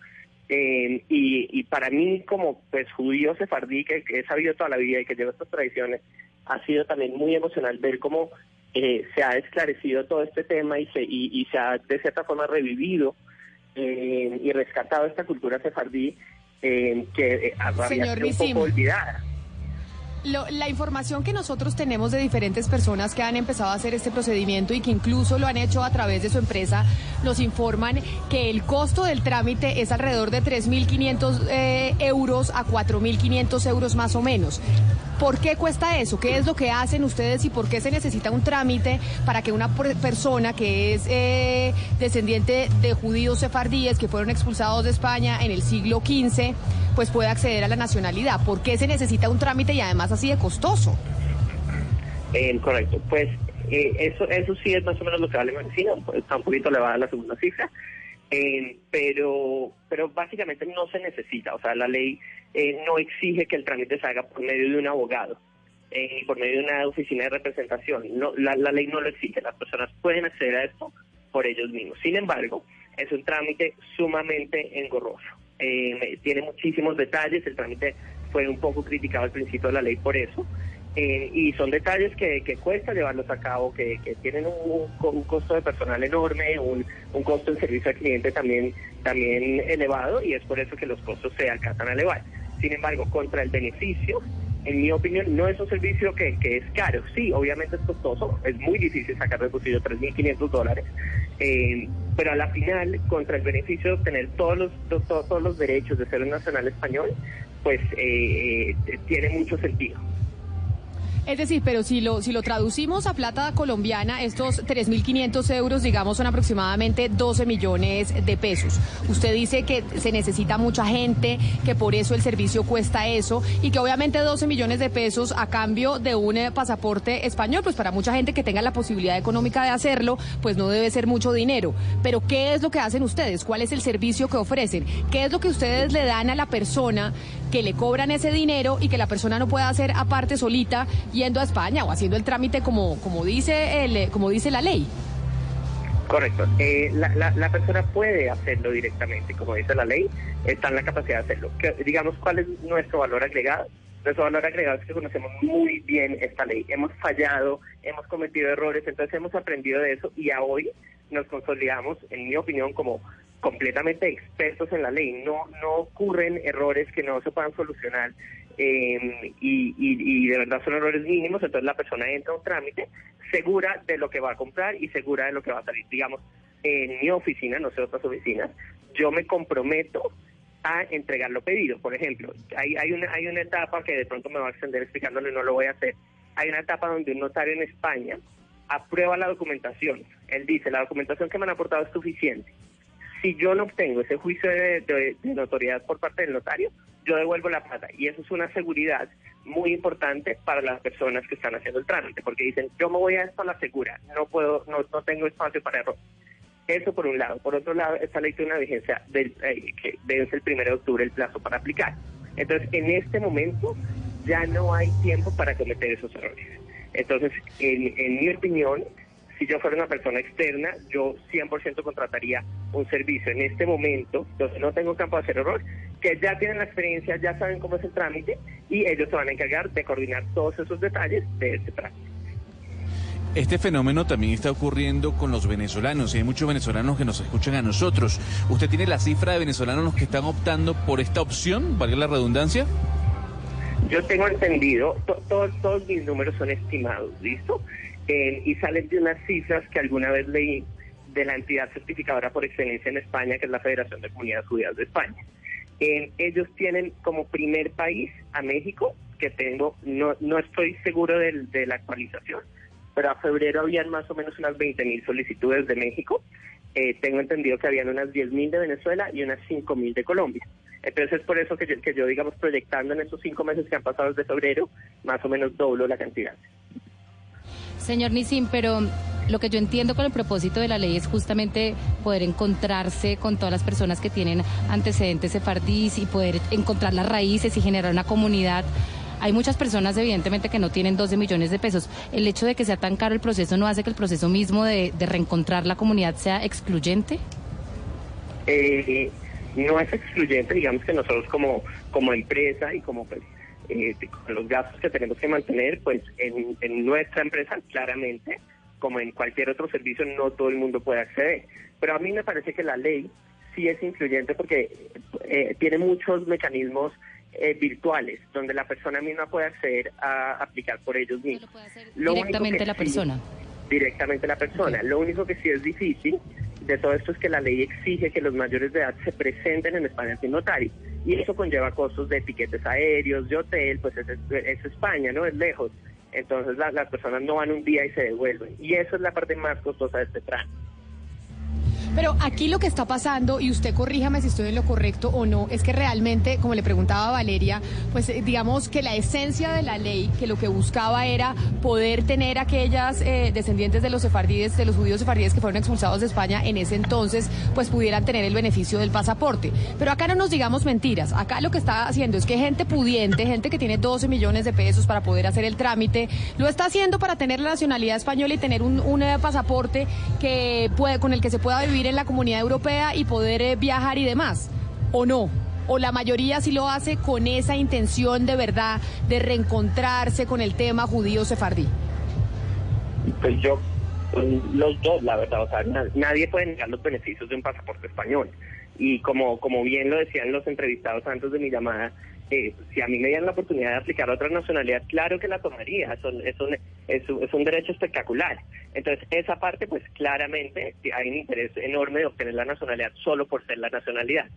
Y para mí como pues judío sefardí que he sabido toda la vida y que llevo estas tradiciones, ha sido también muy emocional ver cómo se ha esclarecido todo este tema y se ha de cierta forma revivido y rescatado esta cultura sefardí que había sido un poco olvidada. La información que nosotros tenemos de diferentes personas que han empezado a hacer este procedimiento y que incluso lo han hecho a través de su empresa, nos informan que el costo del trámite es alrededor de 3.500 euros a 4.500 euros más o menos. ¿Por qué cuesta eso? ¿Qué es lo que hacen ustedes y por qué se necesita un trámite para que una persona que es descendiente de judíos sefardíes que fueron expulsados de España en el siglo XV, pues pueda acceder a la nacionalidad? ¿Por qué se necesita un trámite y además así de costoso? Correcto, pues eso sí es más o menos lo que vale en medicina, pues, está un poquito elevada la segunda cifra. Pero básicamente no se necesita, o sea, la ley no exige que el trámite se haga por medio de un abogado, por medio de una oficina de representación. No, la ley no lo exige, las personas pueden acceder a esto por ellos mismos. Sin embargo, es un trámite sumamente engorroso, tiene muchísimos detalles, el trámite fue un poco criticado al principio de la ley por eso. Y son detalles que cuesta llevarlos a cabo, que tienen un costo de personal enorme, un costo de servicio al cliente también elevado, y es por eso que los costos se alcanzan a elevar. Sin embargo, contra el beneficio, en mi opinión, no es un servicio que es caro. Sí, obviamente es costoso, es muy difícil sacar del bolsillo $3.500, pero a la final, contra el beneficio de obtener todos los derechos de ser un nacional español, pues tiene mucho sentido. Es decir, pero si lo traducimos a plata colombiana, estos 3.500 euros, digamos, son aproximadamente 12 millones de pesos. Usted dice que se necesita mucha gente, que por eso el servicio cuesta eso, y que obviamente 12 millones de pesos a cambio de un pasaporte español, pues para mucha gente que tenga la posibilidad económica de hacerlo, pues no debe ser mucho dinero. Pero ¿qué es lo que hacen ustedes? ¿Cuál es el servicio que ofrecen? ¿Qué es lo que ustedes le dan a la persona que le cobran ese dinero y que la persona no puede hacer aparte solita yendo a España o haciendo el trámite como dice la ley? Correcto. La persona puede hacerlo directamente, como dice la ley, está en la capacidad de hacerlo. Digamos, ¿cuál es nuestro valor agregado? Nuestro valor agregado es que conocemos muy bien esta ley. Hemos fallado, hemos cometido errores, entonces hemos aprendido de eso y a hoy nos consolidamos, en mi opinión, como completamente expertos en la ley. No ocurren errores que no se puedan solucionar y de verdad son errores mínimos, entonces la persona entra a un trámite segura de lo que va a comprar y segura de lo que va a salir. Digamos, en mi oficina, no sé otras oficinas, yo me comprometo a entregar lo pedido. Por ejemplo, hay una etapa que de pronto me va a extender explicándole, no lo voy a hacer. Hay una etapa donde un notario en España aprueba la documentación. Él dice, la documentación que me han aportado es suficiente. Si yo no obtengo ese juicio de notoriedad por parte del notario, yo devuelvo la plata. Y eso es una seguridad muy importante para las personas que están haciendo el trámite, porque dicen, yo me voy a esto a la segura, no tengo espacio para error. Eso por un lado. Por otro lado, esta ley tiene una vigencia que vence el 1 de octubre el plazo para aplicar. Entonces, en este momento ya no hay tiempo para cometer esos errores. Entonces, en mi opinión, si yo fuera una persona externa, yo 100% contrataría un servicio en este momento, donde no tengo campo de hacer error, que ya tienen la experiencia, ya saben cómo es el trámite, y ellos se van a encargar de coordinar todos esos detalles de este trámite. Este fenómeno también está ocurriendo con los venezolanos, y hay muchos venezolanos que nos escuchan a nosotros. ¿Usted tiene la cifra de venezolanos que están optando por esta opción, valga la redundancia? Yo tengo entendido, todos mis números son estimados, ¿listo? Y salen de unas cifras que alguna vez leí de la entidad certificadora por excelencia en España, que es la Federación de Comunidades Judías de España. Ellos tienen como primer país a México, que no estoy seguro de la actualización, pero a febrero habían más o menos unas 20,000 solicitudes de México. Tengo entendido que habían unas 10,000 de Venezuela y unas 5,000 de Colombia. Entonces es por eso que yo, digamos, proyectando en estos 5 meses que han pasado desde febrero, más o menos doblo la cantidad. Señor Nissim, pero lo que yo entiendo con el propósito de la ley es justamente poder encontrarse con todas las personas que tienen antecedentes sefardíes y poder encontrar las raíces y generar una comunidad. Hay muchas personas, evidentemente, que no tienen 12 millones de pesos. ¿El hecho de que sea tan caro el proceso no hace que el proceso mismo de reencontrar la comunidad sea excluyente? No es excluyente, digamos que nosotros como empresa y como con los gastos que tenemos que mantener, pues en nuestra empresa, claramente, como en cualquier otro servicio, no todo el mundo puede acceder. Pero a mí me parece que la ley sí es incluyente porque tiene muchos mecanismos virtuales, donde la persona misma puede acceder a aplicar por ellos mismos. Directamente la persona. Directamente la persona. Okay. Lo único que sí es difícil de todo esto es que la ley exige que los mayores de edad se presenten en España ante notario, y eso conlleva costos de tiquetes aéreos, de hotel, pues es España, ¿no? Es lejos. Entonces las personas no van un día y se devuelven, y eso es la parte más costosa de este trámite. Pero aquí lo que está pasando, y usted corríjame si estoy en lo correcto o no, es que realmente, como le preguntaba Valeria, pues digamos que la esencia de la ley, que lo que buscaba era poder tener aquellas descendientes de los sefardíes, de los judíos sefardíes que fueron expulsados de España en ese entonces, pues pudieran tener el beneficio del pasaporte. Pero acá no nos digamos mentiras, acá lo que está haciendo es que gente pudiente, gente que tiene 12 millones de pesos para poder hacer el trámite, lo está haciendo para tener la nacionalidad española y tener un pasaporte con el que se pueda vivir en la Comunidad Europea y poder viajar y demás, ¿o no? ¿O la mayoría sí lo hace con esa intención de verdad de reencontrarse con el tema judío-sefardí? Pues los dos, la verdad, o sea, nadie puede negar los beneficios de un pasaporte español. Y como bien lo decían los entrevistados antes de mi llamada, si a mí me dieran la oportunidad de aplicar otra nacionalidad, claro que la tomaría, es un derecho espectacular. Entonces, esa parte, pues claramente hay un interés enorme de obtener la nacionalidad solo por ser la nacionalidad.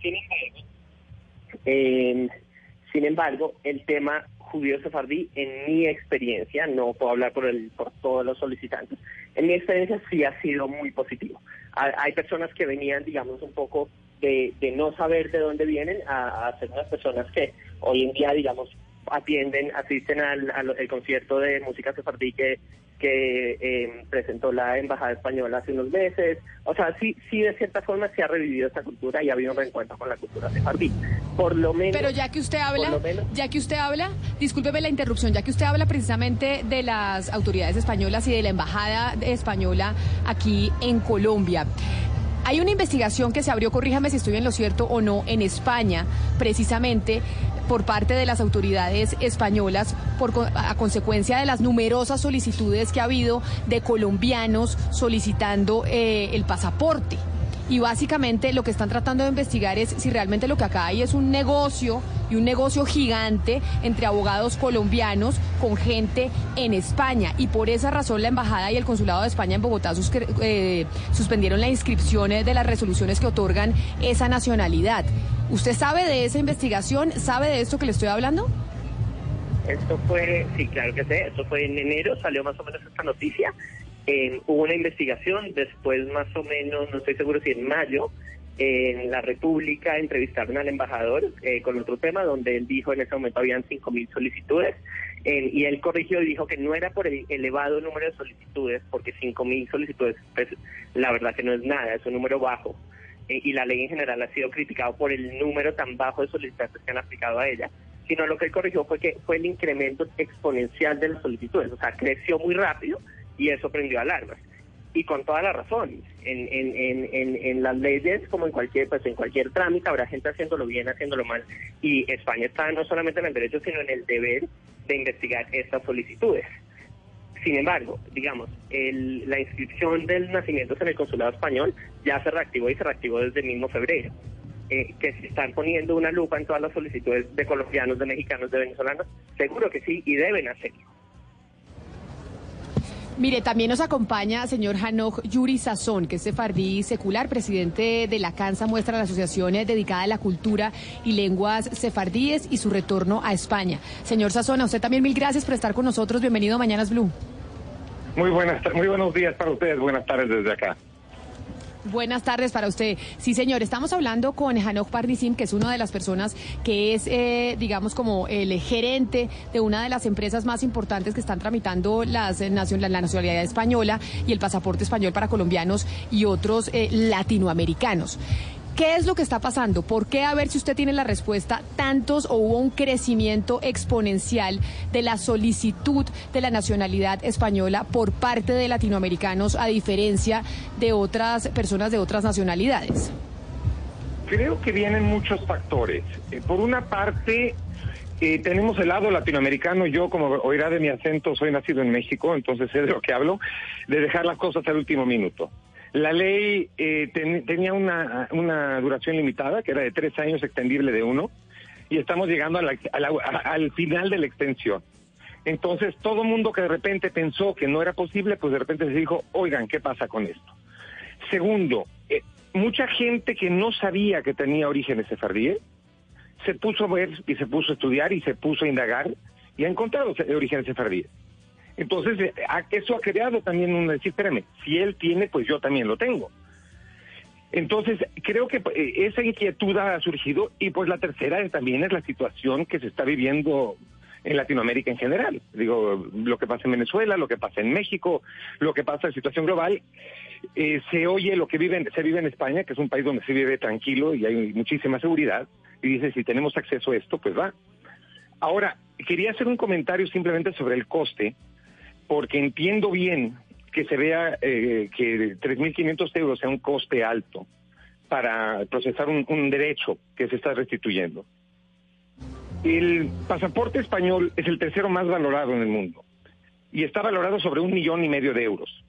Sin embargo, el tema judío-sefardí, en mi experiencia, no puedo hablar por todos los solicitantes, en mi experiencia sí ha sido muy positivo. Hay personas que venían, digamos, un poco de no saber de dónde vienen a ser unas personas que hoy en día, digamos, asisten al concierto de música sefardí que presentó la Embajada Española hace unos meses. O sea, sí, de cierta forma se ha revivido esta cultura y ha habido un reencuentro con la cultura sefardí. Por lo menos... Pero ya que usted habla, discúlpeme la interrupción, ya que usted habla precisamente de las autoridades españolas y de la Embajada española aquí en Colombia, hay una investigación que se abrió, corríjame si estoy en lo cierto o no, en España, precisamente por parte de las autoridades españolas, a consecuencia de las numerosas solicitudes que ha habido de colombianos solicitando el pasaporte. Y básicamente lo que están tratando de investigar es si realmente lo que acá hay es un negocio, y un negocio gigante entre abogados colombianos con gente en España. Y por esa razón la Embajada y el Consulado de España en Bogotá suspendieron la inscripción de las resoluciones que otorgan esa nacionalidad. ¿Usted sabe de esa investigación? ¿Sabe de esto que le estoy hablando? Esto fue, sí, claro que sé, esto fue en enero, salió más o menos esta noticia. Hubo una investigación, después más o menos, no estoy seguro si en mayo, en la República entrevistaron al embajador con otro tema donde él dijo en ese momento habían 5.000 solicitudes y él corrigió y dijo que no era por el elevado número de solicitudes, porque 5.000 solicitudes, pues la verdad que no es nada, es un número bajo. Y la ley en general ha sido criticada por el número tan bajo de solicitantes que han aplicado a ella, sino lo que él corrigió fue que fue el incremento exponencial de las solicitudes, o sea, creció muy rápido y eso prendió alarmas. Y con toda la razón, en las leyes, como en cualquier trámite, habrá gente haciéndolo bien, haciéndolo mal, y España está no solamente en el derecho, sino en el deber de investigar estas solicitudes. Sin embargo, digamos, la inscripción de nacimientos en el consulado español ya se reactivó y se reactivó desde el mismo febrero. Que se están poniendo una lupa en todas las solicitudes de colombianos, de mexicanos, de venezolanos, seguro que sí, y deben hacerlo. Mire, también nos acompaña señor Hanoch Yuri Sazón, que es sefardí secular, presidente de la CANSA, muestra la asociación dedicada a la cultura y lenguas sefardíes y su retorno a España. Señor Sazón, a usted también mil gracias por estar con nosotros. Bienvenido a Mañanas Blue. Muy buenos días para ustedes, buenas tardes desde acá. Buenas tardes para usted. Sí, señor, estamos hablando con Hanoch Parnisim, que es una de las personas que es, digamos, como el gerente de una de las empresas más importantes que están tramitando la nacionalidad española y el pasaporte español para colombianos y otros latinoamericanos. ¿Qué es lo que está pasando? ¿Por qué, a ver si usted tiene la respuesta, tantos o hubo un crecimiento exponencial de la solicitud de la nacionalidad española por parte de latinoamericanos a diferencia de otras personas de otras nacionalidades? Creo que vienen muchos factores. Por una parte, tenemos el lado latinoamericano. Yo, como oirá de mi acento, soy nacido en México, entonces sé de lo que hablo, de dejar las cosas al último minuto. La ley tenía una duración limitada, que era de 3 años, extendible de 1, y estamos llegando al final de la extensión. Entonces, todo mundo que de repente pensó que no era posible, pues de repente se dijo, oigan, ¿qué pasa con esto? Segundo, mucha gente que no sabía que tenía orígenes sefardíes, se puso a ver y se puso a estudiar y se puso a indagar y ha encontrado orígenes sefardíes. Entonces, eso ha creado también un decir, espérame, si él tiene, pues yo también lo tengo. Entonces, creo que esa inquietud ha surgido y pues la tercera también es la situación que se está viviendo en Latinoamérica en general. Digo, lo que pasa en Venezuela, lo que pasa en México, lo que pasa en situación global. Se oye lo que se vive en España, que es un país donde se vive tranquilo y hay muchísima seguridad, y dice, si tenemos acceso a esto, pues va. Ahora, quería hacer un comentario simplemente sobre el coste, porque entiendo bien que se vea que 3.500 euros sea un coste alto para procesar un derecho que se está restituyendo. El pasaporte español es el tercero más valorado en el mundo y está valorado sobre 1,5 millones de euros.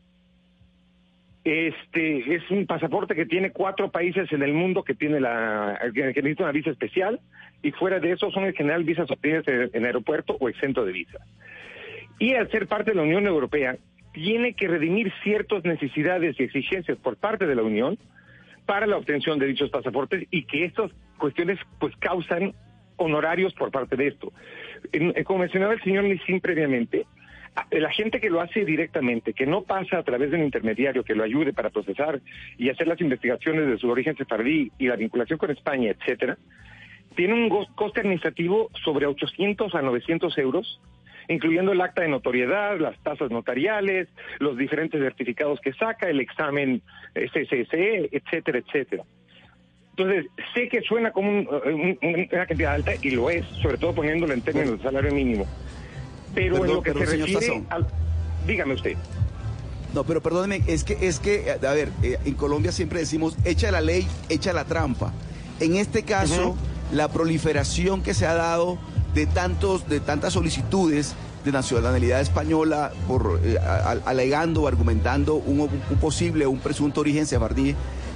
Es un pasaporte que tiene 4 países en el mundo que tiene que necesita una visa especial, y fuera de eso son en general visas obtenidas en aeropuerto o exento de visa. Y al ser parte de la Unión Europea, tiene que redimir ciertas necesidades y exigencias por parte de la Unión para la obtención de dichos pasaportes, y que estas cuestiones pues causan honorarios por parte de esto. Como mencionaba el señor Nissim previamente, la gente que lo hace directamente, que no pasa a través de un intermediario que lo ayude para procesar y hacer las investigaciones de su origen sefardí y la vinculación con España, etcétera, tiene un coste administrativo sobre 800 a 900 euros, incluyendo el acta de notoriedad, las tasas notariales, los diferentes certificados que saca, el examen SSE, etcétera, etcétera. Entonces, sé que suena como una cantidad alta, y lo es, sobre todo poniéndolo en términos de salario mínimo. Pero en lo que se refiere al... Dígame usted. No, pero perdóneme, es que, a ver, en Colombia siempre decimos, echa la ley, echa la trampa. En este caso, la proliferación que se ha dado de tantas solicitudes de nacionalidad española alegando o argumentando un posible o un presunto origen sefardí,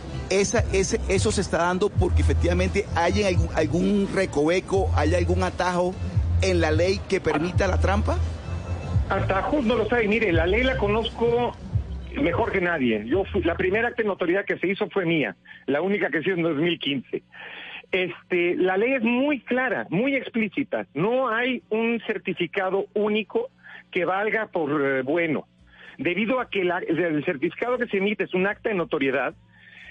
eso se está dando porque efectivamente hay algún recoveco, hay algún atajo en la ley que permita la trampa. Atajos no lo sabe. Mire, la ley la conozco mejor que nadie. La primera acta de notoriedad que se hizo fue mía, la única que se hizo en 2015. La ley es muy clara, muy explícita. No hay un certificado único que valga por bueno. Debido a que el certificado que se emite es un acta de notoriedad,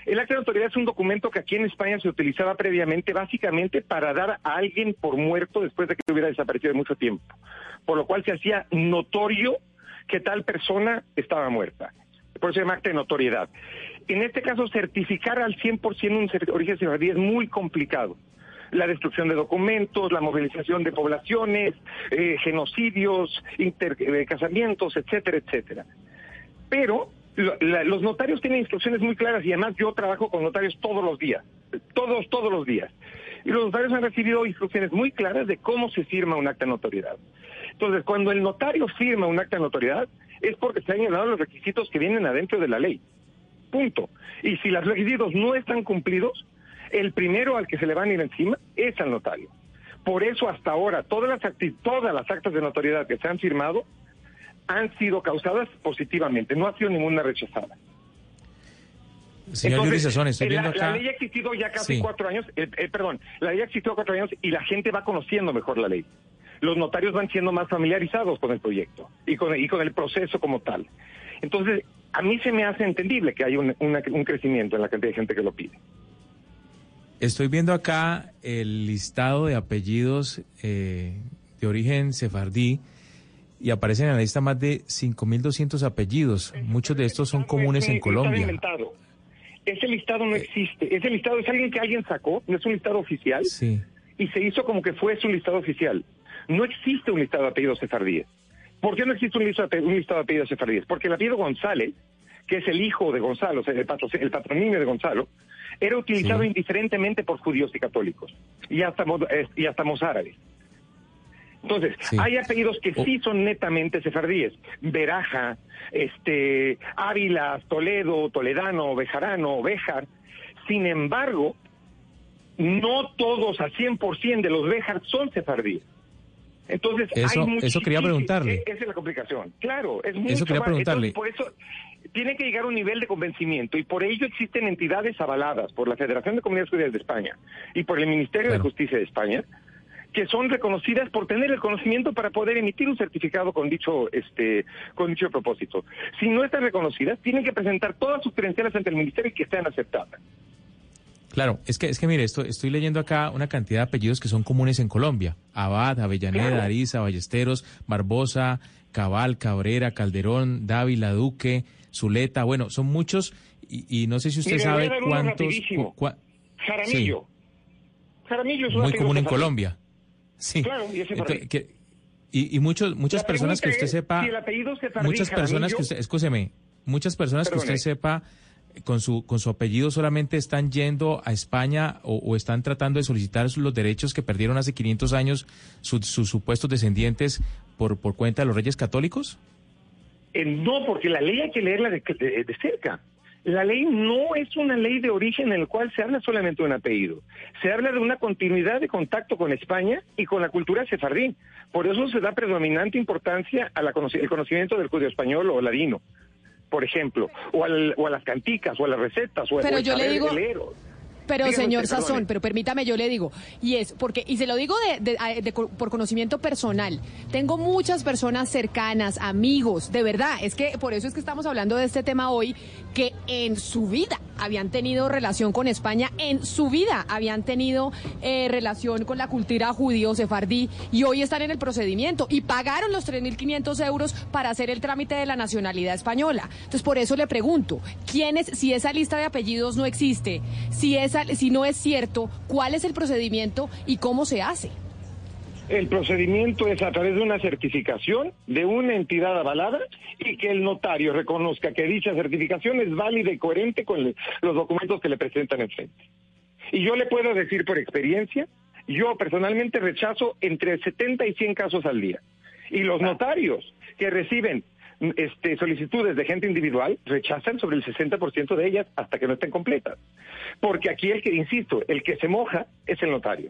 El acta de notoriedad es un documento que aquí en España se utilizaba previamente, básicamente para dar a alguien por muerto después de que hubiera desaparecido de mucho tiempo, por lo cual se hacía notorio que tal persona estaba muerta. Por eso se llama acta de notoriedad. En este caso, certificar al 100% un origen sefardí es muy complicado. La destrucción de documentos, la movilización de poblaciones, genocidios, casamientos, etcétera, etcétera. Pero los notarios tienen instrucciones muy claras y además yo trabajo con notarios todos los días, todos los días. Y los notarios han recibido instrucciones muy claras de cómo se firma un acta de notoriedad. Entonces, cuando el notario firma un acta de notoriedad, es porque se han llenado los requisitos que vienen adentro de la ley. Punto. Y si los requisitos no están cumplidos, el primero al que se le van a ir encima es al notario. Por eso hasta ahora todas las actas de notoriedad que se han firmado han sido causadas positivamente, no ha sido ninguna rechazada. Señor Yuri Sazón, estoy viendo acá... La ley ha existido ya casi 4 años, la ley ha existido 4 años y la gente va conociendo mejor la ley. Los notarios van siendo más familiarizados con el proyecto y con el proceso como tal. Entonces, a mí se me hace entendible que haya un crecimiento en la cantidad de gente que lo pide. Estoy viendo acá el listado de apellidos de origen sefardí y aparecen en la lista más de 5.200 apellidos. Muchos de estos son comunes en Colombia. Inventado. Ese listado no existe. Ese listado es alguien que alguien sacó, no es un listado oficial, sí, y se hizo como que fuese un listado oficial. No existe un listado de apellidos sefardíes. ¿Por qué no existe un listado de apellidos sefardíes? Porque el apellido González, que es el hijo de Gonzalo, o sea, el patroninio de Gonzalo, era utilizado indiferentemente por judíos y católicos, y hasta mozárabes. Entonces, hay apellidos que sí son netamente sefardíes. Beraja, Ávila, Toledo, Toledano, Bejarano, Béjar. Sin embargo, no todos a 100% de los Béjar son sefardíes. Entonces, eso quería preguntarle. Esa es la complicación. Claro, es mucho eso quería más. preguntarle. Entonces, por eso tiene que llegar a un nivel de convencimiento y por ello existen entidades avaladas por la Federación de Comunidades Judías de España y por el Ministerio de Justicia de España, que son reconocidas por tener el conocimiento para poder emitir un certificado con dicho propósito. Si no están reconocidas, tienen que presentar todas sus credenciales ante el Ministerio y que sean aceptadas. Claro, es que mire, estoy leyendo acá una cantidad de apellidos que son comunes en Colombia. Abad, Avellaneda, Ariza, Ballesteros, Barbosa, Cabal, Cabrera, Calderón, Dávila, Duque, Zuleta, bueno, son muchos y no sé si usted sabe cuántos... Jaramillo. Sí. Jaramillo es muy común en Colombia. Sí. Claro, y ese y muchas personas que usted sepa... Si el apellido sefardí, muchas personas que usted... Escúcheme, muchas personas que usted sepa... Con su apellido solamente están yendo a España o están tratando de solicitar los derechos que perdieron hace 500 años sus supuestos descendientes por cuenta de los Reyes Católicos? No, porque la ley hay que leerla de cerca. La ley no es una ley de origen en la cual se habla solamente de un apellido. Se habla de una continuidad de contacto con España y con la cultura sefardí. Por eso se da predominante importancia al conocimiento del judío español o ladino, por ejemplo, o a las canticas, o a las recetas, o pero yo le digo, pero dígame señor usted, Sazón, pero permítame, yo le digo, y se lo digo por conocimiento personal, tengo muchas personas cercanas, amigos, de verdad, es que por eso es que estamos hablando de este tema hoy, que en su vida habían tenido relación con España, en su vida habían tenido relación con la cultura judío sefardí y hoy están en el procedimiento y pagaron los 3.500 euros para hacer el trámite de la nacionalidad española. Entonces, por eso le pregunto, si esa lista de apellidos no existe, si no es cierto, ¿cuál es el procedimiento y cómo se hace? El procedimiento es a través de una certificación de una entidad avalada y que el notario reconozca que dicha certificación es válida y coherente con los documentos que le presentan enfrente. Y yo le puedo decir por experiencia, yo personalmente rechazo entre 70 y 100 casos al día. Y los notarios que reciben solicitudes de gente individual rechazan sobre el 60% de ellas hasta que no estén completas. Porque aquí el que se moja es el notario.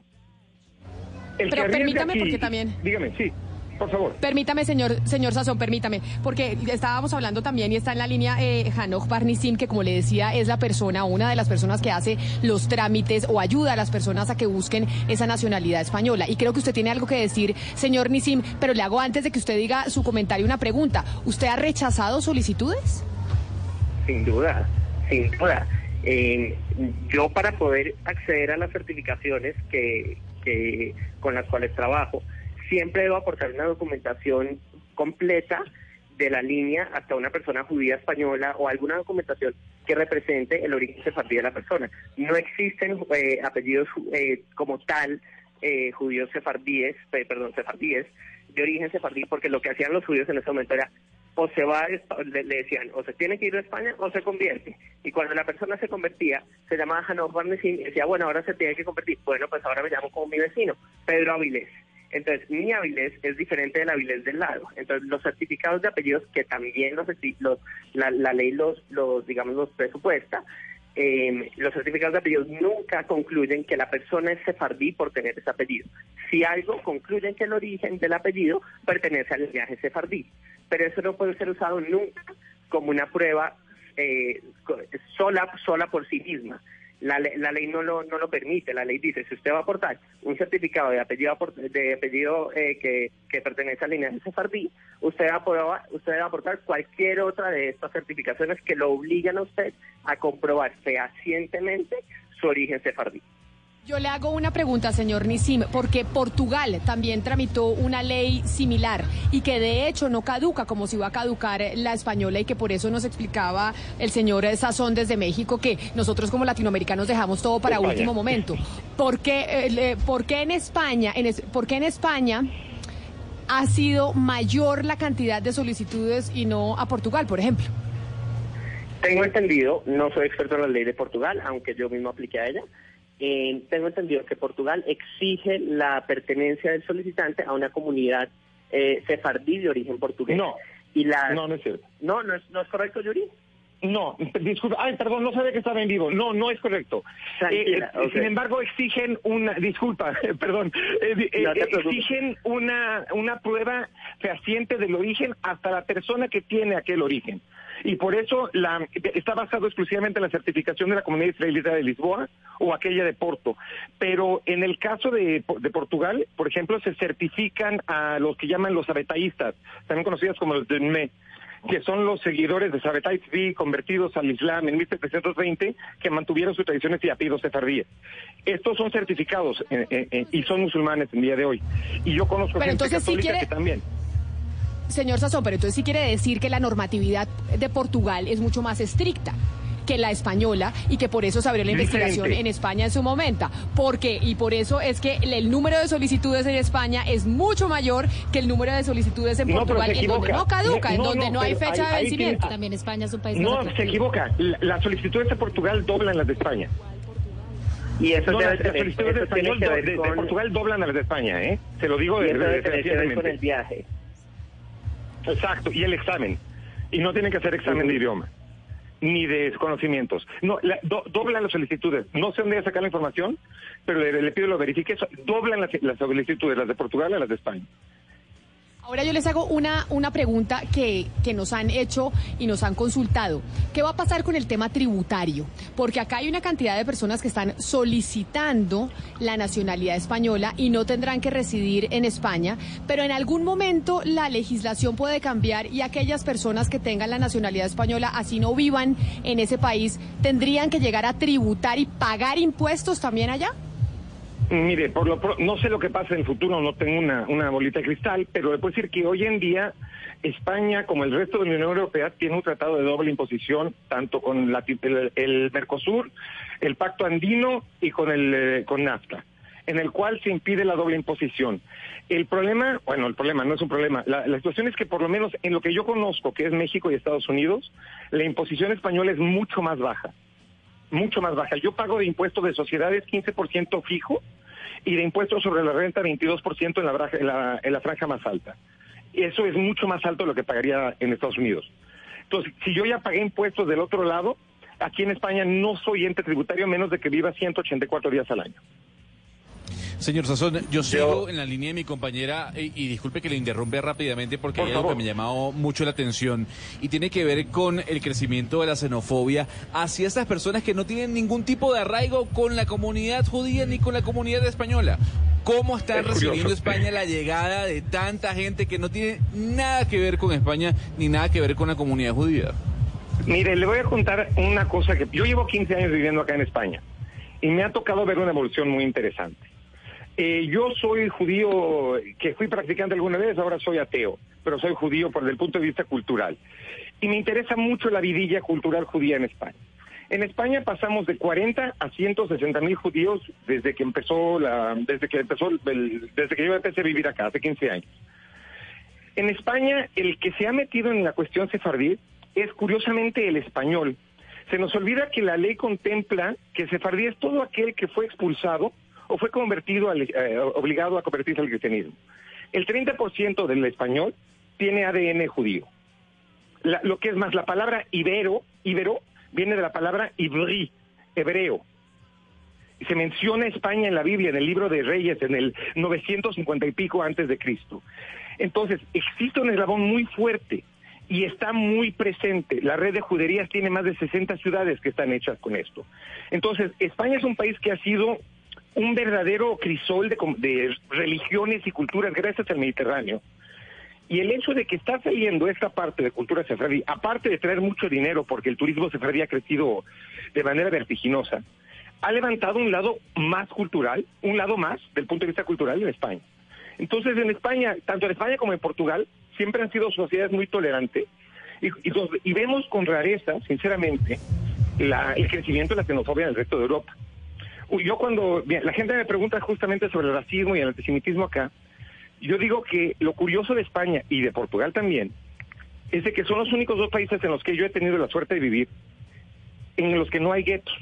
Pero permítame, porque también... Dígame, sí, por favor. Permítame, señor Sazón, permítame, porque estábamos hablando también y está en la línea Hanoch Bar Nisim, que como le decía, es la persona, una de las personas que hace los trámites o ayuda a las personas a que busquen esa nacionalidad española. Y creo que usted tiene algo que decir, señor Nisim, pero le hago antes de que usted diga su comentario una pregunta. ¿Usted ha rechazado solicitudes? Sin duda, sin duda. Yo, para poder acceder a las certificaciones que con las cuales trabajo, siempre debo aportar una documentación completa de la línea hasta una persona judía española o alguna documentación que represente el origen sefardí de la persona. No existen apellidos como tal judíos sefardíes de origen sefardí, porque lo que hacían los judíos en ese momento era o se va, le decían, o se tiene que ir de España o se convierte. Y cuando la persona se convertía, se llamaba Hanoch Bar Nesim y decía, bueno, ahora se tiene que convertir. Bueno, pues ahora me llamo como mi vecino, Pedro Avilés. Entonces, mi Avilés es diferente del Avilés del lado. Entonces, los certificados de apellidos, que también la ley los presupuesta, los certificados de apellidos nunca concluyen que la persona es sefardí por tener ese apellido. Si algo, concluyen que el origen del apellido pertenece al linaje sefardí. Pero eso no puede ser usado nunca como una prueba sola por sí misma. La ley no lo permite. La ley dice, si usted va a aportar un certificado de apellido que pertenece al linaje sefardí, usted debe aportar cualquier otra de estas certificaciones que lo obligan a usted a comprobar fehacientemente su origen sefardí. Yo le hago una pregunta, señor Nesim, porque Portugal también tramitó una ley similar y que de hecho no caduca como si iba a caducar la española, y que por eso nos explicaba el señor Sazón desde México que nosotros como latinoamericanos dejamos todo para último momento. ¿Por qué en España ha sido mayor la cantidad de solicitudes y no a Portugal, por ejemplo? Tengo entendido, no soy experto en la ley de Portugal, aunque yo mismo apliqué a ella. Tengo entendido que Portugal exige la pertenencia del solicitante a una comunidad sefardí de origen portugués. No es cierto. ¿No es correcto, Yuri? No, disculpa, perdón, no sabía que estaba en vivo. No es correcto. Okay. Sin embargo, exigen exigen una prueba fehaciente del origen hasta la persona que tiene aquel origen. Y por eso está basado exclusivamente en la certificación de la Comunidad Israelita de Lisboa o aquella de Porto. Pero en el caso de Portugal, por ejemplo, se certifican a los que llaman los sabetaístas, también conocidos como los Demme, que son los seguidores de Sabbatai Tzvi convertidos al Islam en 1720, que mantuvieron sus tradiciones y apellidos sefardíes. Estos son certificados y son musulmanes en día de hoy. Y yo conozco gente católica que también. Señor Sazón, pero entonces sí quiere decir que la normatividad de Portugal es mucho más estricta que la española y que por eso se abrió la investigación en España en su momento. ¿Por qué? Y por eso es que el número de solicitudes en España es mucho mayor que el número de solicitudes en Portugal, en donde no caduca, en donde no hay fecha de vencimiento. También España es un país No, se equivoca. Las solicitudes de Portugal doblan las de España. Y eso las solicitudes de Portugal doblan a las de España, ¿eh? Se lo digo de con el viaje. Exacto, y el examen. Y no tienen que hacer examen de idioma, ni de conocimientos. No, doblan las solicitudes. No sé dónde sacar la información, pero le pido lo verifique. Doblan las solicitudes, las de Portugal a las de España. Ahora yo les hago una pregunta que nos han hecho y nos han consultado. ¿Qué va a pasar con el tema tributario? Porque acá hay una cantidad de personas que están solicitando la nacionalidad española y no tendrán que residir en España, pero en algún momento la legislación puede cambiar y aquellas personas que tengan la nacionalidad española, así no vivan en ese país, ¿tendrían que llegar a tributar y pagar impuestos también allá? Mire, no sé lo que pasa en el futuro, no tengo una bolita de cristal, pero le puedo decir que hoy en día España, como el resto de la Unión Europea, tiene un tratado de doble imposición, tanto con el Mercosur, el Pacto Andino y con NAFTA, en el cual se impide la doble imposición. El problema no es un problema. La situación es que por lo menos en lo que yo conozco, que es México y Estados Unidos, la imposición española es mucho más baja. Mucho más baja. Yo pago de impuestos de sociedades 15% fijo y de impuestos sobre la renta 22% en la franja más alta. Eso es mucho más alto de lo que pagaría en Estados Unidos. Entonces, si yo ya pagué impuestos del otro lado, aquí en España no soy ente tributario menos de que viva 184 días al año. Señor Sazón, yo sigo en la línea de mi compañera y disculpe que le interrumpe rápidamente porque hay algo que me ha llamado mucho la atención y tiene que ver con el crecimiento de la xenofobia hacia estas personas que no tienen ningún tipo de arraigo con la comunidad judía ni con la comunidad española. ¿Cómo está recibiendo España la llegada de tanta gente que no tiene nada que ver con España ni nada que ver con la comunidad judía? Mire, le voy a contar una cosa que yo llevo 15 años viviendo acá en España y me ha tocado ver una evolución muy interesante. Yo soy judío, que fui practicante alguna vez, ahora soy ateo, pero soy judío desde el punto de vista cultural. Y me interesa mucho la vidilla cultural judía en España. En España pasamos de 40 a 160,000 judíos desde que yo empecé a vivir acá, hace 15 años. En España, el que se ha metido en la cuestión sefardí es curiosamente el español. Se nos olvida que la ley contempla que sefardí es todo aquel que fue expulsado o fue convertido obligado a convertirse al cristianismo. El 30% del español tiene ADN judío. Lo que es más, la palabra ibero viene de la palabra ibrí, hebreo. Se menciona España en la Biblia, en el libro de Reyes, en el 950 y pico antes de Cristo. Entonces, existe un eslabón muy fuerte y está muy presente. La red de juderías tiene más de 60 ciudades que están hechas con esto. Entonces, España es un país que ha sido un verdadero crisol de religiones y culturas gracias al Mediterráneo. Y el hecho de que está saliendo esta parte de cultura sefardí, aparte de traer mucho dinero, porque el turismo sefardí ha crecido de manera vertiginosa, ha levantado un lado más cultural, un lado más del punto de vista cultural en España. Entonces, en España, tanto en España como en Portugal, siempre han sido sociedades muy tolerantes y vemos con rareza, sinceramente, el crecimiento de la xenofobia en el resto de Europa. Yo cuando la gente me pregunta justamente sobre el racismo y el antisemitismo acá, yo digo que lo curioso de España y de Portugal también es de que son los únicos dos países en los que yo he tenido la suerte de vivir en los que no hay guetos.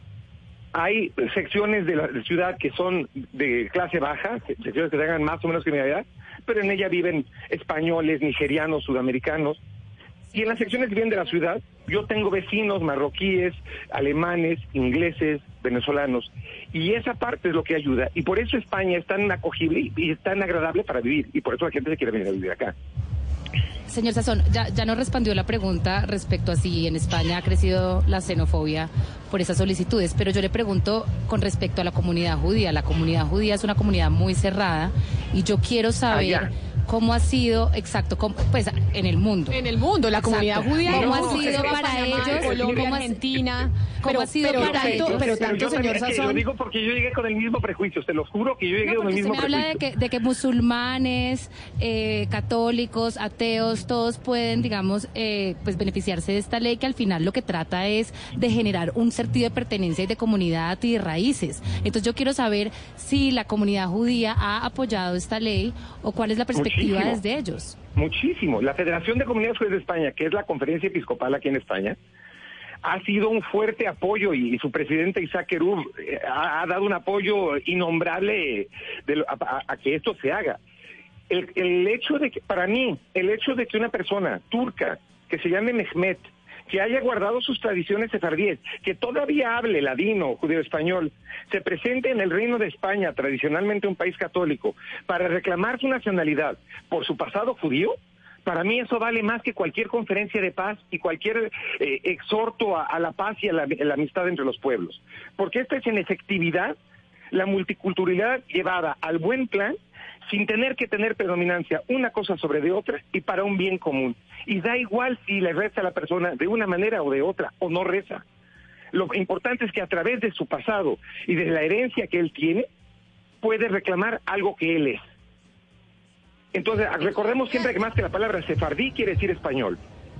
Hay secciones de la ciudad que son de clase baja, secciones que tengan más o menos criminalidad, pero en ella viven españoles, nigerianos, sudamericanos. Y en las secciones que vienen de la ciudad, yo tengo vecinos marroquíes, alemanes, ingleses, venezolanos. Y esa parte es lo que ayuda. Y por eso España es tan acogible y es tan agradable para vivir. Y por eso la gente se quiere venir a vivir acá. Señor Sazón, ya nos respondió la pregunta respecto a si en España ha crecido la xenofobia por esas solicitudes, pero yo le pregunto con respecto a la comunidad judía. La comunidad judía es una comunidad muy cerrada y yo quiero saber cómo ha sido, exacto, pues en el mundo. En el mundo, la comunidad judía. ¿Cómo ha sido para ellos? Colombia, Argentina. ¿Cómo ha sido para ellos? Pero tanto, señor Sazón. Lo digo porque yo llegué con el mismo prejuicio, te lo juro que yo llegué con el mismo prejuicio. Me habla de que musulmanes, católicos, ateos, todos pueden, digamos, pues beneficiarse de esta ley que al final lo que trata es de generar un sentido de pertenencia y de comunidad y de raíces. Entonces yo quiero saber si la comunidad judía ha apoyado esta ley o cuál es la perspectiva desde ellos. Muchísimo. La Federación de Comunidades Judías de España, que es la conferencia episcopal aquí en España, ha sido un fuerte apoyo y su presidente Isaac Kerub ha dado un apoyo innombrable a que esto se haga. El hecho de que, para mí, el hecho de que una persona turca que se llame Mehmet, que haya guardado sus tradiciones sefardíes, que todavía hable ladino, judeo-español, se presente en el Reino de España, tradicionalmente un país católico, para reclamar su nacionalidad por su pasado judío, para mí eso vale más que cualquier conferencia de paz y cualquier exhorto a la paz y a la amistad entre los pueblos. Porque esta es en efectividad la multiculturalidad llevada al buen plan, sin tener que tener predominancia una cosa sobre de otra y para un bien común. Y da igual si le reza a la persona de una manera o de otra, o no reza. Lo importante es que a través de su pasado y de la herencia que él tiene, puede reclamar algo que él es. Entonces, recordemos siempre que más que la palabra sefardí quiere decir español.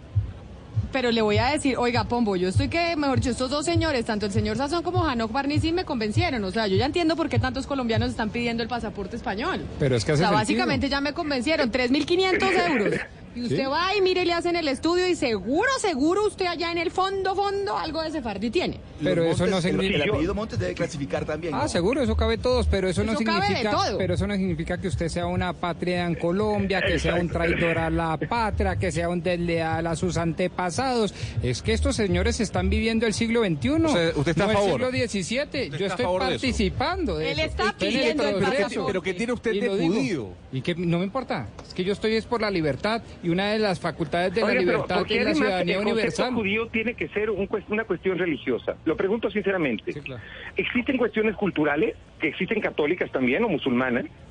Pero le voy a decir, oiga, Pombo, yo estoy que, mejor dicho, estos dos señores, tanto el señor Sazón como Hanoc Barnici me convencieron. O sea, yo ya entiendo por qué tantos colombianos están pidiendo el pasaporte español. Pero es que hace básicamente ya me convencieron, 3.500 euros. Y usted va y mire, le hacen el estudio y seguro usted allá en el fondo, algo de sefardí tiene. Pero eso no significa... El apellido Montes debe clasificar también. Ah, ¿no? Seguro, eso cabe todos, pero eso no significa... todo. Pero eso no significa que usted sea una patria en Colombia, que sea un traidor a la patria, que sea un desleal a sus antepasados. Es que estos señores están viviendo el siglo XXI. O sea, ¿usted está a favor? El siglo XVII. Yo estoy participando de eso. Él está pidiendo el pasaporte. Pero ¿qué tiene usted de judío? Y que no me importa. Es que yo estoy es por la libertad y una de las facultades de la libertad es la ciudadanía universal. El judío tiene que ser una cuestión religiosa. Lo pregunto sinceramente. Sí, claro. ¿Existen cuestiones culturales que existen católicas también o musulmanas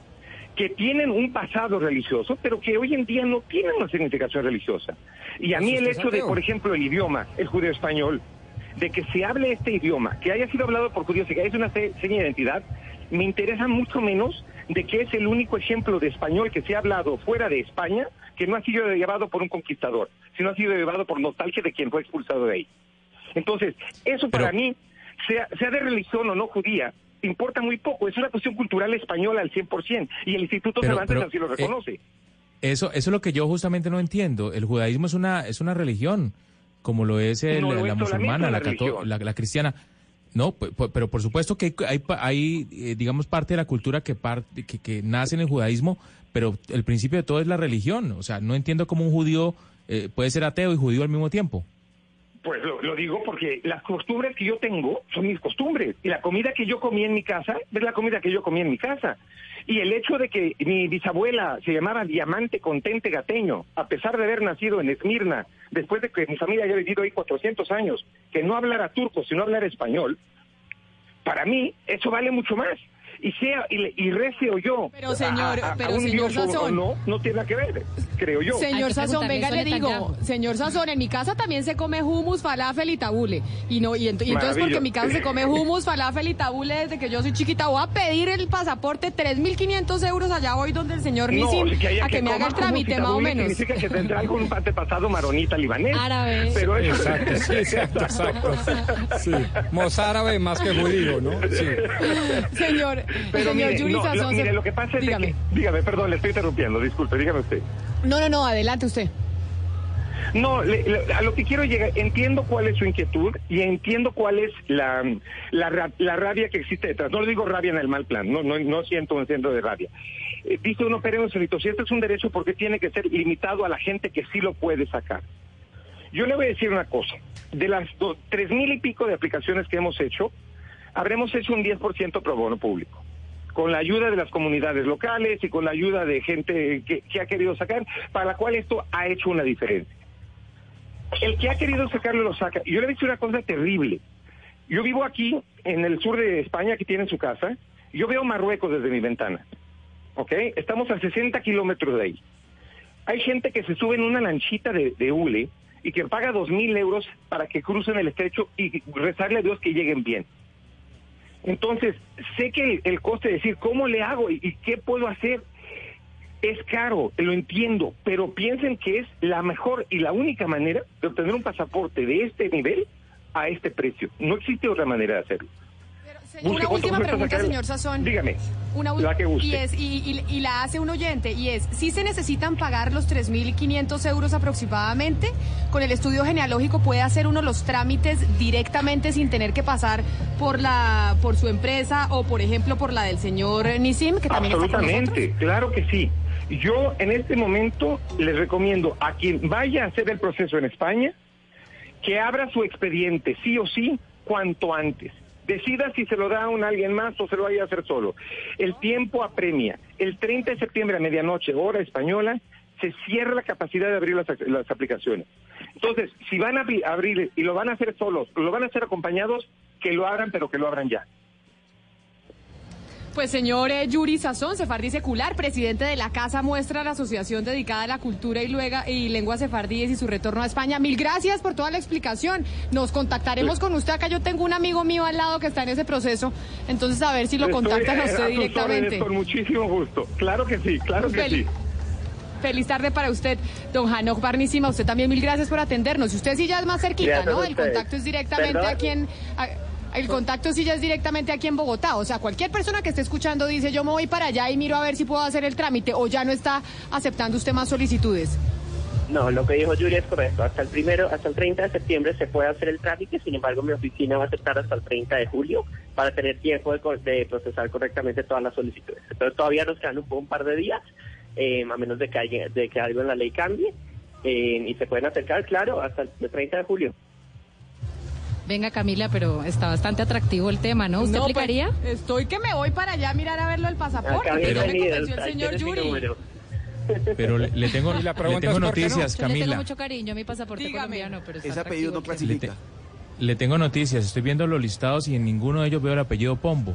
que tienen un pasado religioso, pero que hoy en día no tienen una significación religiosa. Y a mí el hecho de, por ejemplo, el idioma, el judeo-español, de que se hable este idioma, que haya sido hablado por judíos y que haya una seña de identidad, me interesa mucho menos de que es el único ejemplo de español que se ha hablado fuera de España que no ha sido llevado por un conquistador, sino ha sido llevado por nostalgia de quien fue expulsado de ahí. Entonces, eso para mí, sea de religión o no judía, importa muy poco. Es una cuestión cultural española al 100%, y el Instituto Cervantes así lo reconoce. Eso es lo que yo justamente no entiendo. El judaísmo es una religión, como lo es la musulmana, la cristiana. No, pero por supuesto que hay digamos, parte de la cultura que nace en el judaísmo, pero el principio de todo es la religión. O sea, no entiendo cómo un judío puede ser ateo y judío al mismo tiempo. Pues lo digo porque las costumbres que yo tengo son mis costumbres, y la comida que yo comí en mi casa es la comida que yo comí en mi casa. Y el hecho de que mi bisabuela se llamaba Diamante Contente Gateño, a pesar de haber nacido en Esmirna, después de que mi familia haya vivido ahí 400 años, que no hablara turco, sino hablara español, para mí eso vale mucho más. Y rece o yo, pero señor, a un señor Dios Sazón, o no tiene nada que ver, creo yo. Señor Sazón, venga, le digo, señor Sazón, en mi casa también se come hummus, falafel y tabule. Y entonces porque en mi casa se come hummus, falafel y tabule desde que yo soy chiquita, voy a pedir el pasaporte, 3.500 euros, allá voy donde el señor Nisim, a que me haga el trámite, más o menos. Significa que tendrá algún antepasado maronita libanés. Árabe. Pero eso... Exacto. Sí. Mozárabe más que judío, ¿no? Sí. Señor Yuri Sazón, mire, lo que pasa es que... Dígame, perdón, le estoy interrumpiendo, disculpe, dígame usted. No, adelante usted. No, a lo que quiero llegar, entiendo cuál es su inquietud y entiendo cuál es la rabia que existe detrás. No le digo rabia en el mal plan, no siento un centro de rabia. Dice uno, pero si esto es un derecho, ¿por qué tiene que ser limitado a la gente que sí lo puede sacar? Yo le voy a decir una cosa, de las 3,000 y pico de aplicaciones que hemos hecho, habremos hecho un 10% pro bono público, con la ayuda de las comunidades locales y con la ayuda de gente que ha querido sacar, para la cual esto ha hecho una diferencia. El que ha querido sacarlo lo saca. Y yo le he dicho una cosa terrible. Yo vivo aquí, en el sur de España, que tiene su casa. Yo veo Marruecos desde mi ventana. ¿Ok? Estamos a 60 kilómetros de ahí. Hay gente que se sube en una lanchita de hule y que paga 2,000 euros para que crucen el estrecho y rezarle a Dios que lleguen bien. Entonces, sé que el coste de decir, ¿cómo le hago y qué puedo hacer? Es caro, lo entiendo, pero piensen que es la mejor y la única manera de obtener un pasaporte de este nivel a este precio. No existe otra manera de hacerlo. Una última pregunta, señor Sazón. Dígame, la que guste. Y la hace un oyente, y es, ¿sí se necesitan pagar los 3.500 euros aproximadamente? Con el estudio genealógico puede hacer uno los trámites directamente sin tener que pasar por su empresa o, por ejemplo, por la del señor Nisim, que también está con nosotros. Absolutamente, claro que sí. Yo en este momento les recomiendo a quien vaya a hacer el proceso en España que abra su expediente, sí o sí, cuanto antes. Decida si se lo da a alguien más o se lo vaya a hacer solo. El tiempo apremia. El 30 de septiembre a medianoche, hora española, se cierra la capacidad de abrir las aplicaciones. Entonces, si van a abrir y lo van a hacer solos, lo van a hacer acompañados, que lo abran, pero que lo abran ya. Pues señor Yuri Sazón, sefardí secular, presidente de la Casa Muestra, la asociación dedicada a la cultura y lenguas sefardíes y su retorno a España. Mil gracias por toda la explicación. Nos contactaremos con usted. Acá yo tengo un amigo mío al lado que está en ese proceso, entonces a ver si lo contactan a usted directamente. Con muchísimo gusto. Claro que sí, claro que sí. Feliz tarde para usted, don Hanoch Barnísima. Usted también mil gracias por atendernos. Usted sí ya es más cerquita, ¿no? El contacto es directamente El contacto sí ya es directamente aquí en Bogotá, o sea, cualquier persona que esté escuchando dice yo me voy para allá y miro a ver si puedo hacer el trámite, o ya no está aceptando usted más solicitudes. No, lo que dijo Yuri es correcto, hasta el 30 de septiembre se puede hacer el trámite, sin embargo mi oficina va a aceptar hasta el 30 de julio para tener tiempo de procesar correctamente todas las solicitudes. Entonces todavía nos quedan un par de días, a menos de que algo en la ley cambie, y se pueden acercar, claro, hasta el 30 de julio. Venga, Camila, pero está bastante atractivo el tema, ¿no? ¿Usted aplicaría? Pues, estoy que me voy para allá a mirar a verlo el pasaporte. Pero me convenció el señor Yuri. Pero le tengo noticias, Camila. Yo le tengo mucho cariño a mi pasaporte colombiano, pero ese apellido no clasifica. Le tengo noticias. Estoy viendo los listados y en ninguno de ellos veo el apellido Pombo.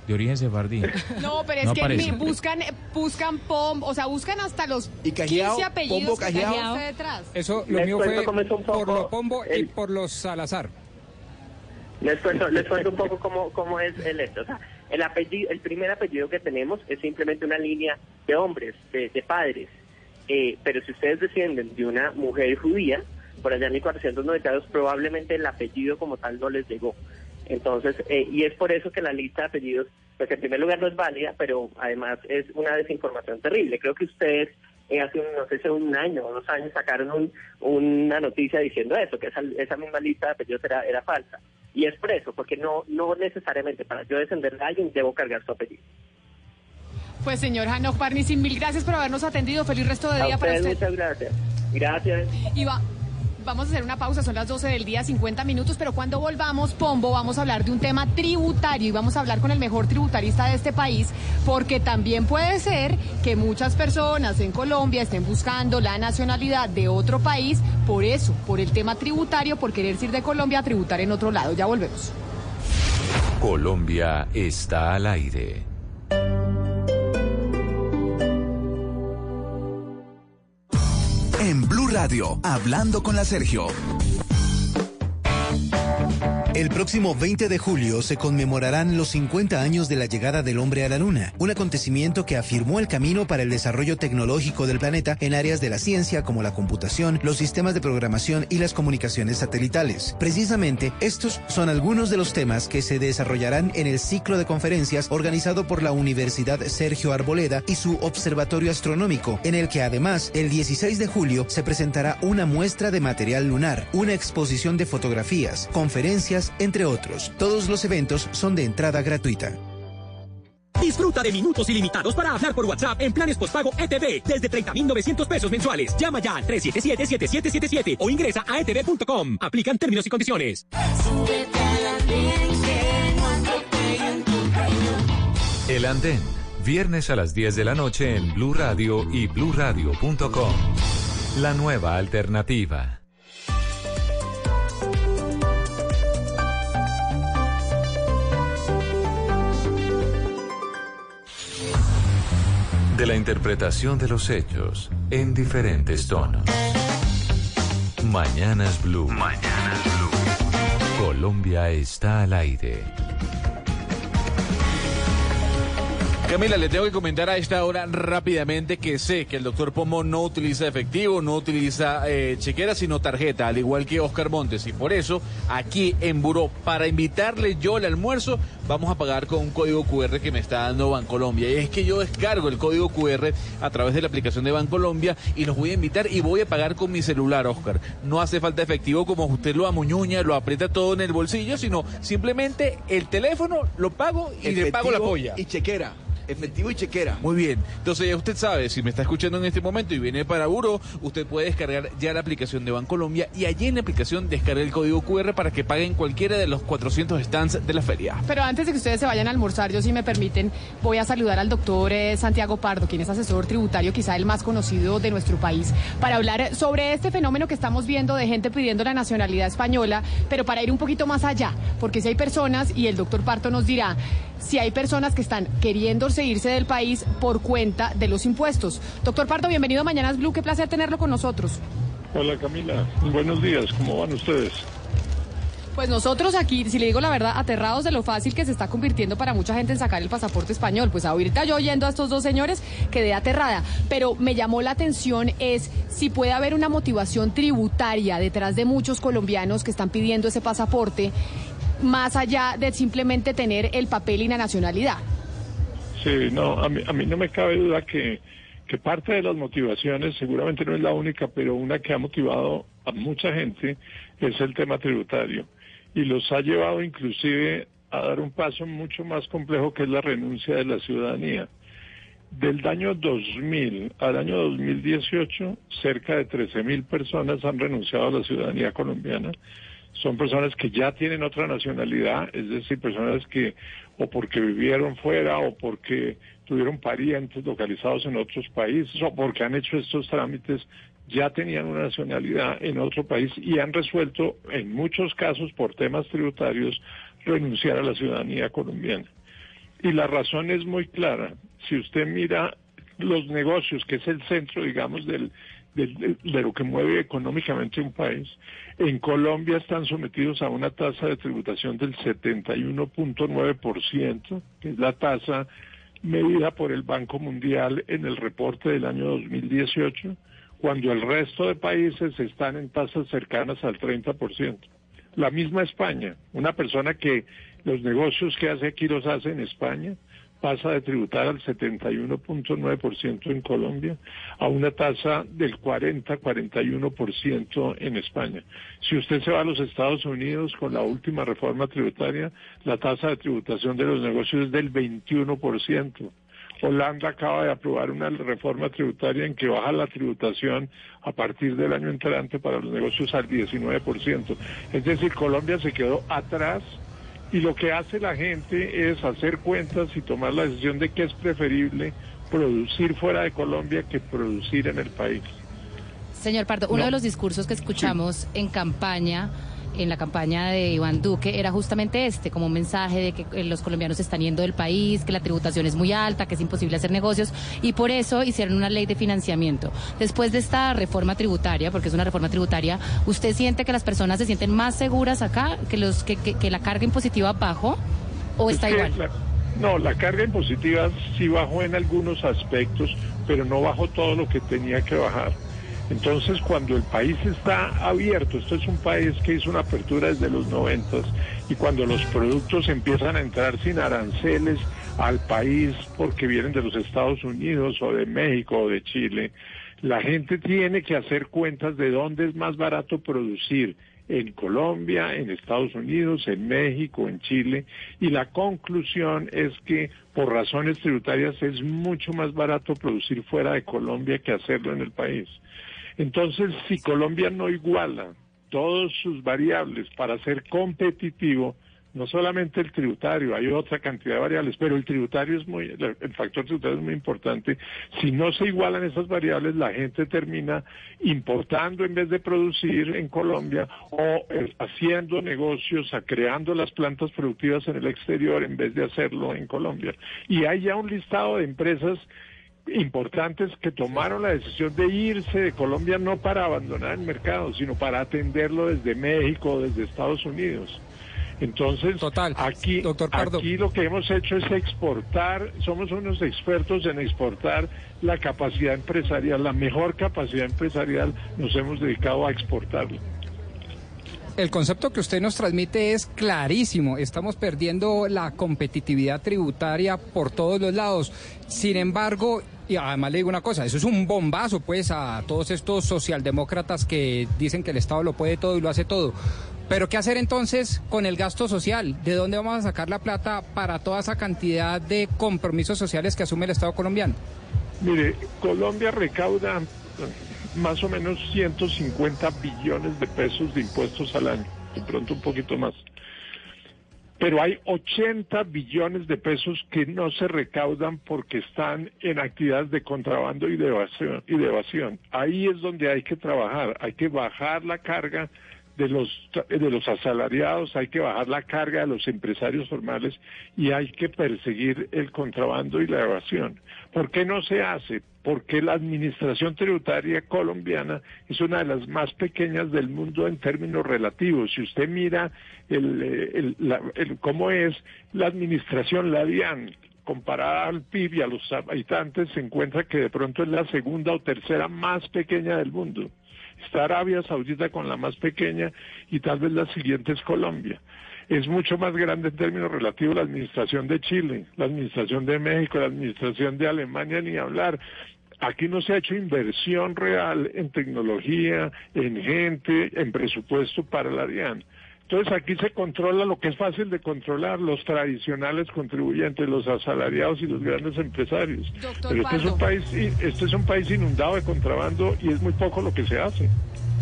de origen sefardí. No, pero es No que aparece. buscan Pombo, o sea, buscan hasta los Y Cajiao, 15 apellidos Pombo, que Cajiao. tenía usted detrás. Eso, lo Les mío cuento fue cómo es un poco por lo Pombo y el- por los Salazar. Les cuento un poco cómo es el esto. O sea, el primer apellido que tenemos es simplemente una línea de hombres, de padres. Pero si ustedes descienden de una mujer judía, por allá en 1492, probablemente el apellido como tal no les llegó. Entonces, y es por eso que la lista de apellidos, pues en primer lugar no es válida, pero además es una desinformación terrible. Creo que ustedes hace un año o 2 años sacaron una noticia diciendo eso, que esa misma lista de apellidos era falsa. Y es por eso, porque no necesariamente para yo descender de alguien debo cargar su apellido. Pues señor Hanoch Parnisin, mil gracias por habernos atendido. Feliz resto de día A para ustedes usted. muchas gracias. Gracias. Y vamos a hacer una pausa, son las 12 del día, 50 minutos, pero cuando volvamos, Pombo, vamos a hablar de un tema tributario y vamos a hablar con el mejor tributarista de este país, porque también puede ser que muchas personas en Colombia estén buscando la nacionalidad de otro país, por eso, por el tema tributario, por querer ir de Colombia a tributar en otro lado. Ya volvemos. Colombia está al aire. En Blue Radio, hablando con la Sergio. El próximo 20 de julio se conmemorarán los 50 años de la llegada del hombre a la Luna, un acontecimiento que afirmó el camino para el desarrollo tecnológico del planeta en áreas de la ciencia como la computación, los sistemas de programación y las comunicaciones satelitales. Precisamente, estos son algunos de los temas que se desarrollarán en el ciclo de conferencias organizado por la Universidad Sergio Arboleda y su Observatorio Astronómico, en el que además, el 16 de julio se presentará una muestra de material lunar, una exposición de fotografías, conferencias, entre otros. Todos los eventos son de entrada gratuita. Disfruta de minutos ilimitados para hablar por WhatsApp en planes postpago ETV desde 30.900 pesos mensuales. Llama ya al 377-7777 o ingresa a etv.com. Aplican términos y condiciones. El Andén, viernes a las 10 de la noche en Blue Radio y bluradio.com. La nueva alternativa. De la interpretación de los hechos en diferentes tonos. Mañanas Blue. Mañanas Blue. Colombia está al aire. Camila, le tengo que comentar a esta hora rápidamente que sé que el doctor Pombo no utiliza efectivo, no utiliza chequera, sino tarjeta, al igual que Oscar Montes. Y por eso, aquí en Buró, para invitarle yo al almuerzo, vamos a pagar con un código QR que me está dando Bancolombia. Y es que yo descargo el código QR a través de la aplicación de Bancolombia y los voy a invitar y voy a pagar con mi celular, Oscar. No hace falta efectivo como usted lo amuñuña, lo aprieta todo en el bolsillo, sino simplemente el teléfono lo pago y le pago la polla. Y chequera. Efectivo y chequera. Muy bien. Entonces ya usted sabe, si me está escuchando en este momento y viene para Buró, usted puede descargar ya la aplicación de Bancolombia y allí en la aplicación descargue el código QR para que paguen cualquiera de los 400 stands de la feria. Pero antes de que ustedes se vayan a almorzar, yo si me permiten, voy a saludar al doctor Santiago Pardo, quien es asesor tributario, quizá el más conocido de nuestro país, para hablar sobre este fenómeno que estamos viendo de gente pidiendo la nacionalidad española, pero para ir un poquito más allá, porque si hay personas, y el doctor Pardo nos dirá, si hay personas que están queriendo irse del país por cuenta de los impuestos. Doctor Pardo, bienvenido a Mañanas Blue, qué placer tenerlo con nosotros. Hola Camila, buenos días, ¿cómo van ustedes? Pues nosotros aquí, si le digo la verdad, aterrados de lo fácil que se está convirtiendo para mucha gente en sacar el pasaporte español. Pues ahorita yo oyendo a estos dos señores quedé aterrada, pero me llamó la atención es si puede haber una motivación tributaria detrás de muchos colombianos que están pidiendo ese pasaporte, más allá de simplemente tener el papel y la nacionalidad. Sí, no, a mí no me cabe duda que parte de las motivaciones, seguramente no es la única, pero una que ha motivado a mucha gente es el tema tributario. Y los ha llevado inclusive a dar un paso mucho más complejo que es la renuncia de la ciudadanía. Del año 2000 al año 2018, cerca de 13.000 personas han renunciado a la ciudadanía colombiana. Son personas que ya tienen otra nacionalidad, es decir, personas que o porque vivieron fuera o porque tuvieron parientes localizados en otros países o porque han hecho estos trámites, ya tenían una nacionalidad en otro país y han resuelto, en muchos casos, por temas tributarios, renunciar a la ciudadanía colombiana. Y la razón es muy clara. Si usted mira los negocios, que es el centro, digamos, de lo que mueve económicamente un país, en Colombia están sometidos a una tasa de tributación del 71.9%, que es la tasa medida por el Banco Mundial en el reporte del año 2018, cuando el resto de países están en tasas cercanas al 30%. La misma España, una persona que los negocios que hace aquí los hace en España, pasa de tributar al 71.9% en Colombia a una tasa del 40-41% en España. Si usted se va a los Estados Unidos con la última reforma tributaria, la tasa de tributación de los negocios es del 21%. Holanda acaba de aprobar una reforma tributaria en que baja la tributación a partir del año entrante para los negocios al 19%. Es decir, Colombia se quedó atrás. Y lo que hace la gente es hacer cuentas y tomar la decisión de que es preferible producir fuera de Colombia que producir en el país. Señor Pardo, uno de los discursos que escuchamos en la campaña de Iván Duque, era justamente como un mensaje de que los colombianos están yendo del país, que la tributación es muy alta, que es imposible hacer negocios, y por eso hicieron una ley de financiamiento. Después de esta reforma tributaria, porque es una reforma tributaria, ¿usted siente que las personas se sienten más seguras acá, que la carga impositiva bajó, o está igual? La carga impositiva sí bajó en algunos aspectos, pero no bajó todo lo que tenía que bajar. Entonces, cuando el país está abierto, esto es un país que hizo una apertura desde los 90, y cuando los productos empiezan a entrar sin aranceles al país porque vienen de los Estados Unidos o de México o de Chile, la gente tiene que hacer cuentas de dónde es más barato producir, en Colombia, en Estados Unidos, en México, en Chile, y la conclusión es que por razones tributarias es mucho más barato producir fuera de Colombia que hacerlo en el país. Entonces, si Colombia no iguala todas sus variables para ser competitivo, no solamente el tributario, hay otra cantidad de variables, pero el factor tributario es muy importante. Si no se igualan esas variables, la gente termina importando en vez de producir en Colombia, o haciendo negocios, creando las plantas productivas en el exterior en vez de hacerlo en Colombia. Y hay ya un listado de empresas importantes que tomaron la decisión de irse de Colombia, no para abandonar el mercado, sino para atenderlo desde México o desde Estados Unidos. Entonces, aquí lo que hemos hecho es exportar, somos unos expertos en exportar la capacidad empresarial, la mejor capacidad empresarial, nos hemos dedicado a exportarla. El concepto que usted nos transmite es clarísimo. Estamos perdiendo la competitividad tributaria por todos los lados. Sin embargo, y además le digo una cosa, eso es un bombazo pues a todos estos socialdemócratas que dicen que el Estado lo puede todo y lo hace todo. Pero ¿qué hacer entonces con el gasto social? ¿De dónde vamos a sacar la plata para toda esa cantidad de compromisos sociales que asume el Estado colombiano? Mire, Colombia recauda más o menos 150 billones de pesos de impuestos al año, de pronto un poquito más. Pero hay 80 billones de pesos que no se recaudan porque están en actividades de contrabando y de evasión. Ahí es donde hay que trabajar, hay que bajar la carga de los asalariados, hay que bajar la carga de los empresarios formales y hay que perseguir el contrabando y la evasión. ¿Por qué no se hace? Porque la administración tributaria colombiana es una de las más pequeñas del mundo en términos relativos. Si usted mira cómo es la administración, la DIAN, comparada al PIB y a los habitantes, se encuentra que de pronto es la segunda o tercera más pequeña del mundo. Está Arabia Saudita con la más pequeña y tal vez la siguiente es Colombia. Es mucho más grande en términos relativos la administración de Chile, la administración de México, la administración de Alemania, ni hablar. Aquí no se ha hecho inversión real en tecnología, en gente, en presupuesto para la DIAN. Entonces aquí se controla lo que es fácil de controlar, los tradicionales contribuyentes, los asalariados y los grandes empresarios. Pero este es un país inundado de contrabando y es muy poco lo que se hace.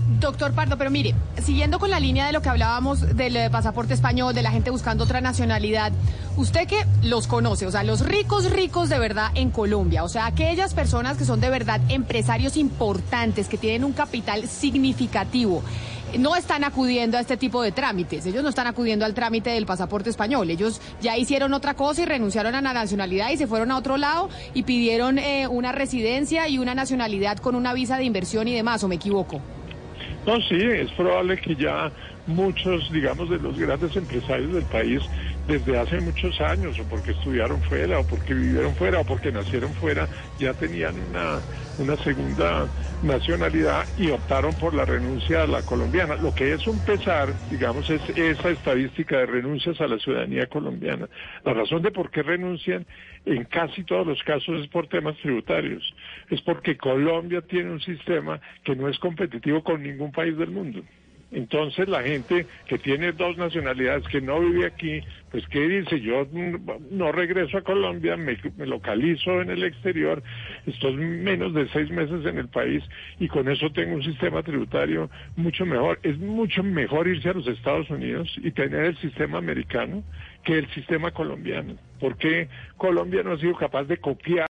Doctor Pardo, pero mire, siguiendo con la línea de lo que hablábamos del pasaporte español, de la gente buscando otra nacionalidad, usted que los conoce, o sea, los ricos de verdad en Colombia, o sea, aquellas personas que son de verdad empresarios importantes, que tienen un capital significativo, no están acudiendo a este tipo de trámites, ellos no están acudiendo al trámite del pasaporte español, ellos ya hicieron otra cosa y renunciaron a la nacionalidad y se fueron a otro lado y pidieron una residencia y una nacionalidad con una visa de inversión y demás, ¿o me equivoco? No, sí, es probable que ya muchos, digamos, de los grandes empresarios del país, desde hace muchos años, o porque estudiaron fuera, o porque vivieron fuera, o porque nacieron fuera, ya tenían una segunda nacionalidad y optaron por la renuncia a la colombiana. Lo que es un pesar, digamos, es esa estadística de renuncias a la ciudadanía colombiana. La razón de por qué renuncian en casi todos los casos es por temas tributarios. Es porque Colombia tiene un sistema que no es competitivo con ningún país del mundo. Entonces la gente que tiene dos nacionalidades, que no vive aquí, pues ¿qué dice? Yo no regreso a Colombia, me localizo en el exterior, estoy menos de 6 meses en el país y con eso tengo un sistema tributario mucho mejor. Es mucho mejor irse a los Estados Unidos y tener el sistema americano que el sistema colombiano. ¿Por qué Colombia no ha sido capaz de copiar